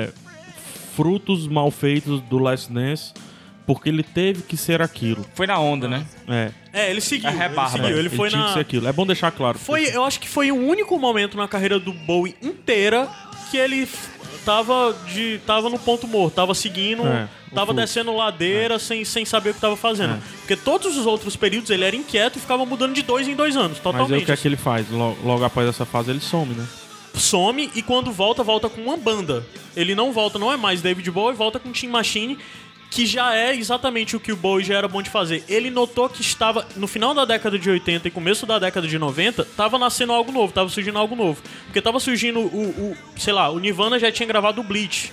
frutos mal feitos do Last Dance, porque ele teve que ser aquilo. Foi na onda, né? Ele seguiu. A rebarba. Ele foi tinha que ser aquilo. É bom deixar claro. Eu acho que foi o único momento na carreira do Bowie inteira que ele tava no ponto morto, tava seguindo, tava descendo ladeira sem saber o que tava fazendo. Porque todos os outros períodos ele era inquieto e ficava mudando de 2 em 2 anos, totalmente. Mas aí o que é que ele faz? Logo após essa fase ele some, né? Some e quando volta com uma banda. Ele não volta, não é mais David Bowie, volta com Tin Machine, que já é exatamente o que o Bowie já era bom de fazer. Ele notou que estava, no final da década de 80 e começo da década de 90, tava nascendo algo novo, tava surgindo algo novo. Porque tava surgindo o Nirvana já tinha gravado o Bleach.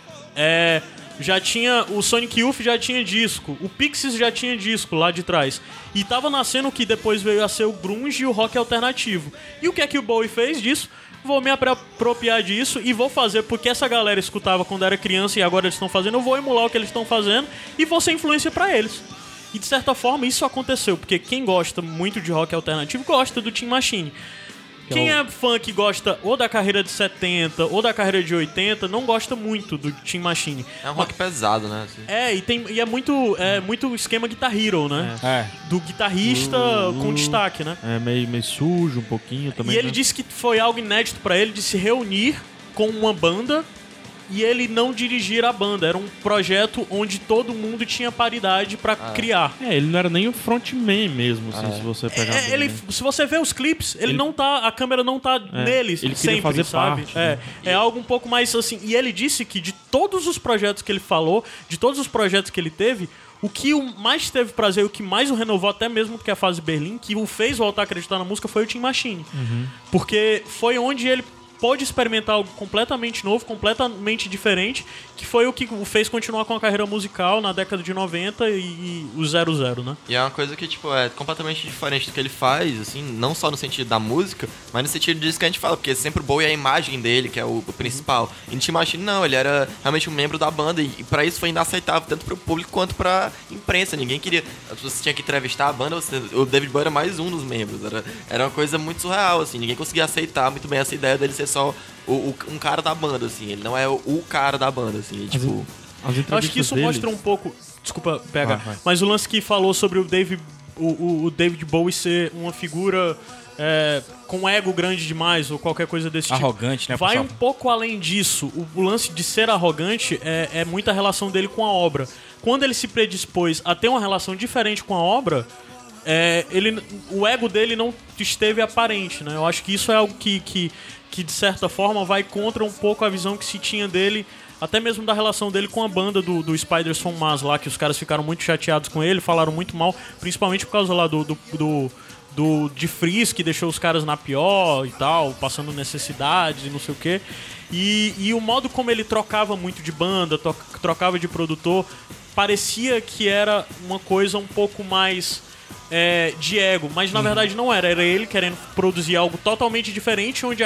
Já tinha, o Sonic Youth já tinha disco, o Pixies já tinha disco lá de trás. E tava nascendo o que depois veio a ser o grunge e o rock alternativo. E o que é que o Bowie fez disso? Vou me apropriar disso e vou fazer porque essa galera escutava quando era criança e agora eles estão fazendo, eu vou emular o que eles estão fazendo e vou ser influência pra eles. E de certa forma isso aconteceu, porque quem gosta muito de rock alternativo gosta do Tin Machine. Quem é fã que gosta ou da carreira de 70 ou da carreira de 80 não gosta muito do Tin Machine. É um rock pesado, né? Assim. E é muito esquema Guitar Hero, né? Do guitarrista com destaque, né? Meio sujo um pouquinho também. E ele disse que foi algo inédito pra ele de se reunir com uma banda e ele não dirigir a banda. Era um projeto onde todo mundo tinha paridade pra criar. Ele não era nem o frontman mesmo, assim, se você pegar bem, né? Se você vê os clipes, ele não tá, a câmera não tá nele ele sempre, fazer sabe? parte, né? É algo um pouco mais assim. E ele disse que de todos os projetos que ele falou, de todos os projetos que ele teve, o que o mais teve prazer, o que mais o renovou, até mesmo que a fase Berlim, que o fez voltar a acreditar na música, foi o Tin Machine. Porque foi onde ele pôde experimentar algo completamente novo, completamente diferente, que foi o que o fez continuar com a carreira musical na década de 90 e o 00, né? E é uma coisa que, tipo, é completamente diferente do que ele faz, assim, não só no sentido da música, mas no sentido disso que a gente fala, porque sempre o Bowie é a imagem dele, que é o principal. E no Tin Machine, não, ele era realmente um membro da banda, e pra isso foi inaceitável, tanto pro público quanto pra imprensa. Ninguém queria... Você tinha que entrevistar a banda, o David Bowie era mais um dos membros. Era uma coisa muito surreal, assim, ninguém conseguia aceitar muito bem essa ideia dele ser só um cara da banda, assim. Ele não é o cara da banda, assim. Tipo... Eu acho que isso mostra um pouco... Desculpa, pega. Mas o lance que falou sobre o David Bowie ser uma figura com ego grande demais ou qualquer coisa desse arrogante, tipo. né? Vai um pouco além disso. O lance de ser arrogante é muita relação dele com a obra. Quando ele se predispôs a ter uma relação diferente com a obra... o ego dele não esteve aparente, né? Eu acho que isso é algo que de certa forma vai contra um pouco a visão que se tinha dele, até mesmo da relação dele com a banda do Spiders from Mars lá, que os caras ficaram muito chateados com ele, falaram muito mal, principalmente por causa lá de Freeze, que deixou os caras na pior e tal, passando necessidades e não sei o quê. E o modo como ele trocava muito de banda, trocava de produtor, parecia que era uma coisa um pouco mais... de ego, mas na verdade não era ele querendo produzir algo totalmente diferente, onde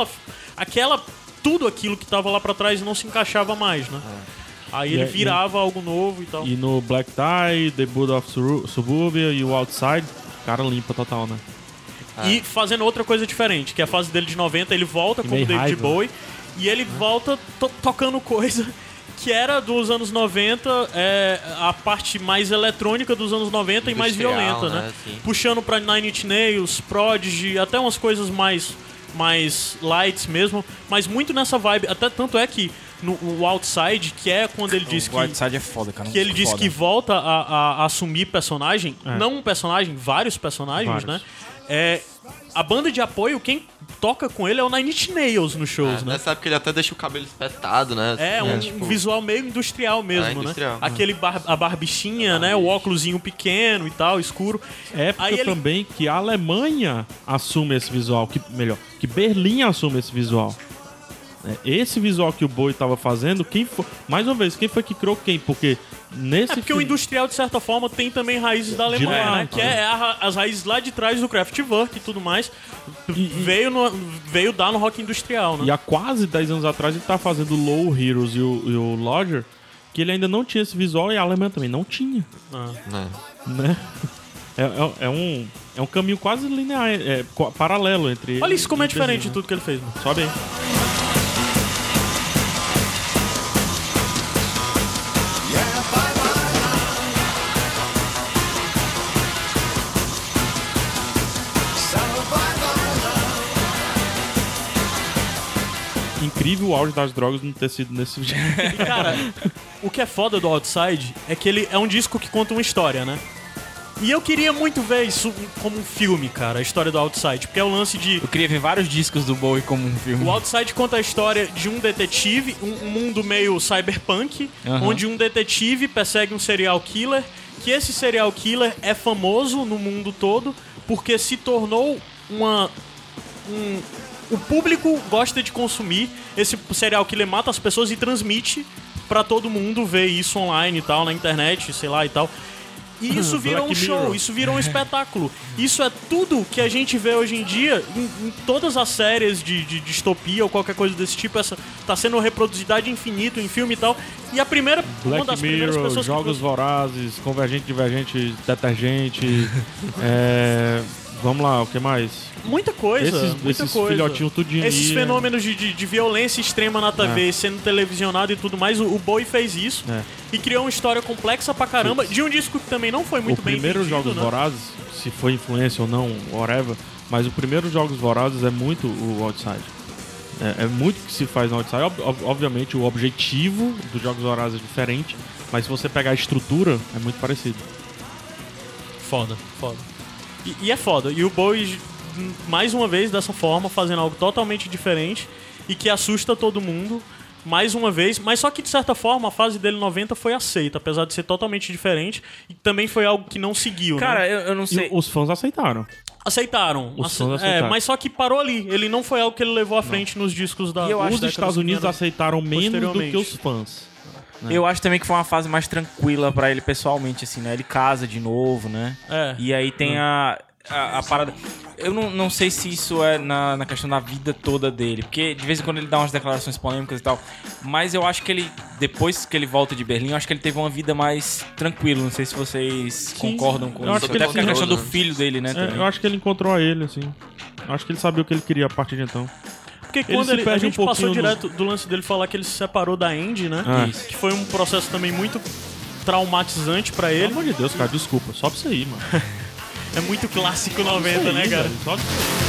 tudo aquilo que tava lá pra trás não se encaixava mais, né? Aí ele virava algo novo e tal. E no Black Tie, The Blood of Suburbia e o Outside, cara limpa total, né? E fazendo outra coisa diferente, que é a fase dele de 90, ele volta como David Bowie e ele volta tocando coisa que era dos anos 90, a parte mais eletrônica dos anos 90 e mais violenta, né? Puxando pra Nine Inch Nails, Prodigy, até umas coisas mais lights mesmo, mas muito nessa vibe. Até tanto é que no Outside, que é quando ele diz que... O Outside é foda, cara. Que ele diz que volta a assumir personagem, não um personagem, vários personagens, né? A banda de apoio, quem toca com ele é o Nine Inch Nails nos shows, né? Nessa época ele até deixa o cabelo espetado, né? Um visual meio industrial mesmo, industrial. né? A barbichinha, né? O óculosinho pequeno e tal, escuro. Época também que a Alemanha assume esse visual, que Berlim assume esse visual. Esse visual que o Bowie tava fazendo, mais uma vez, quem foi que criou quem? Porque porque o industrial, de certa forma, tem também raízes da Alemanha, né? Que as raízes lá de trás do Kraftwerk e tudo mais. Veio dar no rock industrial, né? E há quase 10 anos atrás ele tá fazendo o Low Heroes e o Lodger, que ele ainda não tinha esse visual e a Alemanha também não tinha, né? É um caminho quase linear, paralelo entre... Olha isso como é e diferente Berlim, de tudo que ele fez, mano. Sobe aí. Incrível o auge das drogas não ter sido nesse jeito. E, cara, o que é foda do Outside é que ele é um disco que conta uma história, né? E eu queria muito ver isso como um filme, cara, a história do Outside, porque é o lance de... Eu queria ver vários discos do Bowie como um filme. O Outside conta a história de um detetive, um mundo meio cyberpunk, onde um detetive persegue um serial killer, que esse serial killer é famoso no mundo todo porque se tornou o público gosta de consumir. Esse serial killer mata as pessoas e transmite pra todo mundo ver isso online e tal, na internet, sei lá e tal. E isso vira um show, isso vira um espetáculo. Isso é tudo que a gente vê hoje em dia em todas as séries de distopia ou qualquer coisa desse tipo. Essa tá sendo reproduzida de infinito em filme e tal. E a primeira, uma das primeiras Mirror, pessoas Jogos Vorazes, Convergente, Divergente, Detergente. Vamos lá, o que mais? Muita coisa. Esses filhotinhos tudinho. Esses fenômenos de violência extrema na TV sendo televisionado e tudo mais, o Bowie fez isso e criou uma história complexa pra caramba de um disco que também não foi muito bem entendido. O primeiro Jogos Vorazes, se foi influência ou não, whatever, mas o primeiro Jogos Vorazes é muito o Outside. É muito que se faz no Outside. Obviamente o objetivo dos Jogos Vorazes é diferente, mas se você pegar a estrutura, é muito parecido. Foda. E é foda. E o Bowie, mais uma vez, dessa forma, fazendo algo totalmente diferente e que assusta todo mundo, mais uma vez. Mas só que, de certa forma, a fase dele 90 foi aceita, apesar de ser totalmente diferente. E também foi algo que não seguiu, cara, né? eu não sei. E os fãs aceitaram. Aceitaram. Os fãs aceitaram. Mas só que parou ali. Ele não foi algo que ele levou à frente nos discos da... Os Estados Unidos aceitaram menos do que os fãs. Eu acho também que foi uma fase mais tranquila pra ele pessoalmente, assim, né? Ele casa de novo, né? E aí tem a parada... Eu não sei se isso é na questão da vida toda dele, porque de vez em quando ele dá umas declarações polêmicas e tal, mas eu acho que ele, depois que ele volta de Berlim, eu acho que ele teve uma vida mais tranquila. Não sei se vocês concordam com isso. Até a questão do filho dele, né? Eu acho que ele encontrou a ele, assim. Eu acho que ele sabia o que ele queria a partir de então. Porque quando a gente passou direto do lance dele falar que ele se separou da Andy, né? Que foi um processo também muito traumatizante pra ele. Pelo amor de Deus, cara, desculpa. Só pra você ir, mano. É muito clássico 90, né, cara? Só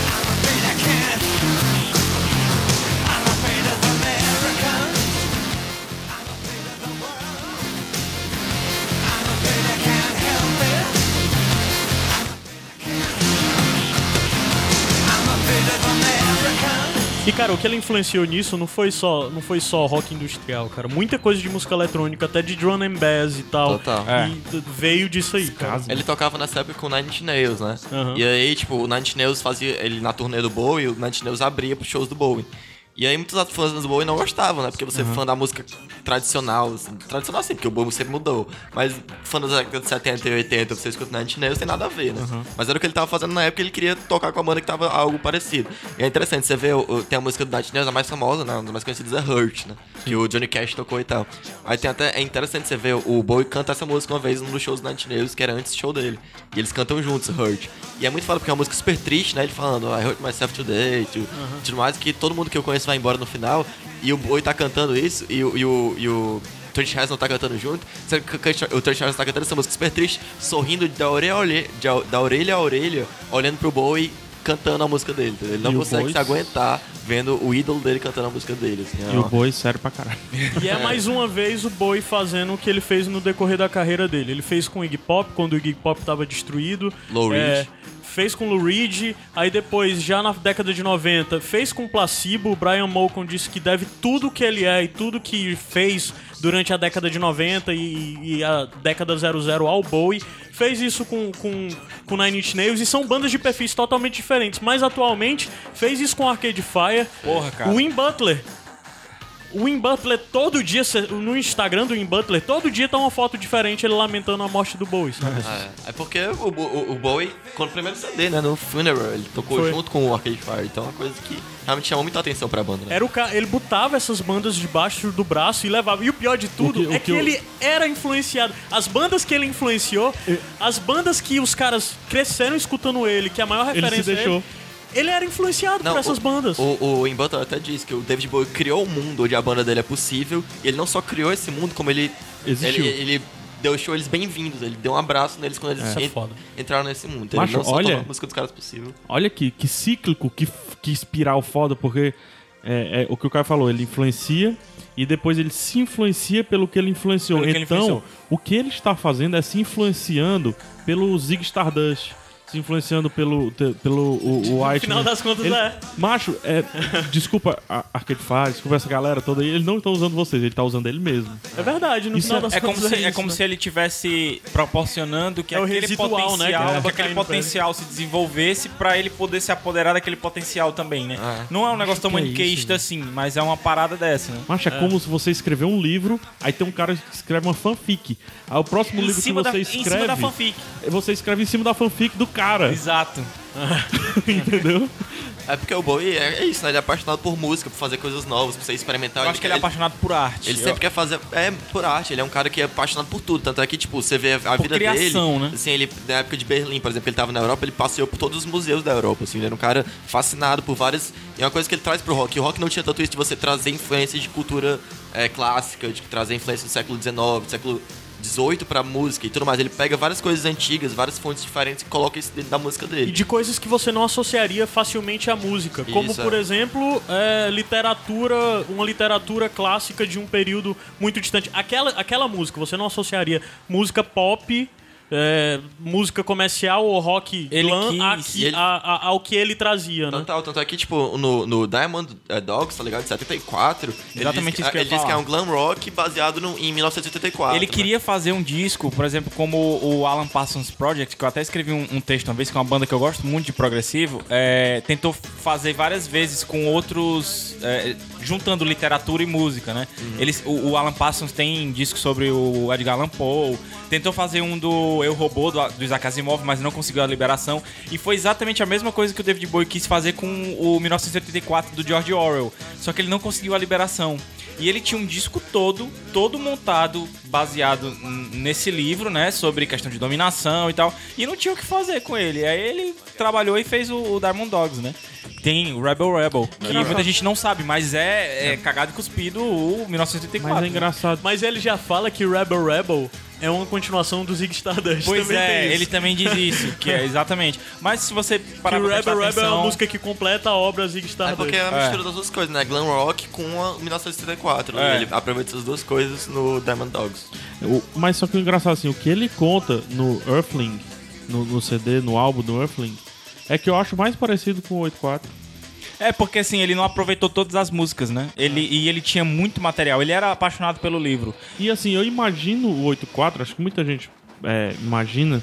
E, cara, o que ele influenciou nisso não foi só rock industrial, cara. Muita coisa de música eletrônica, até de drum and bass e tal. Total. E veio disso aí, cara. Ele tocava nessa época com o Nine Inch Nails, né? E aí, tipo, o Nine Inch Nails fazia... Ele na turnê do Bowie, o Nine Inch Nails abria pros shows do Bowie. E aí muitos fãs do Bowie não gostavam, né? Porque você é fã da música tradicional, assim, tradicional sim, porque o Bowie sempre mudou. Mas fã das décadas de 70 e 80, você escuta Nine Inch Nails, tem nada a ver, né? Mas era o que ele tava fazendo na época, ele queria tocar com a banda que tava algo parecido. E é interessante, você vê, tem a música do Nine Inch Nails, a mais famosa, né? Uma das mais conhecidas é Hurt, né? Que o Johnny Cash tocou e tal. Aí tem até, é interessante você ver, o Bowie canta essa música uma vez num dos shows do Nine Inch Nails, que era antes do show dele. E eles cantam juntos, Hurt. E é muito foda porque é uma música super triste, né? Ele falando, I hurt myself today, tudo mais, que todo mundo que eu conheço vai embora no final. E o Bowie tá cantando isso, e o Trent Reznor tá cantando junto. O Trent Reznor tá cantando essa música super triste, sorrindo da orelha a orelha, olhando pro Bowie cantando a música dele. Ele não consegue se aguentar vendo o ídolo dele cantando a música dele. Assim, e o Bowie sério pra caralho. E é mais uma vez o Bowie fazendo o que ele fez no decorrer da carreira dele. Ele fez com o Iggy Pop, quando o Iggy Pop tava destruído. Lou Reed. Fez com Lou Reed, aí depois, já na década de 90, fez com Placebo. O Brian Molko disse que deve tudo que ele é e tudo que fez durante a década de 90 e a década 00 ao Bowie. Fez isso com Nine Inch Nails, e são bandas de perfis totalmente diferentes. Mas atualmente, fez isso com Arcade Fire. Porra, cara. O Win Butler, todo dia, no Instagram do Win Butler, todo dia tá uma foto diferente ele lamentando a morte do Bowie, sabe? É porque o Bowie, quando o primeiro CD, né, no Funeral, ele tocou junto com o Arcade Fire, então é uma coisa que realmente chamou muita atenção pra banda, né? Era ele botava essas bandas debaixo do braço e levava. E o pior de tudo é que ele era influenciado. As bandas que ele influenciou, as bandas que os caras cresceram escutando ele, que a maior referência dele, ele era influenciado por essas bandas. O Ian Butler até disse que o David Bowie criou um mundo onde a banda dele é possível. E ele não só criou esse mundo, como ele deixou eles bem-vindos. Ele deu um abraço neles quando eles entraram nesse mundo. Então, ele não só tornou a música dos caras possível. Olha que cíclico, que espiral foda, porque o que o cara falou, ele influencia e depois ele se influencia pelo que ele influenciou. O que ele está fazendo é se influenciando pelo Ziggy Stardust, se influenciando pelo o White. No final das contas, Macho, desculpa a Arcade Fire, desculpa essa galera toda aí, ele não tá usando vocês, ele tá usando ele mesmo. É verdade, no final das contas. É como se ele estivesse proporcionando que aquele residual, potencial, que aquele potencial se desenvolvesse pra ele poder se apoderar daquele potencial também, né? Não é um negócio tão maniqueísta assim, mas é uma parada dessa, né? Macho, é como se você escrever um livro, aí tem um cara que escreve uma fanfic. Aí o próximo livro que você escreve, em cima da fanfic. Você escreve em cima da fanfic do cara. Exato. Entendeu? É porque o Bowie é isso, né? Ele é apaixonado por música, por fazer coisas novas, por você experimentar. Eu acho que ele é apaixonado por arte. Ele sempre quer fazer... por arte. Ele é um cara que é apaixonado por tudo. Tanto é que, tipo, você vê a vida criação, dele... né? Assim, ele, na época de Berlim, por exemplo, ele tava na Europa, ele passeou por todos os museus da Europa, assim. Ele era um cara fascinado por várias... E é uma coisa que ele traz pro rock. E o rock não tinha tanto isso de você trazer influências de cultura clássica, de trazer influências do século XIX, do século... 18 pra música e tudo mais. Ele pega várias coisas antigas, várias fontes diferentes e coloca isso dentro da música dele. E de coisas que você não associaria facilmente à música. Como, por exemplo, uma literatura clássica de um período muito distante. Aquela música, você não associaria música pop... música comercial ou rock glam ao que ele trazia, né? Tanto é que, tipo, no Diamond Dogs, tá ligado? De 74, exatamente ele diz que é um glam rock baseado em 1984. Ele queria fazer um disco, por exemplo, como o Alan Parsons Project, que eu até escrevi um texto uma vez, que é uma banda que eu gosto muito de progressivo, tentou fazer várias vezes com outros... juntando literatura e música, né? O Alan Parsons tem disco sobre o Edgar Allan Poe, tentou fazer um do Eu, Robô, do Isaac Asimov, mas não conseguiu a liberação. E foi exatamente a mesma coisa que o David Bowie quis fazer com o 1984 do George Orwell. Só que ele não conseguiu a liberação. E ele tinha um disco todo montado, baseado nesse livro, né? Sobre questão de dominação e tal. E não tinha o que fazer com ele. Aí ele trabalhou e fez o Diamond Dogs, né? Tem o Rebel, que muita gente não sabe, mas é cagado e cuspido o 1984. Mas é engraçado. Mas ele já fala que Rebel é uma continuação do Ziggy Stardust. Pois ele também diz isso, que é exatamente. Mas se você parar pra prestar atenção... é uma música que completa a obra Ziggy Stardust. É porque é a mistura das duas coisas, né? Glam rock com a 1974. Ele aproveita essas duas coisas no Diamond Dogs. Mas só que o engraçado, assim, o que ele conta no Earthling, no CD, no álbum do Earthling, é que eu acho mais parecido com o 84. Porque assim, ele não aproveitou todas as músicas, né? Ele tinha muito material, ele era apaixonado pelo livro. E assim, eu imagino o 84, acho que muita gente imagina,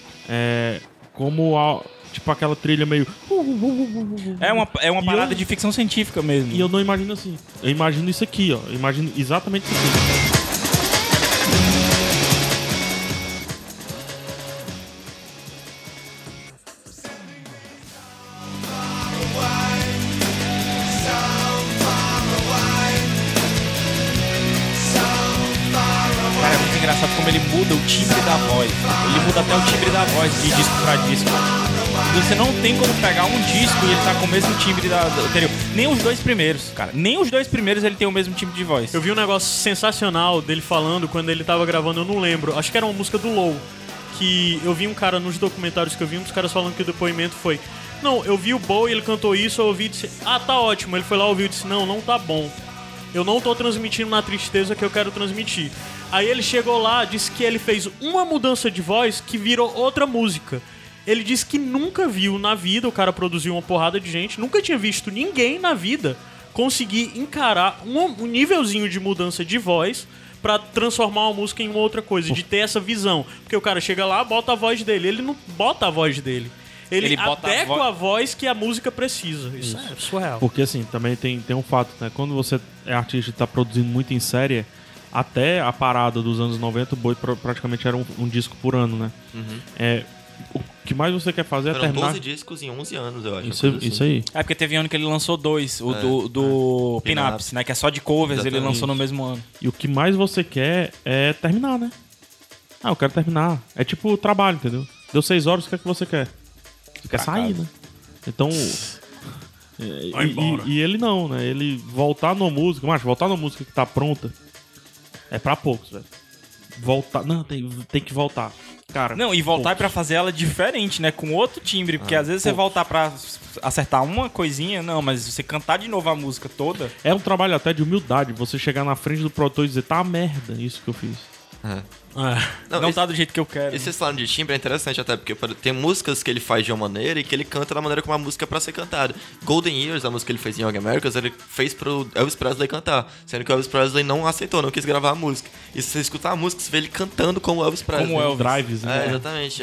como tipo aquela trilha meio... É uma parada de ficção científica mesmo. E eu não imagino assim. Eu imagino isso aqui, ó. Eu imagino exatamente isso aqui. Engraçado como ele muda o timbre da voz. Ele muda até o timbre da voz de disco pra disco. Você não tem como pegar um disco e ele tá com o mesmo timbre do anterior. Nem os dois primeiros, cara. Nem os dois primeiros ele tem o mesmo timbre de voz. Eu vi um negócio sensacional dele falando quando ele tava gravando, eu não lembro. Acho que era uma música do Low. Que eu vi um cara nos documentários que eu vi, um dos caras falando que o depoimento foi: não, eu vi o Bowie, ele cantou isso, eu ouvi e disse: ah, tá ótimo. Ele foi lá, ouviu e disse: não tá bom. Eu não tô transmitindo na tristeza que eu quero transmitir. Aí ele chegou lá, disse que ele fez uma mudança de voz que virou outra música. Ele disse que nunca viu na vida, o cara produziu uma porrada de gente, nunca tinha visto ninguém na vida conseguir encarar um nívelzinho de mudança de voz pra transformar uma música em uma outra coisa, de ter essa visão. Porque o cara chega lá, bota a voz dele, ele não bota a voz dele. Ele adequa a voz que a música precisa. Isso é surreal. Porque assim, também tem um fato, né? Quando você é artista e tá produzindo muito em série, até a parada dos anos 90, o Bowie praticamente era um disco por ano, né? que mais você quer fazer é Foram terminar... 12 discos em 11 anos, eu acho. Isso aí. É porque teve ano que ele lançou 2, o do Pin-Ups, né? Que é só de covers, Exatamente. ele lançou no mesmo ano. E o que mais você quer é terminar, né? Ah, eu quero terminar. É tipo o trabalho, entendeu? Deu 6 horas, o que é que você quer? Você quer sair, né? Então... E ele não, né? Ele voltar numa música... Macho, voltar numa música que tá pronta é pra poucos, velho. Voltar... Não, tem que voltar. Cara, Não, e voltar pra fazer ela diferente, né? Com outro timbre. Porque às vezes você voltar pra acertar uma coisinha, não, mas você cantar de novo a música toda... É um trabalho até de humildade. Você chegar na frente do produtor e dizer, tá uma merda isso que eu fiz. Não tá do jeito que eu quero. E vocês falaram de timbre, é interessante até, porque tem músicas que ele faz de uma maneira e que ele canta da maneira como a música é pra ser cantada. Golden Years, a música que ele fez em Young Americans, ele fez pro Elvis Presley cantar, sendo que o Elvis Presley não aceitou, não quis gravar a música. E se você escutar a música, você vê ele cantando como o Elvis Presley. Como o Elvis. Drives, né? Exatamente.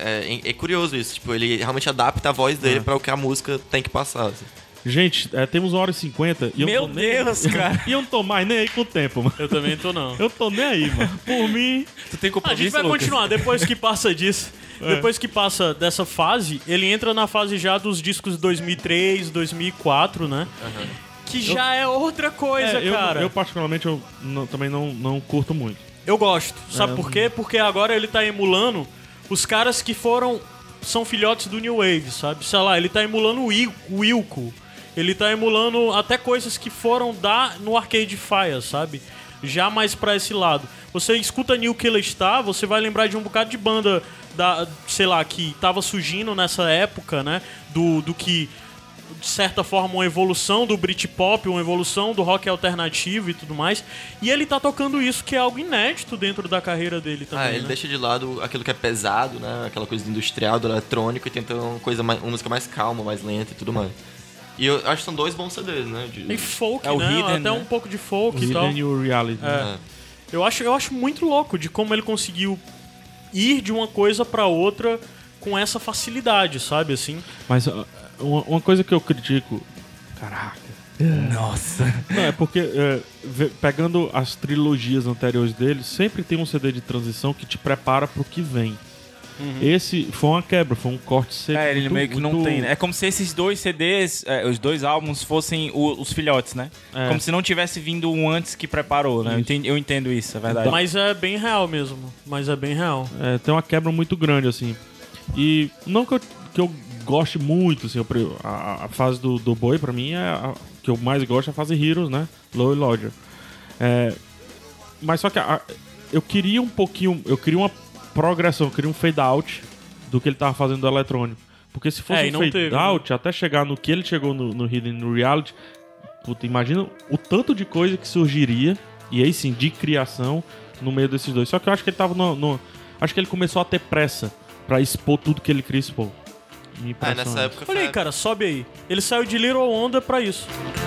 É curioso isso. Tipo, ele realmente adapta a voz dele pra o que a música tem que passar. Assim. Gente, temos 1h50 e Meu Deus, cara. E eu não tô mais nem aí com o tempo, mano. Eu também tô não. Eu tô nem aí, mano. Por mim... Tu tem A compromisso, gente vai Lucas? continuar, depois que passa disso. Depois que passa dessa fase, ele entra na fase já dos discos 2003, 2004, né? Que já é outra coisa, cara. Eu particularmente, também não curto muito. Eu gosto. Sabe por quê? Porque agora ele tá emulando os caras que são filhotes do New Wave, sabe? Sei lá, ele tá emulando o Wilco. Ele tá emulando até coisas que foram no Arcade Fire, sabe? Já mais pra esse lado. Você escuta New Killer Star, você vai lembrar de um bocado de banda sei lá, que tava surgindo nessa época, né? Do que, de certa forma, uma evolução do Britpop, uma evolução do rock alternativo e tudo mais. E ele tá tocando isso, que é algo inédito dentro da carreira dele também, Ele né? deixa de lado aquilo que é pesado, né? Aquela coisa do industrial, do eletrônico, e tenta uma música mais calma, mais lenta e tudo mais. E eu acho que são 2 bons CDs, né? E folk, É o né? Hidden, Até né? um pouco de folk e tal. Hidden New Reality. Eu acho muito louco de como ele conseguiu ir de uma coisa pra outra com essa facilidade, sabe, assim? Mas uma coisa que eu critico... Caraca. Nossa. Não, é porque pegando as trilogias anteriores dele, sempre tem um CD de transição que te prepara pro que vem. Esse foi uma quebra, foi um corte seco. Ele meio que não tem, né? É como se esses 2 CDs, os 2 álbuns fossem os filhotes, né? Como se não tivesse vindo um antes que preparou, né? Eu entendo isso, é verdade. Mas é bem real mesmo. Tem uma quebra muito grande, assim. E não que eu goste muito, assim, a fase do Bowie, pra mim, a que eu mais gosto é a fase Heroes, né? Low e Lodger. Mas só que eu queria um pouquinho... Eu queria uma progressão, eu queria um fade out do que ele tava fazendo do eletrônico. Porque se fosse um fade out, até chegar no que ele chegou no Hidden New Reality, puta, imagina o tanto de coisa que surgiria, e aí sim, de criação, no meio desses dois. Só que eu acho que ele tava acho que ele começou a ter pressa pra expor tudo que ele queria expor. Nessa época Olha aí, cara, sobe aí. Ele saiu de Little Onda pra isso.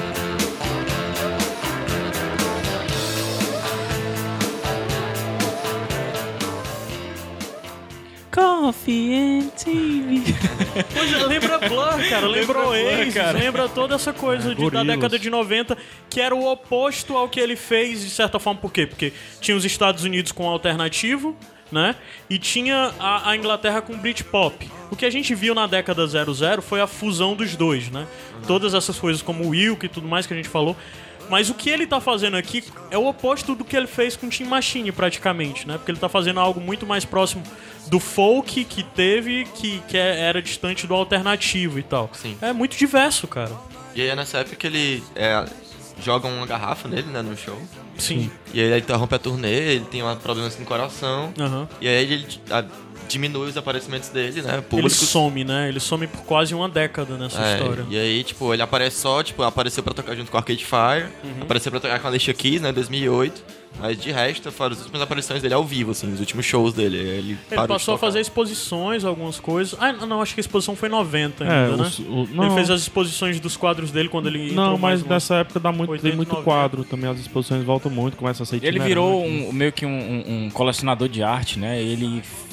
Coffee and TV. Pois é, lembra Blur, cara. Lembra Blur, Oasis, cara. lembra toda essa coisa da Gorillaz. década de 90, que era o oposto ao que ele fez, de certa forma. Por quê? Porque tinha os Estados Unidos com alternativo, né? E tinha a Inglaterra com Britpop. O que a gente viu na década 00 foi a fusão dos dois, né? Todas essas coisas como o Wilco e tudo mais que a gente falou. Mas o que ele tá fazendo aqui é o oposto do que ele fez com Tin Machine, praticamente, né? Porque ele tá fazendo algo muito mais próximo do folk que teve, que era distante do alternativo e tal. Sim. É muito diverso, cara. E aí é nessa época que ele joga uma garrafa nele, né, no show. Sim. E aí ele interrompe a turnê, ele tem um problema assim no coração. Aham. E aí ele diminui os aparecimentos dele, né, Ele públicos. some, né? Ele some por quase uma década nessa história. E aí, tipo, ele aparece só, tipo, apareceu pra tocar junto com o Arcade Fire, apareceu pra tocar com a Alicia Keys, né, em 2008. Mas de resto, foram as últimas aparições dele ao vivo, assim, os últimos shows dele. Ele Passou a fazer exposições, algumas coisas. Ah, não, acho que a exposição foi em 90 ainda, né? Não, Ele fez as exposições dos quadros dele quando ele entrou não, mas mais nessa época tem 80, muito 90. quadro também, as exposições voltam muito, começa a ser Ele itinerante. virou meio que um colecionador de arte, né? Ele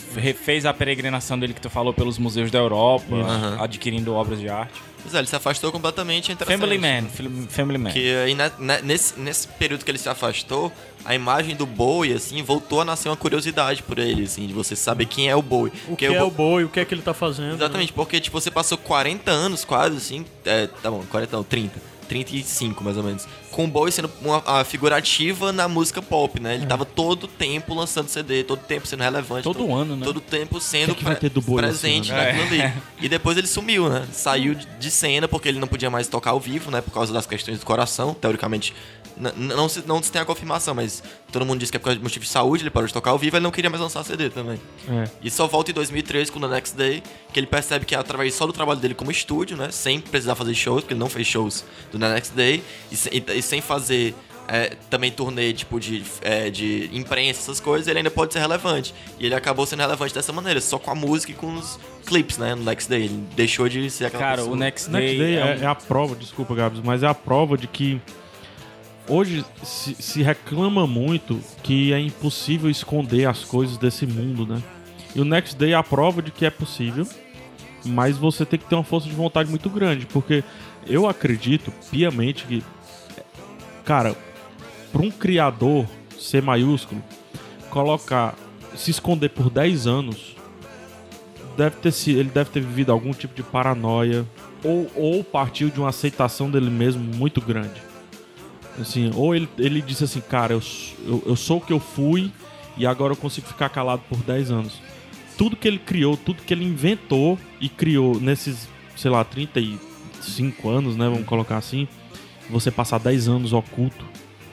fez a peregrinação dele que tu falou pelos museus da Europa, adquirindo obras de arte. Pois é, ele se afastou completamente. Family Man. Que aí nesse período que ele se afastou, a imagem do Bowie, assim, voltou a nascer uma curiosidade por ele, assim, de você saber quem é o Bowie. O que é o Bowie, o que é que ele tá fazendo. Exatamente, porque tipo, você passou 40 anos quase, assim, tá bom, 40 não, 35 mais ou menos, com o Bowie sendo uma figura ativa na música pop, né? Ele tava todo tempo lançando CD, todo tempo sendo relevante. Todo ano, né? Todo tempo sendo que vai ter do Bowie presente assim, naquilo ali. E depois ele sumiu, né? Saiu de cena porque ele não podia mais tocar ao vivo, né? Por causa das questões do coração, teoricamente. Não se tem a confirmação, mas todo mundo diz que é por causa de motivo de saúde, ele parou de tocar ao vivo, ele não queria mais lançar CD também. E só volta em 2013 com The Next Day, que ele percebe que é através só do trabalho dele como estúdio, né? Sem precisar fazer shows, porque ele não fez shows do The Next Day, e sem fazer também turnê tipo de imprensa, essas coisas, ele ainda pode ser relevante. E ele acabou sendo relevante dessa maneira, só com a música e com os clipes, né? No Next Day. Ele deixou de ser aquela pessoa. O Next Day Day é a prova, desculpa, Gabs, mas é a prova de que hoje se reclama muito que é impossível esconder as coisas desse mundo, né? E o Next Day é a prova de que é possível, mas você tem que ter uma força de vontade muito grande, porque eu acredito piamente que, cara, para um criador C maiúsculo, se esconder por 10 anos, ele deve ter vivido algum tipo de paranoia, ou partiu de uma aceitação dele mesmo muito grande. Assim, ou ele disse assim, cara, eu sou o que eu fui e agora eu consigo ficar calado por 10 anos. Tudo que ele criou, tudo que ele inventou e criou nesses, sei lá, 35 anos, né, vamos colocar assim, você passar 10 anos oculto.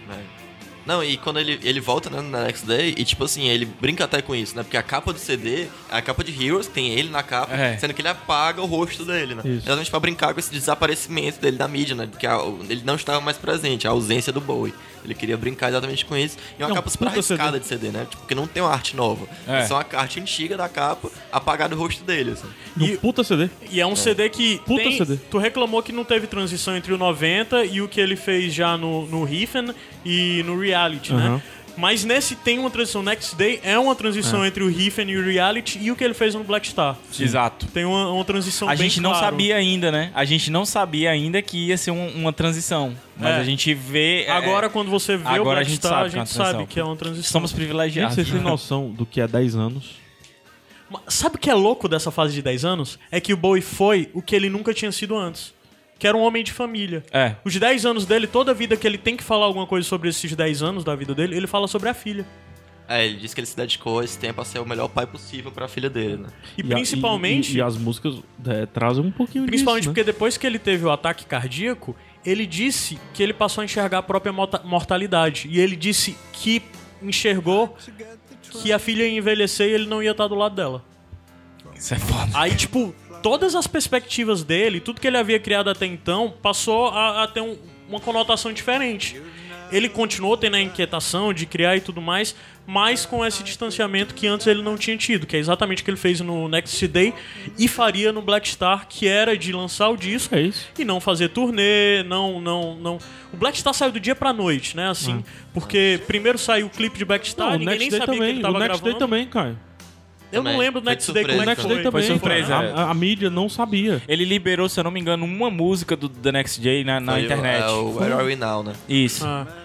Não, e quando ele volta, né, no Next Day, e tipo assim, ele brinca até com isso, né? Porque a capa do CD, a capa de Heroes, tem ele na capa, sendo que ele apaga o rosto dele, né? Isso. Exatamente pra brincar com esse desaparecimento dele da mídia, né? Porque ele não estava mais presente, a ausência do Bowie. Ele queria brincar exatamente com isso. E uma capa super arriscada de CD, né? Tipo, porque não tem uma arte nova. É só uma arte antiga da capa, apagado o rosto dele, assim. E puta CD. E é um CD que CD. Tu reclamou que não teve transição entre o 90 e o que ele fez já no Riffen e no Reality, né? Mas nesse tem uma transição. Next Day é uma transição entre o Riffen e o Reality e o que ele fez no Black Star. Sim. Exato. Tem uma transição bem A gente não claro. sabia ainda, né? A gente não sabia ainda que ia ser uma transição. Mas a gente vê... Agora, quando você vê o Black Star, a gente sabe que é uma transição. Somos privilegiados. Vocês têm noção do que é 10 anos? Sabe o que é louco dessa fase de 10 anos? É que o Bowie foi o que ele nunca tinha sido antes. Que era um homem de família. Os 10 anos dele, toda a vida que ele tem que falar alguma coisa sobre esses 10 anos da vida dele, ele fala sobre a filha. Ele disse que ele se dedicou esse tempo a ser o melhor pai possível pra filha dele, né? E principalmente... E as músicas trazem um pouquinho disso, principalmente né? porque depois que ele teve o ataque cardíaco, ele disse que ele passou a enxergar a própria mortalidade. E ele disse que enxergou que a filha ia envelhecer e ele não ia estar do lado dela. Isso é foda. Aí, tipo... Todas as perspectivas dele, tudo que ele havia criado até então, passou a ter uma conotação diferente. Ele continuou tendo a inquietação de criar e tudo mais, mas com esse distanciamento que antes ele não tinha tido, que é exatamente o que ele fez no Next Day e faria no Black Star, que era de lançar o disco e não fazer turnê, não. O Black Star saiu do dia pra noite, né, assim, porque primeiro saiu o clipe de Black Star, ninguém nem sabia que ele tava gravando. O Next Day também, Caio. Eu não lembro do Next Day como é que foi. Também, foi surpresa. A mídia não sabia. Ele liberou, se eu não me engano, uma música do The Next Day na internet. O Where Are We Now, né? Isso.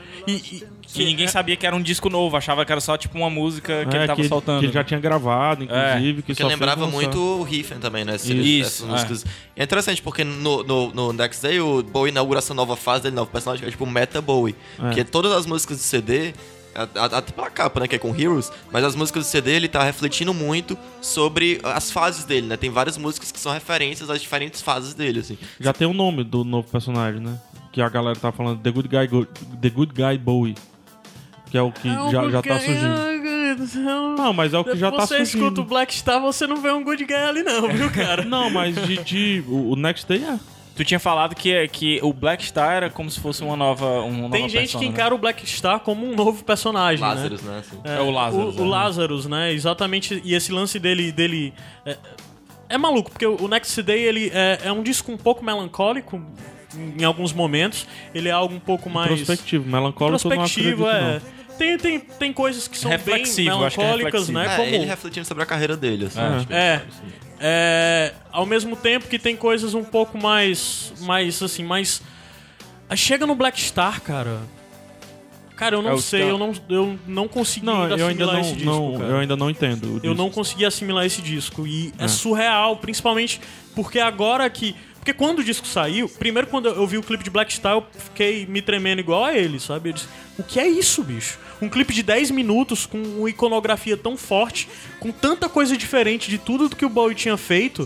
Que ninguém sabia que era um disco novo, achava que era só tipo uma música que ele tava soltando. Que ele já tinha gravado, inclusive. Que lembrava muito o Riffen também, né? Essas músicas. É interessante porque no Next Day o Bowie inaugura essa nova fase dele, novo personagem, que é tipo Meta Bowie. Porque todas as músicas do CD... Até pela capa, né, que é com Heroes, mas as músicas do CD ele tá refletindo muito sobre as fases dele, né? Tem várias músicas que são referências às diferentes fases dele, assim. Já tem o nome do novo personagem, né? Que a galera tá falando The Good Guy Bowie. Que é o que já tá surgindo. Não, mas é o que já tá surgindo. Você escuta o Black Star, você não vê um Good Guy ali não, viu, cara? Não, mas o Next Day Tu tinha falado que o Black Star era como se fosse uma nova Tem gente persona, que encara, né, o Black Star como um novo personagem, Lazarus, né? Assim. É o Lazarus. O Lazarus, né? Exatamente. E esse lance dele é maluco, porque o Next Day ele é um disco um pouco melancólico, em alguns momentos. Ele é algo um pouco mais... Introspectivo, melancólico, eu não acredito, não. Tem coisas que são bem Reflexivo, acho que é melancólicas, né? reflexivo. Como... ele refletindo sobre a carreira dele, assim. acho que ao mesmo tempo que tem coisas um pouco mais assim, mais... Aí chega no Black Star, cara... Cara, eu não sei, eu não consegui assimilar esse disco, cara. Eu ainda não entendo o Eu disco. não consegui assimilar esse disco. E é surreal, principalmente porque agora que... Porque quando o disco saiu, primeiro quando eu vi o clipe de Black Star, eu fiquei me tremendo igual a ele, sabe? Eu disse, o que é isso, bicho? Um clipe de 10 minutos com uma iconografia tão forte, com tanta coisa diferente de tudo do que o Bowie tinha feito.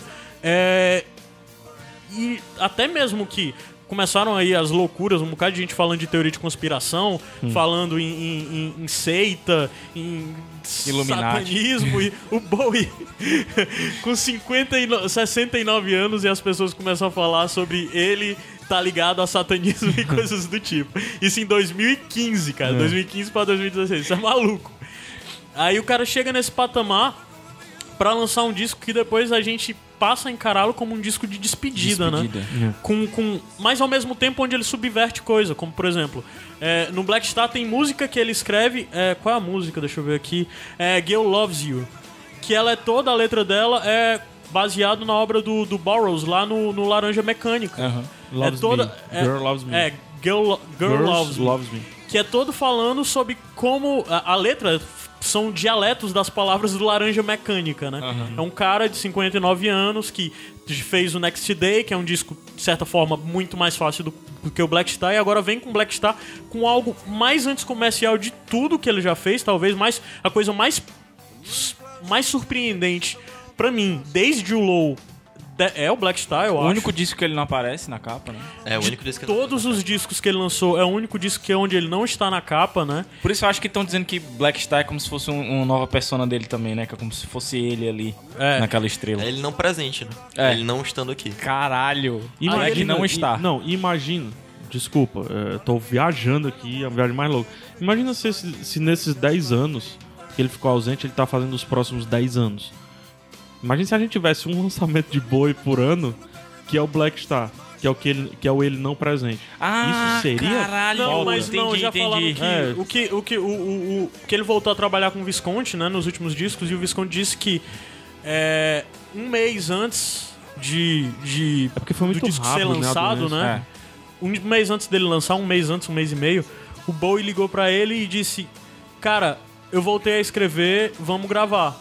E até mesmo que começaram aí as loucuras, um bocado de gente falando de teoria de conspiração, falando em seita, em Illuminati, satanismo, e o Bowie com 69 anos e as pessoas começam a falar sobre ele tá ligado a satanismo e coisas do tipo. Isso em 2015, cara. 2015 pra 2016. Isso é maluco. Aí o cara chega nesse patamar pra lançar um disco que depois a gente passa a encará-lo como um disco de despedida. Né? Mas ao mesmo tempo onde ele subverte coisa, como por exemplo, no Black Star tem música que ele escreve, qual é a música? Deixa eu ver aqui. Girl Loves You, que ela é toda, a letra dela é baseado na obra do Burroughs, lá no Laranja Mecânica. Girl Loves Me. Girl Loves Me. Que é todo falando sobre como a letra são dialetos das palavras do Laranja Mecânica, né? É um cara de 59 anos que fez o Next Day, que é um disco, de certa forma, muito mais fácil do que o Black Star, e agora vem com o Black Star com algo mais anticomercial de tudo que ele já fez, talvez a coisa mais surpreendente pra mim, desde o Low, é o Black Star, eu acho. O único disco que ele não aparece na capa, né? É o único disco que todos os discos que ele lançou, é o único disco que é onde ele não está na capa, né? Por isso eu acho que estão dizendo que Black Star é como se fosse uma nova persona dele também, né? Que é como se fosse ele ali, naquela estrela. É ele não presente, né? Ele não estando aqui. Caralho. Imagina que não está. Imagina. Desculpa, tô viajando aqui, é a viagem mais louca. Imagina se nesses 10 anos que ele ficou ausente, ele tá fazendo os próximos 10 anos. Imagina se a gente tivesse um lançamento de Bowie por ano, que é o Black Star, que é o ele não presente. Isso seria? Caralho. Não, foda. mas não, já falaram que que ele voltou a trabalhar com o Visconti, né, nos últimos discos, e o Visconti disse que um mês antes É porque foi muito do disco rápido, ser lançado, né? Um mês antes dele lançar, um mês e meio, o Bowie ligou pra ele e disse: cara, eu voltei a escrever, vamos gravar.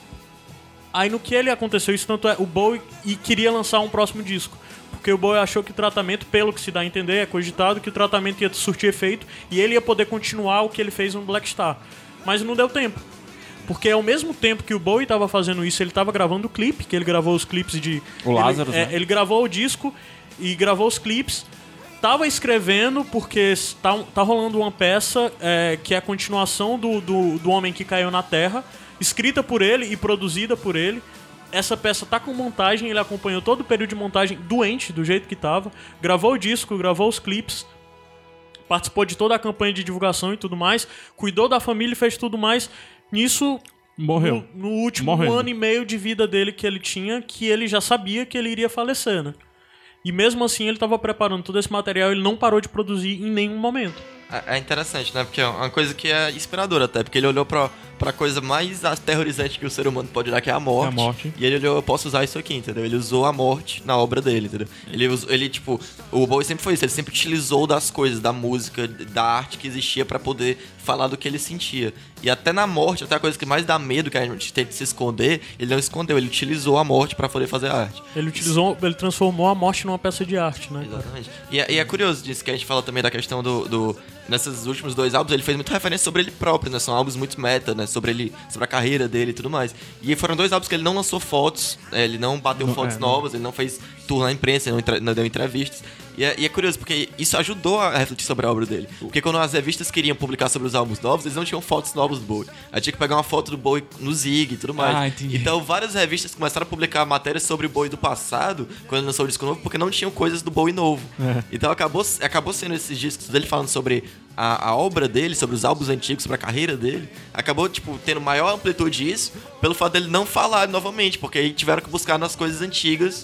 Aí no que ele aconteceu isso, tanto o Bowie queria lançar um próximo disco, porque o Bowie achou que o tratamento, pelo que se dá a entender, é cogitado que o tratamento ia surtir efeito e ele ia poder continuar o que ele fez no Black Star. Mas não deu tempo, porque ao mesmo tempo que o Bowie estava fazendo isso, ele estava gravando o clipe, que ele gravou os clipes de... O Lazarus, né? Ele gravou o disco e gravou os clipes, tava escrevendo, porque tá rolando uma peça que é a continuação do Homem que Caiu na Terra, escrita por ele e produzida por ele. Essa peça tá com montagem, ele acompanhou todo o período de montagem doente, do jeito que tava, gravou o disco, gravou os clipes, participou de toda a campanha de divulgação e tudo mais, cuidou da família e fez tudo mais. Nisso, morreu. No último ano e meio de vida dele que ele tinha, que ele já sabia que ele iria falecer, né? E mesmo assim ele tava preparando todo esse material, ele não parou de produzir em nenhum momento. É interessante, né? Porque é uma coisa que é inspiradora até, porque ele olhou pra coisa mais aterrorizante que o ser humano pode olhar, que é a morte. É a morte. E ele olhou, eu posso usar isso aqui, entendeu? Ele usou a morte na obra dele, entendeu? Ele tipo, o Bowie sempre foi isso, ele sempre utilizou das coisas, da música, da arte que existia pra poder falar do que ele sentia. E até na morte, até a coisa que mais dá medo, que a gente tem que se esconder, ele não escondeu, ele utilizou a morte pra poder fazer arte. Ele transformou a morte numa peça de arte, né? Exatamente. E é curioso disso, que a gente fala também da questão nesses últimos 2 álbuns, ele fez muita referência sobre ele próprio, né? São álbuns muito meta, né? Sobre a carreira dele e tudo mais. E foram 2 álbuns que ele não lançou fotos, ele não bateu fotos novas, ele não fez tour na imprensa, não deu entrevistas. E é curioso, porque isso ajudou a refletir sobre a obra dele. Porque quando as revistas queriam publicar sobre os álbuns novos, eles não tinham fotos novas do Bowie. Aí tinha que pegar uma foto do Bowie no Zig e tudo mais. Então várias revistas começaram a publicar matérias sobre o Bowie do passado, quando ele lançou o disco novo, porque não tinham coisas do Bowie novo. Então acabou sendo esses discos dele falando sobre a obra dele, sobre os álbuns antigos, sobre a carreira dele. Acabou, tipo, tendo maior amplitude isso, pelo fato dele não falar novamente, porque aí tiveram que buscar nas coisas antigas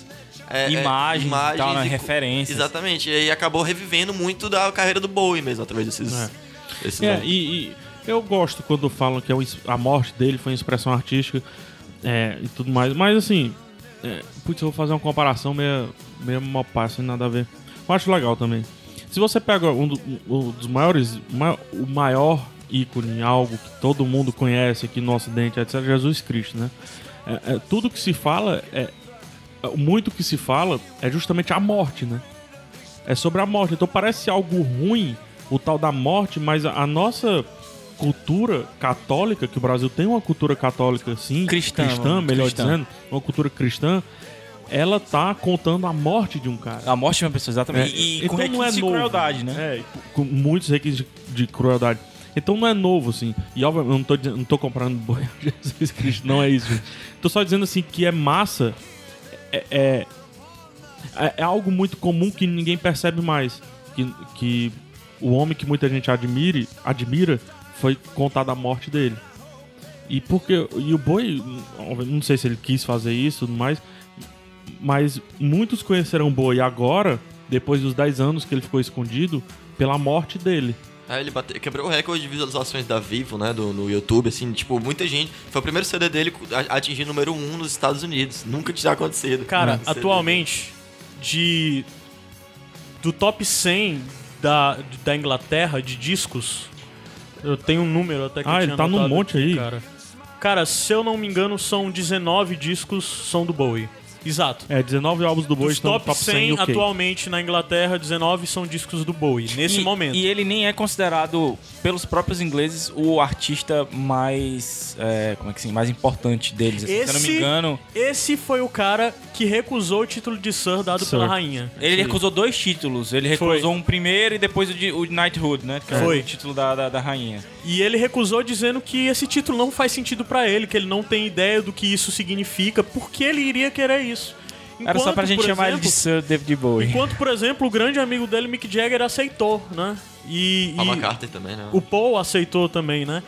imagens e tal, né? Referências. Exatamente. E aí acabou revivendo muito da carreira do Bowie mesmo, através desses... E eu gosto quando falam que a morte dele foi uma expressão artística e tudo mais. Mas assim, putz, eu vou fazer uma comparação meio mal passe, nada a ver. Eu acho legal também. Se você pega um dos maiores, o maior ícone, algo que todo mundo conhece aqui no Ocidente, etc., Jesus Cristo, né? Tudo que se fala, muito que se fala é justamente a morte, né? É sobre a morte. Então parece algo ruim o tal da morte, mas a nossa cultura católica, que o Brasil tem uma cultura católica, sim, cristã, dizendo, uma cultura cristã, ela tá contando a morte de um cara. A morte de uma pessoa, exatamente. E com então requisitos de crueldade, né? Com muitos requisitos de crueldade. Então não é novo, assim. E obviamente eu não tô comparando Boi a Jesus Cristo, não é isso. Gente. Tô só dizendo assim que é massa, é algo muito comum que ninguém percebe mais. Que o homem que muita gente admira foi contada a morte dele. E o Boi, não sei se ele quis fazer isso e tudo mais, mas muitos conheceram o Boi agora, depois dos 10 anos que ele ficou escondido, pela morte dele. Ele quebrou o recorde de visualizações da Vivo, né, no YouTube, assim, tipo, muita gente... Foi o primeiro CD dele a atingir o número 1 nos Estados Unidos. Nunca tinha acontecido. Cara, atualmente, do top 100 da Inglaterra de discos, eu tenho um número até que eu tinha ele tá num monte aqui, aí. Cara, se eu não me engano, são 19 discos são do Bowie. Exato. 19 álbuns do Bowie estão no top 100 UK. Atualmente na Inglaterra, 19 são discos do Bowie, nesse momento. E ele nem é considerado, pelos próprios ingleses, o artista mais mais importante deles. Se eu não me engano... Esse foi o cara que recusou o título de Sir dado pela rainha. Ele recusou 2 títulos. Ele recusou um primeiro e depois o Knighthood, né? Que foi o título da rainha. E ele recusou dizendo que esse título não faz sentido pra ele, que ele não tem ideia do que isso significa, porque ele iria querer isso. Era só pra gente chamar ele de Sir David Bowie. Enquanto, por exemplo, o grande amigo dele, Mick Jagger, aceitou, né? Paul McCartney também, né? O Paul aceitou também, né?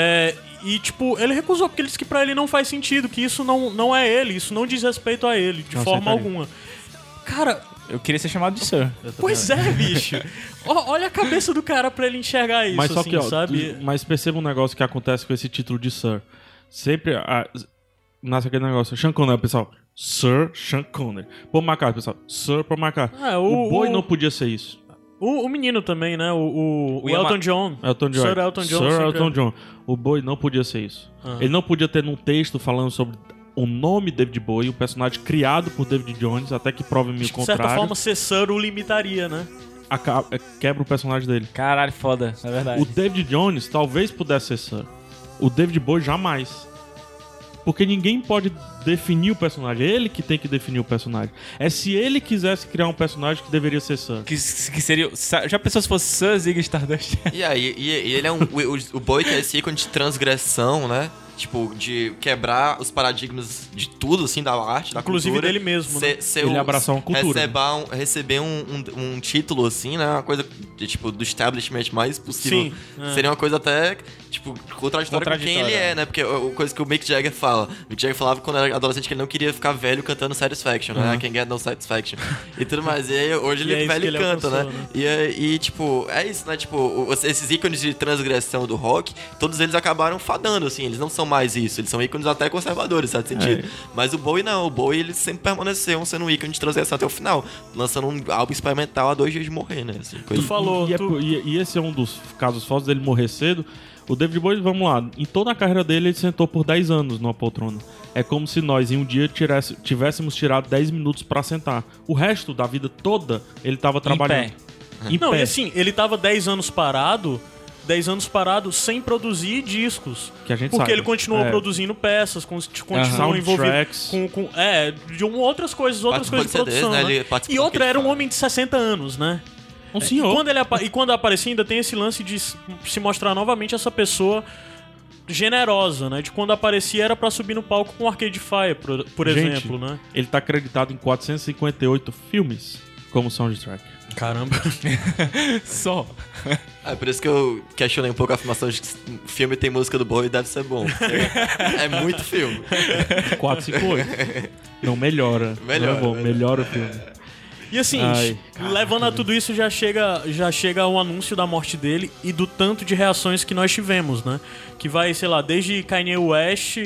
Ele recusou, porque ele disse que pra ele não faz sentido, que isso não é ele, isso não diz respeito a ele, de forma alguma. Cara... Eu queria ser chamado de Sir. Pois é, bicho. Olha a cabeça do cara pra ele enxergar isso, mas só assim, que, sabe? Mas perceba um negócio que acontece com esse título de Sir. Sempre nasce aquele negócio. Sean Connery, pessoal. Sir Sean Connery. Paul McCartney, pessoal. Sir Paul McCartney. O Bowie não podia ser isso. O menino também, né? O Elton John. Sir Elton John. O Bowie não podia ser isso. Ele não podia ter num texto falando sobre o nome David Bowie, um personagem criado por David Jones, até que prove-me o contrário. De certa forma, ser Sir o limitaria, né? Quebra o personagem dele. Caralho, foda, é verdade. O David Jones talvez pudesse ser Sir. O David Bowie jamais. Porque ninguém pode definir o personagem. É ele que tem que definir o personagem. É se ele quisesse criar um personagem que deveria ser Sir. Que seria... Já pensou se fosse Sir Ziggy Stardust? E ele é o Bowie tem esse ícone de transgressão, né? Tipo, de quebrar os paradigmas de tudo, assim, da arte, da inclusive cultura. dele mesmo, né? Ele abraçar uma cultura. Receber um título, assim, né? Uma coisa, do establishment mais possível. Sim. Seria uma coisa até, contraditória com quem ele é, né? Porque a coisa que o Mick Jagger fala. O Mick Jagger falava quando era adolescente que ele não queria ficar velho cantando Satisfaction, né? I Can't Get No Satisfaction. E tudo mais. E aí, hoje ele é velho e canta, alcançou, né? É isso, né? Esses ícones de transgressão do rock, todos eles acabaram fadando, assim. Eles não são mais isso, eles são ícones até conservadores, em certo sentido. Mas o Bowie não, o Bowie ele sempre permaneceu sendo um ícone de transgressão até o final, lançando um álbum experimental há 2 dias de morrer, né? Assim, Tu falou. E esse é um dos casos fortes dele morrer cedo. O David Bowie, vamos lá, em toda a carreira dele ele sentou por 10 anos numa poltrona. É como se nós em um dia tivéssemos tirado 10 minutos pra sentar. O resto da vida toda ele tava trabalhando. Em pé. E assim, ele tava 10 anos parado sem produzir discos. Que a gente porque sabe. Ele continuou produzindo peças, continuou envolvido com outras coisas de produção, né? E outra, era um homem de 60 anos, né? Um senhor. E quando aparecia, ainda tem esse lance de se mostrar novamente essa pessoa generosa, né? De quando aparecia era pra subir no palco com Arcade Fire, por exemplo, né? Ele tá acreditado em 458 filmes. como soundtrack. Caramba. Só. É por isso que eu questionei um pouco a afirmação de que o filme tem música do Bowie e deve ser bom. É muito filme. 4, 5, 8. Não, melhora. Melhora, Não é bom, melhora. melhora o filme. E assim, Ai, levando a tudo isso, já chega o anúncio da morte dele e do tanto de reações que nós tivemos, né? Que vai, sei lá, desde Kanye West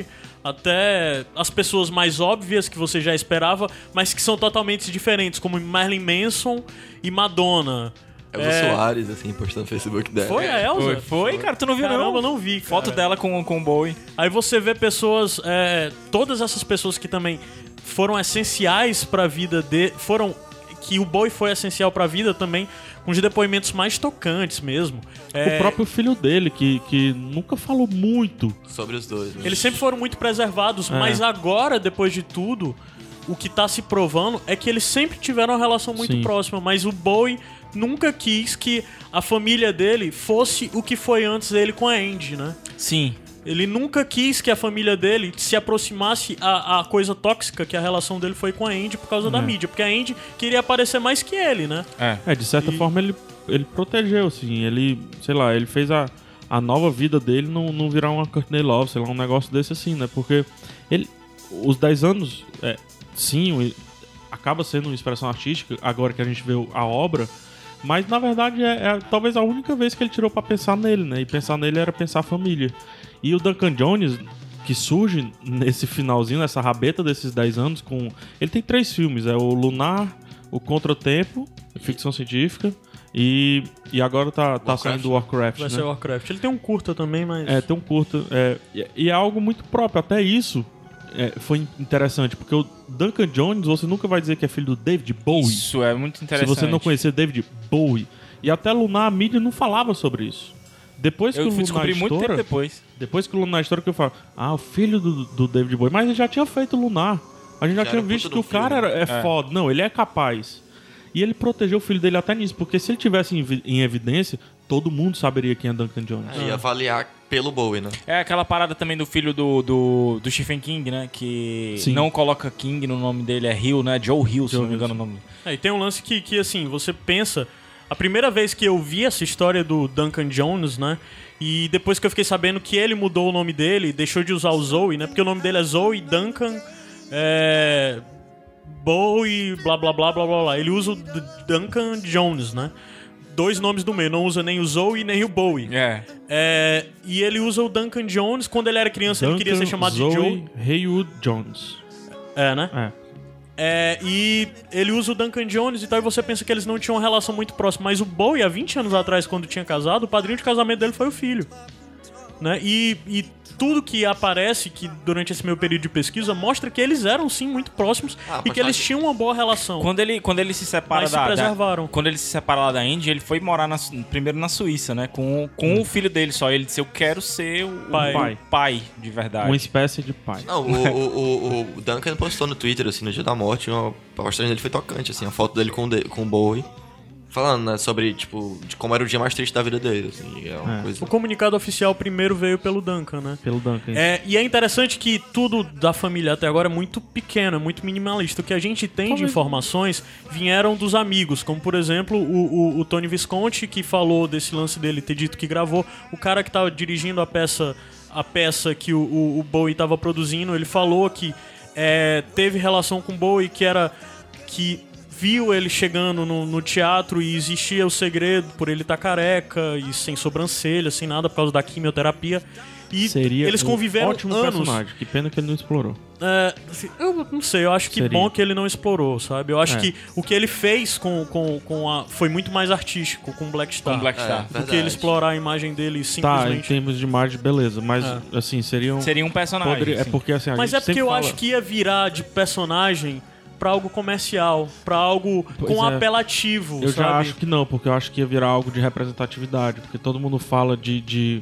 até as pessoas mais óbvias que você já esperava, mas que são totalmente diferentes, como Marilyn Manson e Madonna. Elza Soares, assim, postando no Facebook dela. Foi a Elza? Foi, cara, tu não viu Caramba, não? eu não vi, cara. Foto dela com o Bowie. Aí você vê pessoas, todas essas pessoas que também foram essenciais pra vida que o Bowie foi essencial pra vida também, com os depoimentos mais tocantes mesmo. O próprio filho dele, que nunca falou muito. Sobre os dois. Né? Eles sempre foram muito preservados, mas agora, depois de tudo, o que tá se provando é que eles sempre tiveram uma relação muito Sim. próxima, mas o Bowie nunca quis que a família dele fosse o que foi antes dele com a Andy, né? Sim. Ele nunca quis que a família dele se aproximasse a coisa tóxica que a relação dele foi com a Andy por causa da mídia. Porque a Andy queria aparecer mais que ele, né? De certa forma ele protegeu, assim. Ele, sei lá, ele fez a nova vida dele não virar uma Courtney Love, sei lá, um negócio desse assim, né? Porque os 10 anos, sim, acaba sendo uma expressão artística, agora que a gente vê a obra. Mas, na verdade, é talvez a única vez que ele tirou pra pensar nele, né? E pensar nele era pensar a família. E o Duncan Jones, que surge nesse finalzinho, nessa rabeta desses 10 anos, ele tem 3 filmes. É o Lunar, o Contratempo, ficção científica, e agora tá saindo o Warcraft, Vai né? ser o Warcraft. Ele tem um curta também, mas... Tem um curta. E é algo muito próprio. Até isso foi interessante, porque o Duncan Jones, você nunca vai dizer que é filho do David Bowie. Isso é muito interessante. Se você não conhecer David Bowie. E até Lunar, a mídia não falava sobre isso. Depois que Eu o Lunar descobri muito tempo depois. Depois que o Lunar estoura, que eu falo, o filho do David Bowie. Mas ele já tinha feito Lunar. A gente já tinha era visto puta que do o cara filme. é foda. Não, ele é capaz. E ele protegeu o filho dele até nisso, porque se ele tivesse em evidência, todo mundo saberia quem é Duncan Jones. E avaliar pelo Bowie, né? É aquela parada também do filho do Stephen King, né? Que Sim. não coloca King no nome dele, é Hill, né? Joe Hill, se não me engano o nome. E tem um lance que assim, você pensa... A primeira vez que eu vi essa história do Duncan Jones, né? E depois que eu fiquei sabendo que ele mudou o nome dele, deixou de usar o Zoe, né? Porque o nome dele é Zoe Duncan Bowie, blá blá blá blá blá blá. Ele usa o Duncan Jones, né? 2 nomes do meio, não usa nem o Zoe nem o Bowie. E ele usa o Duncan Jones. Quando ele era criança, ele queria ser chamado de Joe. Haywood Jones. Né? E ele usa o Duncan Jones e tal, e você pensa que eles não tinham uma relação muito próxima. Mas o Bowie, há 20 anos atrás, quando tinha casado, o padrinho de casamento dele foi o filho. Né? E tudo que aparece que durante esse meu período de pesquisa mostra que eles eram sim muito próximos e que eles tinham uma boa relação. Quando ele se separa Mas se preservaram. quando ele se separa lá da Andy, ele foi morar primeiro na Suíça, né? Com o filho dele só. Ele disse: eu quero ser o pai de verdade. Uma espécie de pai. Não, o Duncan postou no Twitter, assim, no dia da morte, uma postagem dele foi tocante, assim, a foto dele com o Bowie. Falando, né, sobre, tipo, de como era o dia mais triste da vida dele, assim, é uma coisa... O comunicado oficial primeiro veio pelo Duncan, né? Pelo Duncan. E é interessante que tudo da família até agora é muito pequeno, é muito minimalista. O que a gente tem de informações vieram dos amigos, como, por exemplo, o Tony Visconti, que falou desse lance dele ter dito que gravou. O cara que tava dirigindo a peça que o Bowie estava produzindo, ele falou que teve relação com o Bowie, que viu ele chegando no teatro e existia o segredo por ele estar careca e sem sobrancelha, sem nada, por causa da quimioterapia. E seria eles conviveram ótimo anos. personagem. Que pena que ele não explorou. Eu não sei, eu acho que Seria. bom que ele não explorou, sabe? Eu acho que o que ele fez foi muito mais artístico com Black Star. Com Black Star. Do que ele explorar a imagem dele Tá, em simplesmente. termos de imagem, beleza. Mas, assim, seria um personagem. É porque, assim, a Mas gente é porque sempre eu fala... acho que ia virar de personagem pra algo comercial, pra algo Pois é. apelativo, Eu sabe? já acho que não, porque eu acho que ia virar algo de representatividade. Porque todo mundo fala de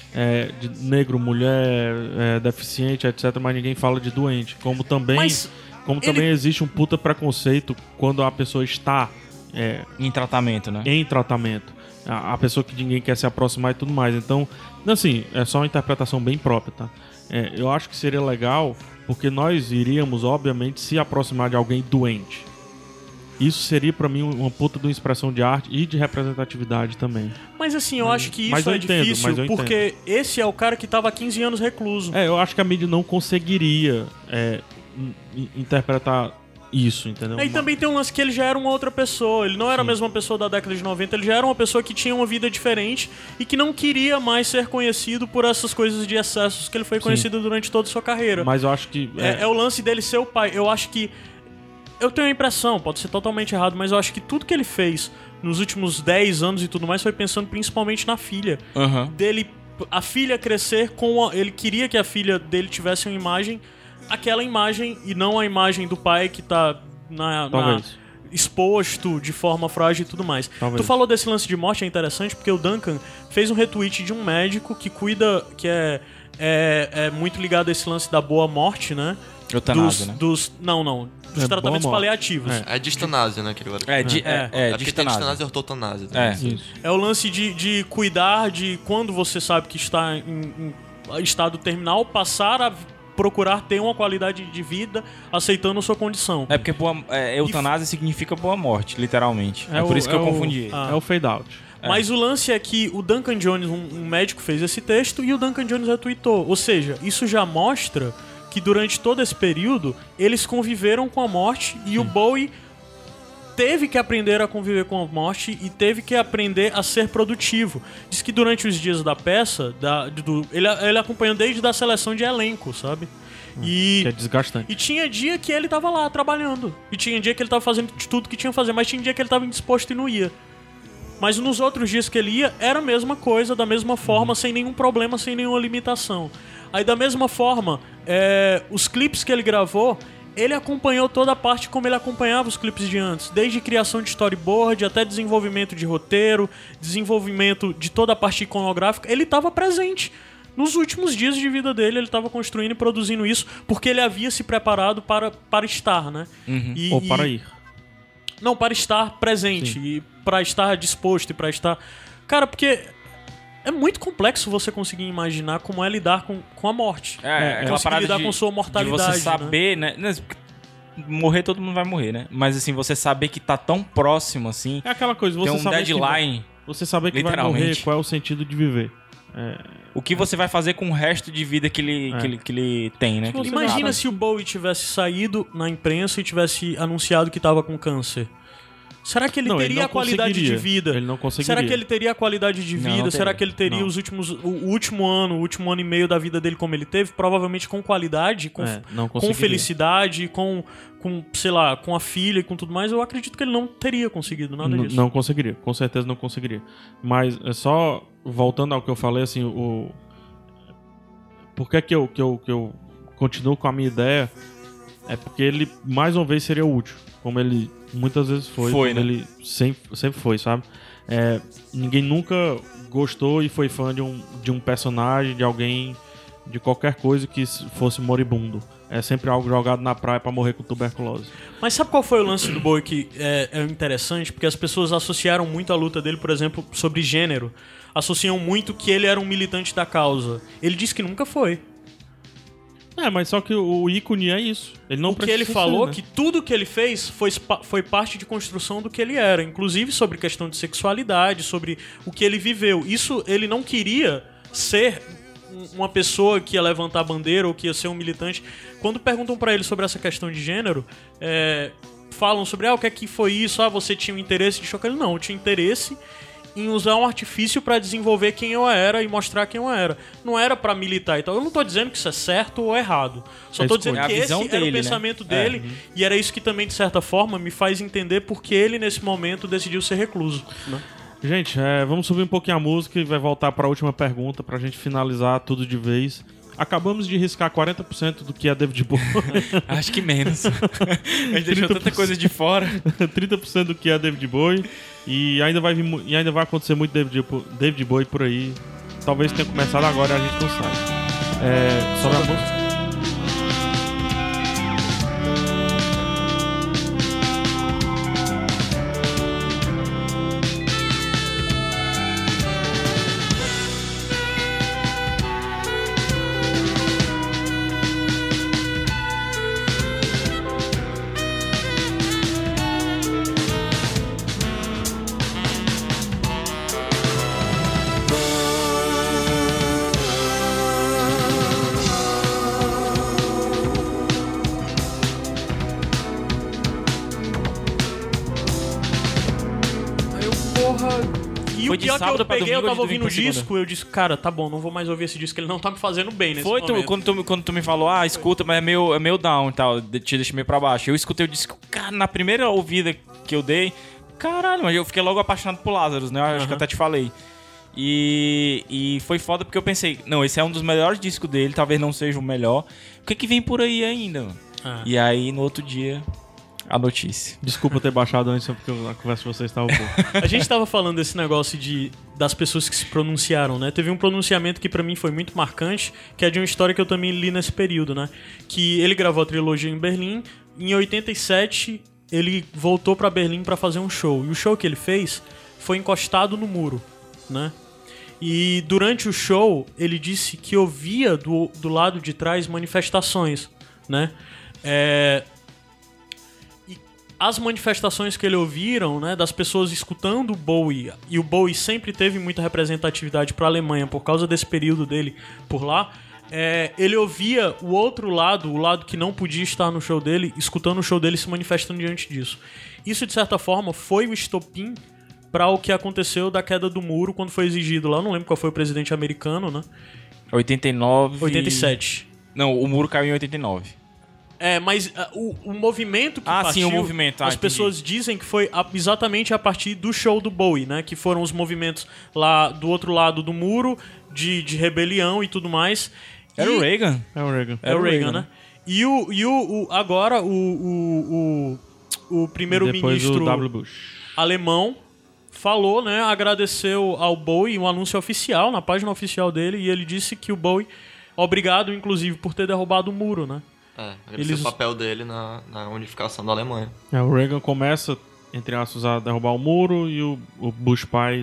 negro, mulher, deficiente, etc. Mas ninguém fala de doente. Como também existe um puta preconceito quando a pessoa está em tratamento, né? em tratamento. A pessoa que ninguém quer se aproximar e tudo mais. Então, assim, é só uma interpretação bem própria, tá? Eu acho que seria legal, porque nós iríamos, obviamente, se aproximar de alguém doente. isso seria pra mim uma puta de uma expressão de arte e de representatividade também. Mas assim, eu acho que mas isso eu é entendo, difícil, mas eu porque esse é o cara que tava há 15 anos recluso. Eu acho que a mídia não conseguiria interpretar isso, entendeu? Aí também tem um lance que ele já era uma outra pessoa. Ele não era a mesma pessoa da década de 90, ele já era uma pessoa que tinha uma vida diferente e que não queria mais ser conhecido por essas coisas de excessos que ele foi conhecido durante toda a sua carreira. Mas eu acho que... É o lance dele ser o pai. Eu acho que... Eu tenho a impressão, pode ser totalmente errado, mas eu acho que tudo que ele fez nos últimos 10 anos e tudo mais foi pensando principalmente na filha. Dele, a filha crescer com... Ele queria que a filha dele tivesse uma imagem... Aquela imagem e não a imagem do pai que tá exposto de forma frágil e tudo mais. Talvez. Tu falou desse lance de morte, é interessante porque o Duncan fez um retweet de um médico que cuida, que é muito ligado a esse lance da boa morte, né? Eutanásia, né? Dos tratamentos boa morte. paliativos. É de eutanásia, né? Que agora... É de porque tem eutanásia. eutanásia e ortotanásia. Isso. É o lance de cuidar de quando você sabe que está em estado terminal, passar a procurar ter uma qualidade de vida aceitando a sua condição. É porque eutanásia significa boa morte, literalmente. É por isso que eu confundi. É o fade out. Mas o lance é que o Duncan Jones, um médico, fez esse texto e o Duncan Jones retweetou. Ou seja, isso já mostra que durante todo esse período eles conviveram com a morte e o Bowie teve que aprender a conviver com a morte e teve que aprender a ser produtivo. Diz que durante os dias da peça, ele acompanhou desde a seleção de elenco, sabe? Que é desgastante. E tinha dia que ele tava lá trabalhando. E tinha dia que ele tava fazendo de tudo que tinha que fazer, mas tinha dia que ele tava indisposto e não ia. Mas nos outros dias que ele ia, era a mesma coisa, da mesma forma, sem nenhum problema, sem nenhuma limitação. Aí da mesma forma, os clipes que ele gravou, ele acompanhou toda a parte como ele acompanhava os clipes de antes. Desde criação de storyboard, até desenvolvimento de roteiro, desenvolvimento de toda a parte iconográfica. Ele estava presente. Nos últimos dias de vida dele, ele estava construindo e produzindo isso, porque ele havia se preparado para estar, né? Ou para ir. Não, para estar presente. Sim. E para estar disposto e para estar... Cara, porque... É muito complexo você conseguir imaginar como é lidar com a morte. Aquela parada lidar com sua mortalidade. De você saber, né? Morrer, todo mundo vai morrer, né? Mas assim, você saber que tá tão próximo, assim... É aquela coisa, você tem um saber deadline. Você saber que vai morrer, qual é o sentido de viver. O que você vai fazer com o resto de vida que ele tem, né? Imagina se o Bowie tivesse saído na imprensa e tivesse anunciado que tava com câncer. Será que ele teria a qualidade de vida? Ele não conseguiria. Será que ele teria a qualidade de vida? Não Será que ele teria o último ano e meio da vida dele como ele teve? Provavelmente com qualidade, com felicidade, com, sei lá, com a filha e com tudo mais. Eu acredito que ele não teria conseguido nada disso. Não conseguiria, com certeza não conseguiria. Mas é só voltando ao que eu falei, assim, por que eu continuo com a minha ideia? É porque ele, mais uma vez, seria útil. Como ele muitas vezes foi, né? Ele sempre foi, sabe? Ninguém nunca gostou e foi fã de um personagem, de alguém, de qualquer coisa que fosse moribundo. É sempre algo jogado na praia pra morrer com tuberculose. Mas sabe qual foi o lance do Bowie que é interessante? Porque as pessoas associaram muito a luta dele, por exemplo, sobre gênero. Associam muito que ele era um militante da causa. Ele disse que nunca foi. Mas só que o ícone é isso. Ele não o que ele falou, né? Que tudo que ele fez foi parte de construção do que ele era. Inclusive sobre questão de sexualidade, sobre o que ele viveu. Isso ele não queria ser uma pessoa que ia levantar a bandeira ou que ia ser um militante. Quando perguntam pra ele sobre essa questão de gênero, falam sobre o que é que foi isso? Você tinha um interesse de chocar? Ele não, eu tinha interesse em usar um artifício pra desenvolver quem eu era e mostrar quem eu era. Não era pra militar e tal. Eu não tô dizendo que isso é certo ou errado. Só tô dizendo que esse era o pensamento dele. E era isso que também, de certa forma, me faz entender porque ele, nesse momento, decidiu ser recluso. Né? Gente, vamos subir um pouquinho a música e vai voltar pra última pergunta pra gente finalizar tudo de vez. Acabamos de riscar 40% do que é David Bowie. Acho que menos. A gente deixou tanta coisa de fora. 30% do que é David Bowie. E ainda vai acontecer muito David Bowie por aí. Talvez tenha começado agora e a gente não sabe. Sobre a música. de pior que sábado eu pra peguei, domingo, eu tava de domingo ouvindo o pra disco, eu disse, cara, tá bom, não vou mais ouvir esse disco, ele não tá me fazendo bem nesse Foi momento. quando tu me falou, escuta, mas é meio down e tal, te deixa meio pra baixo. Eu escutei o disco, cara, na primeira ouvida que eu dei, caralho, mas eu fiquei logo apaixonado por Lazarus, né? Eu acho que até te falei. E foi foda porque eu pensei, não, esse é um dos melhores discos dele, talvez não seja o melhor. O que vem por aí ainda, mano? E aí, no outro dia, a notícia. Desculpa ter baixado antes, porque a conversa de vocês estava boa. A gente tava falando desse negócio das pessoas que se pronunciaram, né? Teve um pronunciamento que pra mim foi muito marcante, que é de uma história que eu também li nesse período, né? Que ele gravou a trilogia em Berlim, em 87 ele voltou pra Berlim pra fazer um show. E o show que ele fez foi encostado no muro, né? E durante o show, ele disse que ouvia do lado de trás manifestações, né? E as manifestações que ele ouviram, né, das pessoas escutando o Bowie, e o Bowie sempre teve muita representatividade para a Alemanha por causa desse período dele por lá, ele ouvia o outro lado, o lado que não podia estar no show dele, escutando o show dele se manifestando diante disso. Isso, de certa forma, foi o estopim para o que aconteceu da queda do muro quando foi exigido lá. Eu não lembro qual foi o presidente americano, né? 87. Não, o muro caiu em 89. Mas o movimento que partiu... sim, o movimento. As pessoas dizem que foi exatamente a partir do show do Bowie, né? Que foram os movimentos lá do outro lado do muro, de rebelião e tudo mais. Era o Reagan? É o Reagan. É o Reagan, né? E agora o primeiro-ministro alemão falou, né? Agradeceu ao Bowie, um anúncio oficial, na página oficial dele, e ele disse que o Bowie, obrigado, inclusive, por ter derrubado o muro, né? O papel dele na unificação da Alemanha. O Reagan começa, entre aspas, a derrubar o muro e o Bush pai,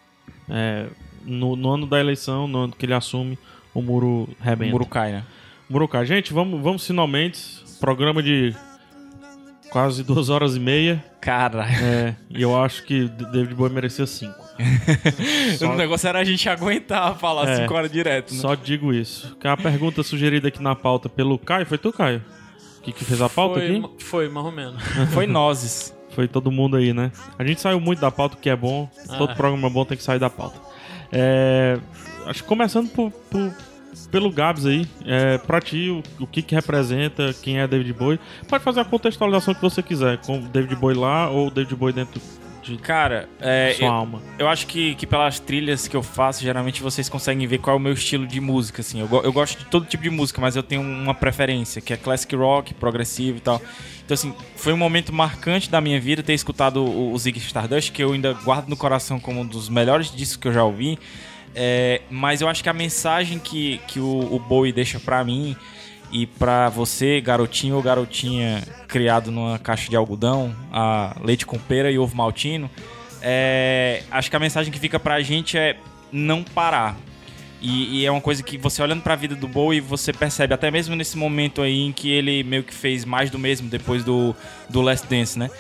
no ano da eleição, no ano que ele assume, o muro rebenta. O muro cai, né? O muro cai. Gente, vamos finalmente. Programa de quase 2h30. Caralho. E eu acho que David Bowie merecia 5. O negócio era a gente aguentar falar 5 horas direto, né? Só digo isso. Que a pergunta sugerida aqui na pauta pelo Caio, foi tu, Caio? Que fez a pauta aqui? Foi, mais ou menos. Foi nozes. Foi todo mundo aí, né? A gente saiu muito da pauta, o que é bom. Todo programa bom tem que sair da pauta. Acho que começando pelo Gabs aí, pra ti, o que representa, quem é David Bowie. Pode fazer a contextualização que você quiser, com David Bowie lá ou David Bowie dentro de sua alma. Eu acho que pelas trilhas que eu faço, geralmente vocês conseguem ver qual é o meu estilo de música, assim. Eu gosto de todo tipo de música, mas eu tenho uma preferência, que é classic rock, progressivo e tal. Então, assim, foi um momento marcante da minha vida ter escutado o Ziggy Stardust, que eu ainda guardo no coração como um dos melhores discos que eu já ouvi. Mas eu acho que a mensagem que o Bowie deixa pra mim e pra você, garotinho ou garotinha criado numa caixa de algodão, a leite com pera e ovo maltino, acho que a mensagem que fica pra gente é não parar. E é uma coisa que você olhando pra vida do Bowie, você percebe, até mesmo nesse momento aí em que ele meio que fez mais do mesmo depois do Last Dance, né?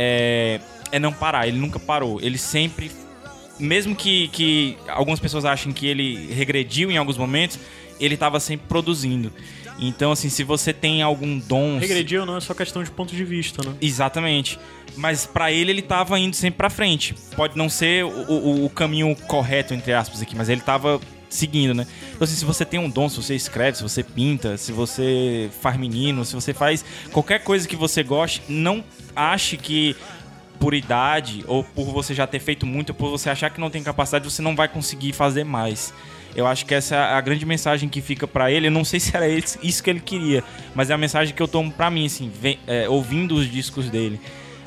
É não parar, ele nunca parou, ele sempre... Mesmo que algumas pessoas achem que ele regrediu em alguns momentos, ele estava sempre produzindo. Então, assim, se você tem algum dom... Regrediu não é só questão de ponto de vista, né? Exatamente. Mas pra ele estava indo sempre pra frente. Pode não ser o caminho correto, entre aspas, aqui, mas ele estava seguindo, né? Então, assim, se você tem um dom, se você escreve, se você pinta, se você faz menino, se você faz qualquer coisa que você goste, não ache que... por idade, ou por você já ter feito muito, ou por você achar que não tem capacidade, você não vai conseguir fazer mais. Eu acho que essa é a grande mensagem que fica pra ele. Eu não sei se era isso que ele queria, mas é a mensagem que eu tomo pra mim, assim, ouvindo os discos dele.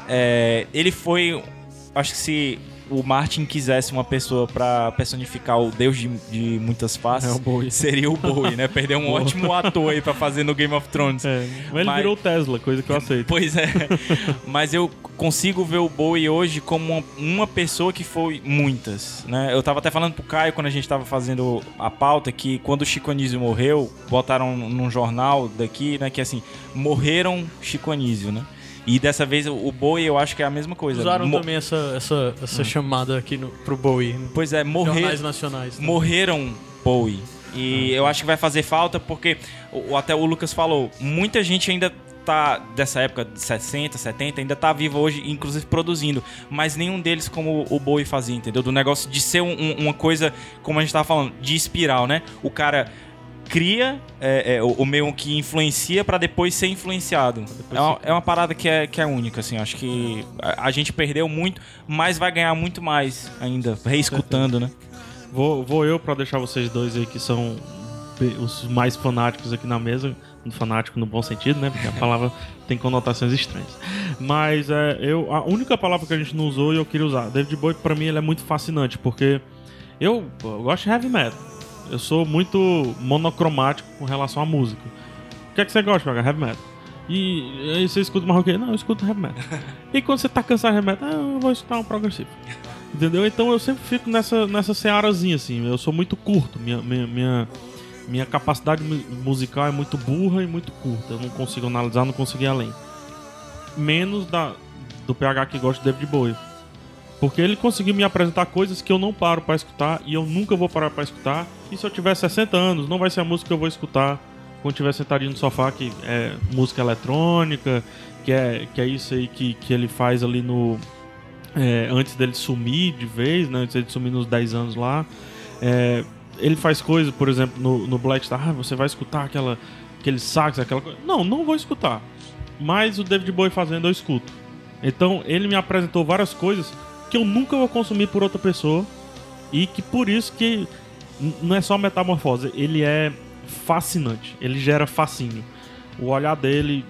Ele foi... Acho que se o Martin quisesse uma pessoa pra personificar o Deus de muitas faces, seria o Bowie, né? Perdeu um ótimo ator aí pra fazer no Game of Thrones. Mas ele virou o Tesla, coisa que eu aceito. Pois é. Mas eu consigo ver o Bowie hoje como uma pessoa que foi muitas, né? Eu tava até falando pro Caio, quando a gente tava fazendo a pauta, que quando o Chico Anísio morreu, botaram num jornal daqui, né? Que assim, morreram Chico Anísio, né? E dessa vez o Bowie, eu acho que é a mesma coisa. Usaram também essa chamada aqui pro Bowie. Pois é, jornais nacionais. Também. Morreram Bowie. E eu acho que vai fazer falta porque, até o Lucas falou, muita gente ainda tá dessa época de 60, 70, ainda tá vivo hoje, inclusive produzindo, mas nenhum deles como o Bowie fazia, entendeu? Do negócio de ser uma coisa, como a gente tava falando, de espiral, né? O cara cria o meio que influencia pra depois ser influenciado. É uma parada que é única, assim. Acho que a gente perdeu muito, mas vai ganhar muito mais ainda, reescutando, né? Vou eu pra deixar vocês dois aí que são os mais fanáticos aqui na mesa. Fanático no bom sentido, né? Porque a palavra tem conotações estranhas. Mas a única palavra que a gente não usou e eu queria usar. David Bowie, pra mim, ele é muito fascinante, porque eu gosto de heavy metal. Eu sou muito monocromático com relação à música. O que é que você gosta, PH? Heavy metal. E aí você escuta mais o quê? Não, eu escuto heavy metal. E quando você tá cansado de heavy metal, eu vou escutar um progressivo. Entendeu? Então eu sempre fico nessa searazinha, assim. Eu sou muito curto. Minha capacidade musical é muito burra e muito curta. Eu não consigo analisar, não consigo ir além. Menos do PH que gosta de David Bowie. Porque ele conseguiu me apresentar coisas que eu não paro pra escutar e eu nunca vou parar pra escutar. E se eu tiver 60 anos, não vai ser a música que eu vou escutar quando estiver sentadinho no sofá, que é música eletrônica, que é isso aí que ele faz ali no... antes dele sumir de vez, né? Antes dele sumir nos 10 anos lá. Ele faz coisas, por exemplo, no Black Star, você vai escutar aquele sax, aquela coisa. Não vou escutar. Mas o David Bowie fazendo, eu escuto. Então, ele me apresentou várias coisas que eu nunca vou consumir por outra pessoa. E que por isso que não é só metamorfose, ele é fascinante. Ele gera fascínio. O olhar dele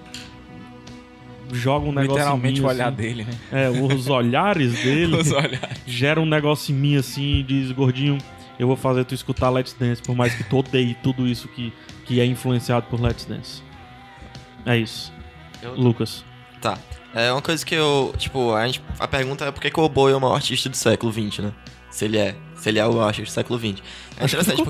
joga um negócio literalmente em mim, o olhar assim. dele, né? Os olhares dele Os olhares. geram um negócio em mim assim e diz, gordinho, eu vou fazer tu escutar Let's Dance, por mais que tu odeie tudo isso que é influenciado por Let's Dance. É isso. Lucas. Tá. É uma coisa que eu... Tipo, a pergunta é por que o Bowie é o maior artista do século XX, né? Se ele é o maior artista do século XX. É interessante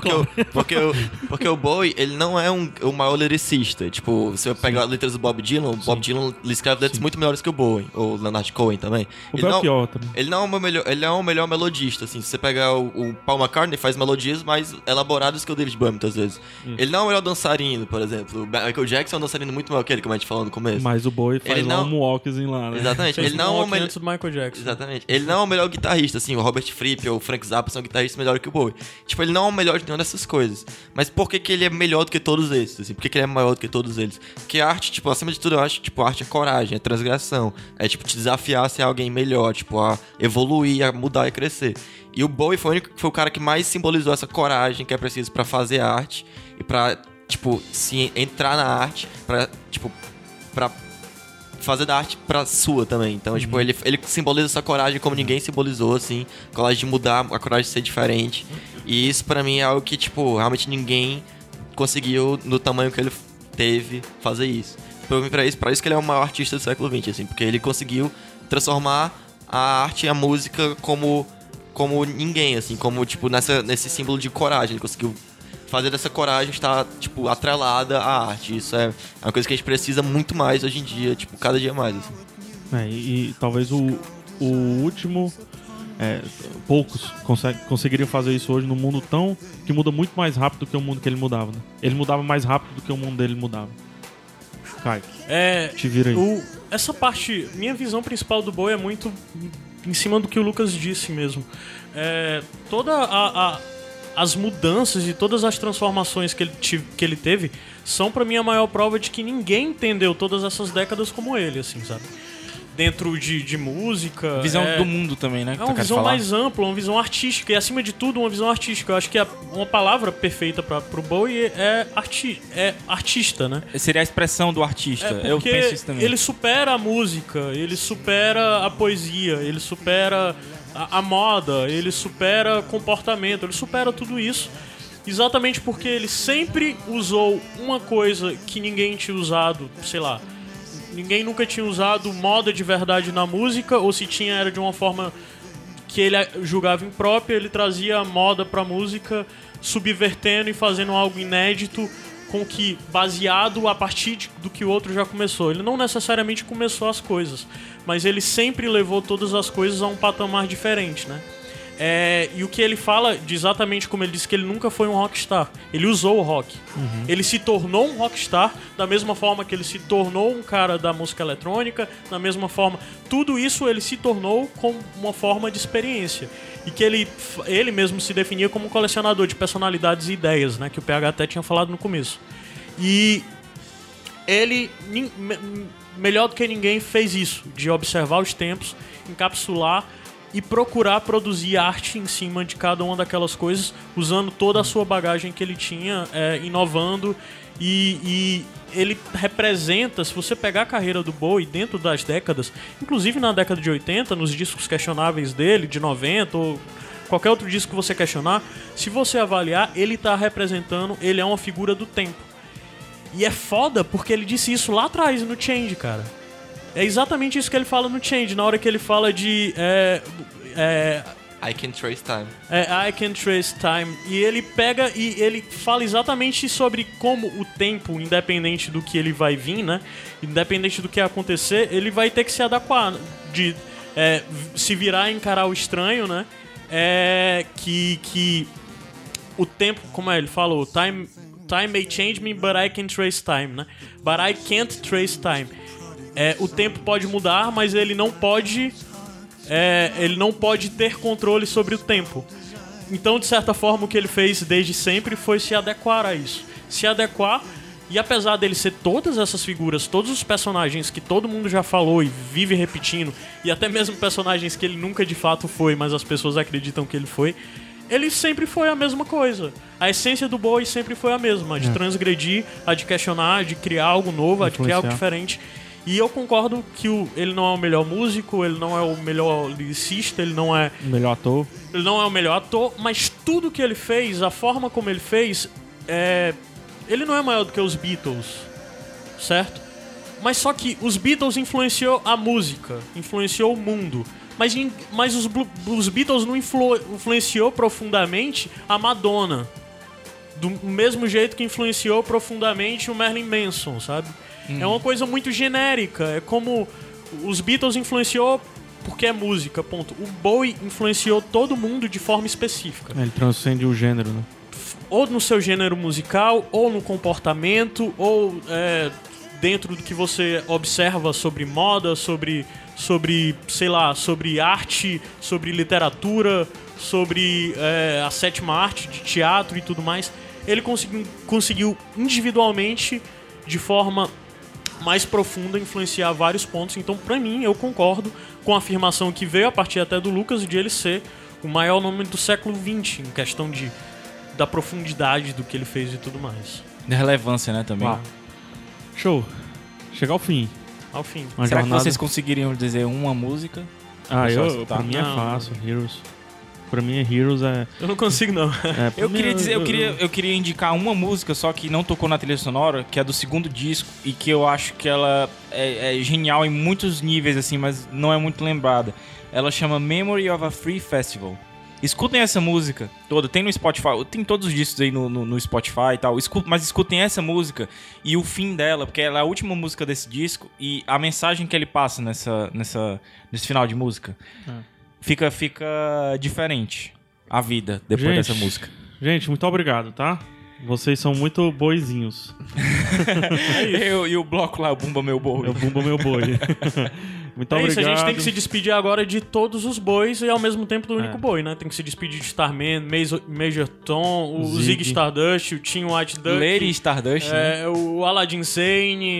porque o Bowie, ele não é o maior lyricista. Tipo, você vai pegar letras do Bob Dylan, o Bob Dylan escreve letras muito melhores que o Bowie. Ou Leonard Cohen também. O Belchior também. Ele não é o melhor melodista, assim. Se você pegar o Paul McCartney, faz melodias mais elaboradas que o David Bowie, muitas vezes. Ele não é o melhor dançarino, por exemplo. O Michael Jackson é um dançarino muito maior que ele, como a gente falou no começo. Mas o Bowie faz um walkzinho lá, né? Exatamente. Ele não é o melhor... do Michael Jackson. Exatamente. Ele não é o melhor guitarrista, assim. O Robert Fripp ou o Frank Zappa são guitarristas melhores que o Bowie. Tipo, ele não é o melhor de nenhuma dessas coisas. Mas por que ele é melhor do que todos esses? Assim? Por que ele é maior do que todos eles? Porque a arte, tipo, acima de tudo, eu acho, tipo, a arte é coragem, é transgressão. É, tipo, te desafiar a ser alguém melhor, tipo, a evoluir, a mudar e crescer. E o Bowie foi o cara que mais simbolizou essa coragem que é preciso pra fazer arte e pra, tipo, se entrar na arte, pra, tipo, pra fazer da arte pra sua também. Então, tipo, ele simboliza essa coragem como ninguém simbolizou, assim. A coragem de mudar, a coragem de ser diferente. E isso, pra mim, é algo que, tipo, realmente ninguém conseguiu, no tamanho que ele teve, fazer isso. Pra isso que ele é o maior artista do século XX, assim. Porque ele conseguiu transformar a arte e a música como ninguém, assim. Como, tipo, nesse símbolo de coragem. Ele conseguiu fazer dessa coragem estar, tipo, atrelada à arte. Isso é uma coisa que a gente precisa muito mais hoje em dia, tipo, cada dia mais, assim. E talvez o último... poucos conseguiriam fazer isso hoje num mundo que muda muito mais rápido do que o mundo que ele mudava, né? Ele mudava mais rápido do que o mundo dele mudava. Kai, te vira aí. Essa parte, minha visão principal do Bowie é muito em cima do que o Lucas disse mesmo. As mudanças e todas as transformações que ele teve são, pra mim, a maior prova de que ninguém entendeu todas essas décadas como ele, assim, sabe? Dentro de música... Visão do mundo também, né? É uma visão mais ampla, uma visão artística. E, acima de tudo, uma visão artística. Eu acho que uma palavra perfeita pro Bowie é artista, né? Seria a expressão do artista. Eu penso isso também. Ele supera a música, ele supera a poesia, ele supera a moda, ele supera comportamento, ele supera tudo isso. Exatamente porque ele sempre usou uma coisa que ninguém tinha usado, sei lá... Ninguém nunca tinha usado moda de verdade na música, ou se tinha era de uma forma que ele julgava imprópria, ele trazia a moda pra música, subvertendo e fazendo algo inédito, com que, baseado a partir do que o outro já começou. Ele não necessariamente começou as coisas, mas ele sempre levou todas as coisas a um patamar diferente, né? E o que ele fala, de exatamente como ele disse, que ele nunca foi um rockstar. Ele usou o rock. Ele se tornou um rockstar da mesma forma que ele se tornou um cara da música eletrônica, da mesma forma. Tudo isso ele se tornou com uma forma de experiência. E que ele mesmo se definia como um colecionador de personalidades e ideias, né? Que o PH até tinha falado no começo. E ele, melhor do que ninguém, fez isso, de observar os tempos, encapsular e procurar produzir arte em cima de cada uma daquelas coisas, usando toda a sua bagagem que ele tinha, inovando. E ele representa, se você pegar a carreira do Bowie dentro das décadas, inclusive na década de 80, nos discos questionáveis dele, de 90, ou qualquer outro disco que você questionar, se você avaliar, ele tá representando, ele é uma figura do tempo. E é foda porque ele disse isso lá atrás, no Change, cara. É exatamente isso que ele fala no Change, na hora que ele fala de... I Can Trace Time. I Can Trace Time. E ele pega e ele fala exatamente sobre como o tempo, independente do que ele vai vir, né? Independente do que acontecer, ele vai ter que se adequar, de se virar e encarar o estranho, né? Que o tempo, como ele falou, time may change me, but I can trace time, né? But I can't trace time. O tempo pode mudar, mas ele não pode ter controle sobre o tempo. Então, de certa forma, o que ele fez desde sempre foi se adequar a isso. Se adequar, e apesar dele ser todas essas figuras, todos os personagens que todo mundo já falou e vive repetindo, e até mesmo personagens que ele nunca de fato foi, mas as pessoas acreditam que ele foi, ele sempre foi a mesma coisa. A essência do Bowie sempre foi a mesma, a de transgredir, a de questionar, a de criar algo novo, a de criar algo diferente. E eu concordo que ele não é o melhor músico, ele não é o melhor lyricista, ele não é... O melhor ator. Ele não é o melhor ator, mas tudo que ele fez, a forma como ele fez, ele não é maior do que os Beatles, certo? Mas só que os Beatles influenciou a música, influenciou o mundo. Mas os Beatles não influenciou profundamente a Madonna. Do mesmo jeito que influenciou profundamente o Marilyn Manson, sabe? É uma coisa muito genérica. É como os Beatles influenciou porque é música, ponto. O Bowie influenciou todo mundo de forma específica. Ele transcende o gênero, né? Ou no seu gênero musical, ou no comportamento, ou dentro do que você observa sobre moda, sobre sei lá, sobre arte, sobre literatura, sobre a sétima arte de teatro e tudo mais. Ele conseguiu individualmente, de forma mais profunda, influenciar vários pontos. Então, pra mim, eu concordo com a afirmação que veio a partir até do Lucas de ele ser o maior nome do século XX, em questão da profundidade do que ele fez e tudo mais. Da relevância, né, também. Uau. Show. Chegar ao fim. Ao fim. Será que vocês conseguiriam dizer uma música? Pra mim é fácil. Heroes. Pra mim, Heroes é... Eu não consigo, não. Eu queria indicar uma música, só que não tocou na trilha sonora, que é do segundo disco, e que eu acho que ela é genial em muitos níveis, assim, mas não é muito lembrada. Ela chama Memory of a Free Festival. Escutem essa música toda, tem no Spotify, tem todos os discos aí no Spotify e tal, mas escutem essa música e o fim dela, porque ela é a última música desse disco e a mensagem que ele passa nesse final de música fica diferente a vida depois dessa música. Gente, muito obrigado, tá? Vocês são muito boizinhos. E o bloco lá, o Bumba Meu Boi. É o Bumba Meu Boi. Muito obrigado. Isso, a gente tem que se despedir agora de todos os bois e ao mesmo tempo do único boi, né? Tem que se despedir de Starman, Major Tom, o Ziggy Stardust, o Tim White Duck, Lady Stardust, né? o Aladdin Sane,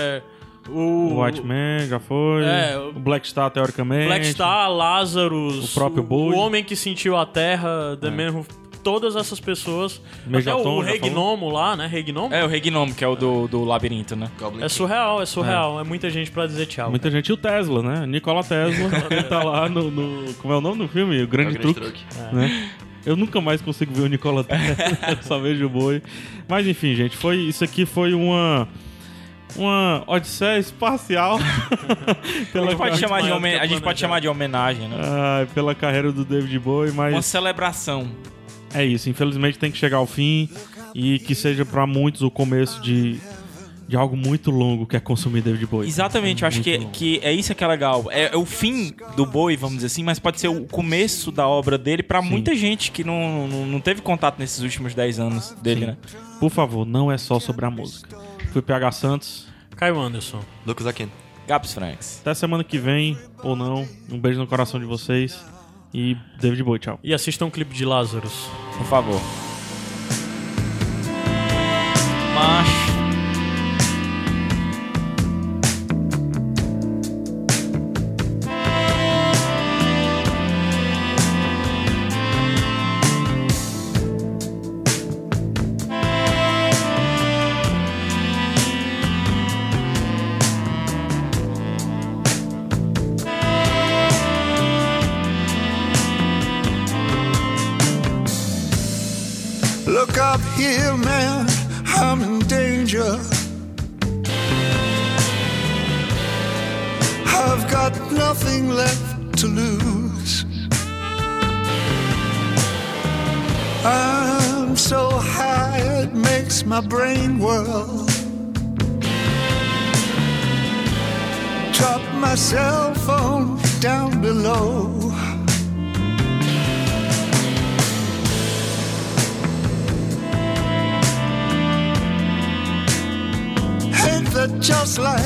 o White Man já foi, o Black Star teoricamente, Black Star, Lazarus, o próprio Boi, o Homem que Sentiu a Terra, The Man Who... Todas essas pessoas. Major até Tom, o Rei Gnomo lá, né? Rei Gnomo? O Rei Gnomo, que é o do labirinto, né? É surreal. É muita gente pra dizer tchau. Muita gente. E o Tesla, né? Nikola Tesla, ele tá lá no... Como é o nome do filme? O Grande Truque. Né? Eu nunca mais consigo ver o Nikola Tesla, só vejo o Boi. Mas enfim, gente, isso aqui foi uma odisseia espacial. A gente pode chamar de homenagem, né? Pela carreira do David Bowie, mas... Uma celebração. É isso, infelizmente tem que chegar ao fim e que seja pra muitos o começo de de algo muito longo que é consumir David Bowie. Exatamente, eu acho que é isso que é legal. É o fim do Bowie, vamos dizer assim, mas pode ser o começo da obra dele pra muita gente que não teve contato nesses últimos 10 anos dele, né? Por favor, não é só sobre a música. Fui PH Santos. Caio Anderson. Lucas Aquino. Gabs Franks. Até semana que vem, ou não. Um beijo no coração de vocês. E David Bowie, tchau. E assistam um clipe de Lazarus. Por favor. Macho. Look up here, man, I'm in danger. I've got nothing left to lose. I'm so high it makes my brain whirl. Drop my cell phone down below. That just like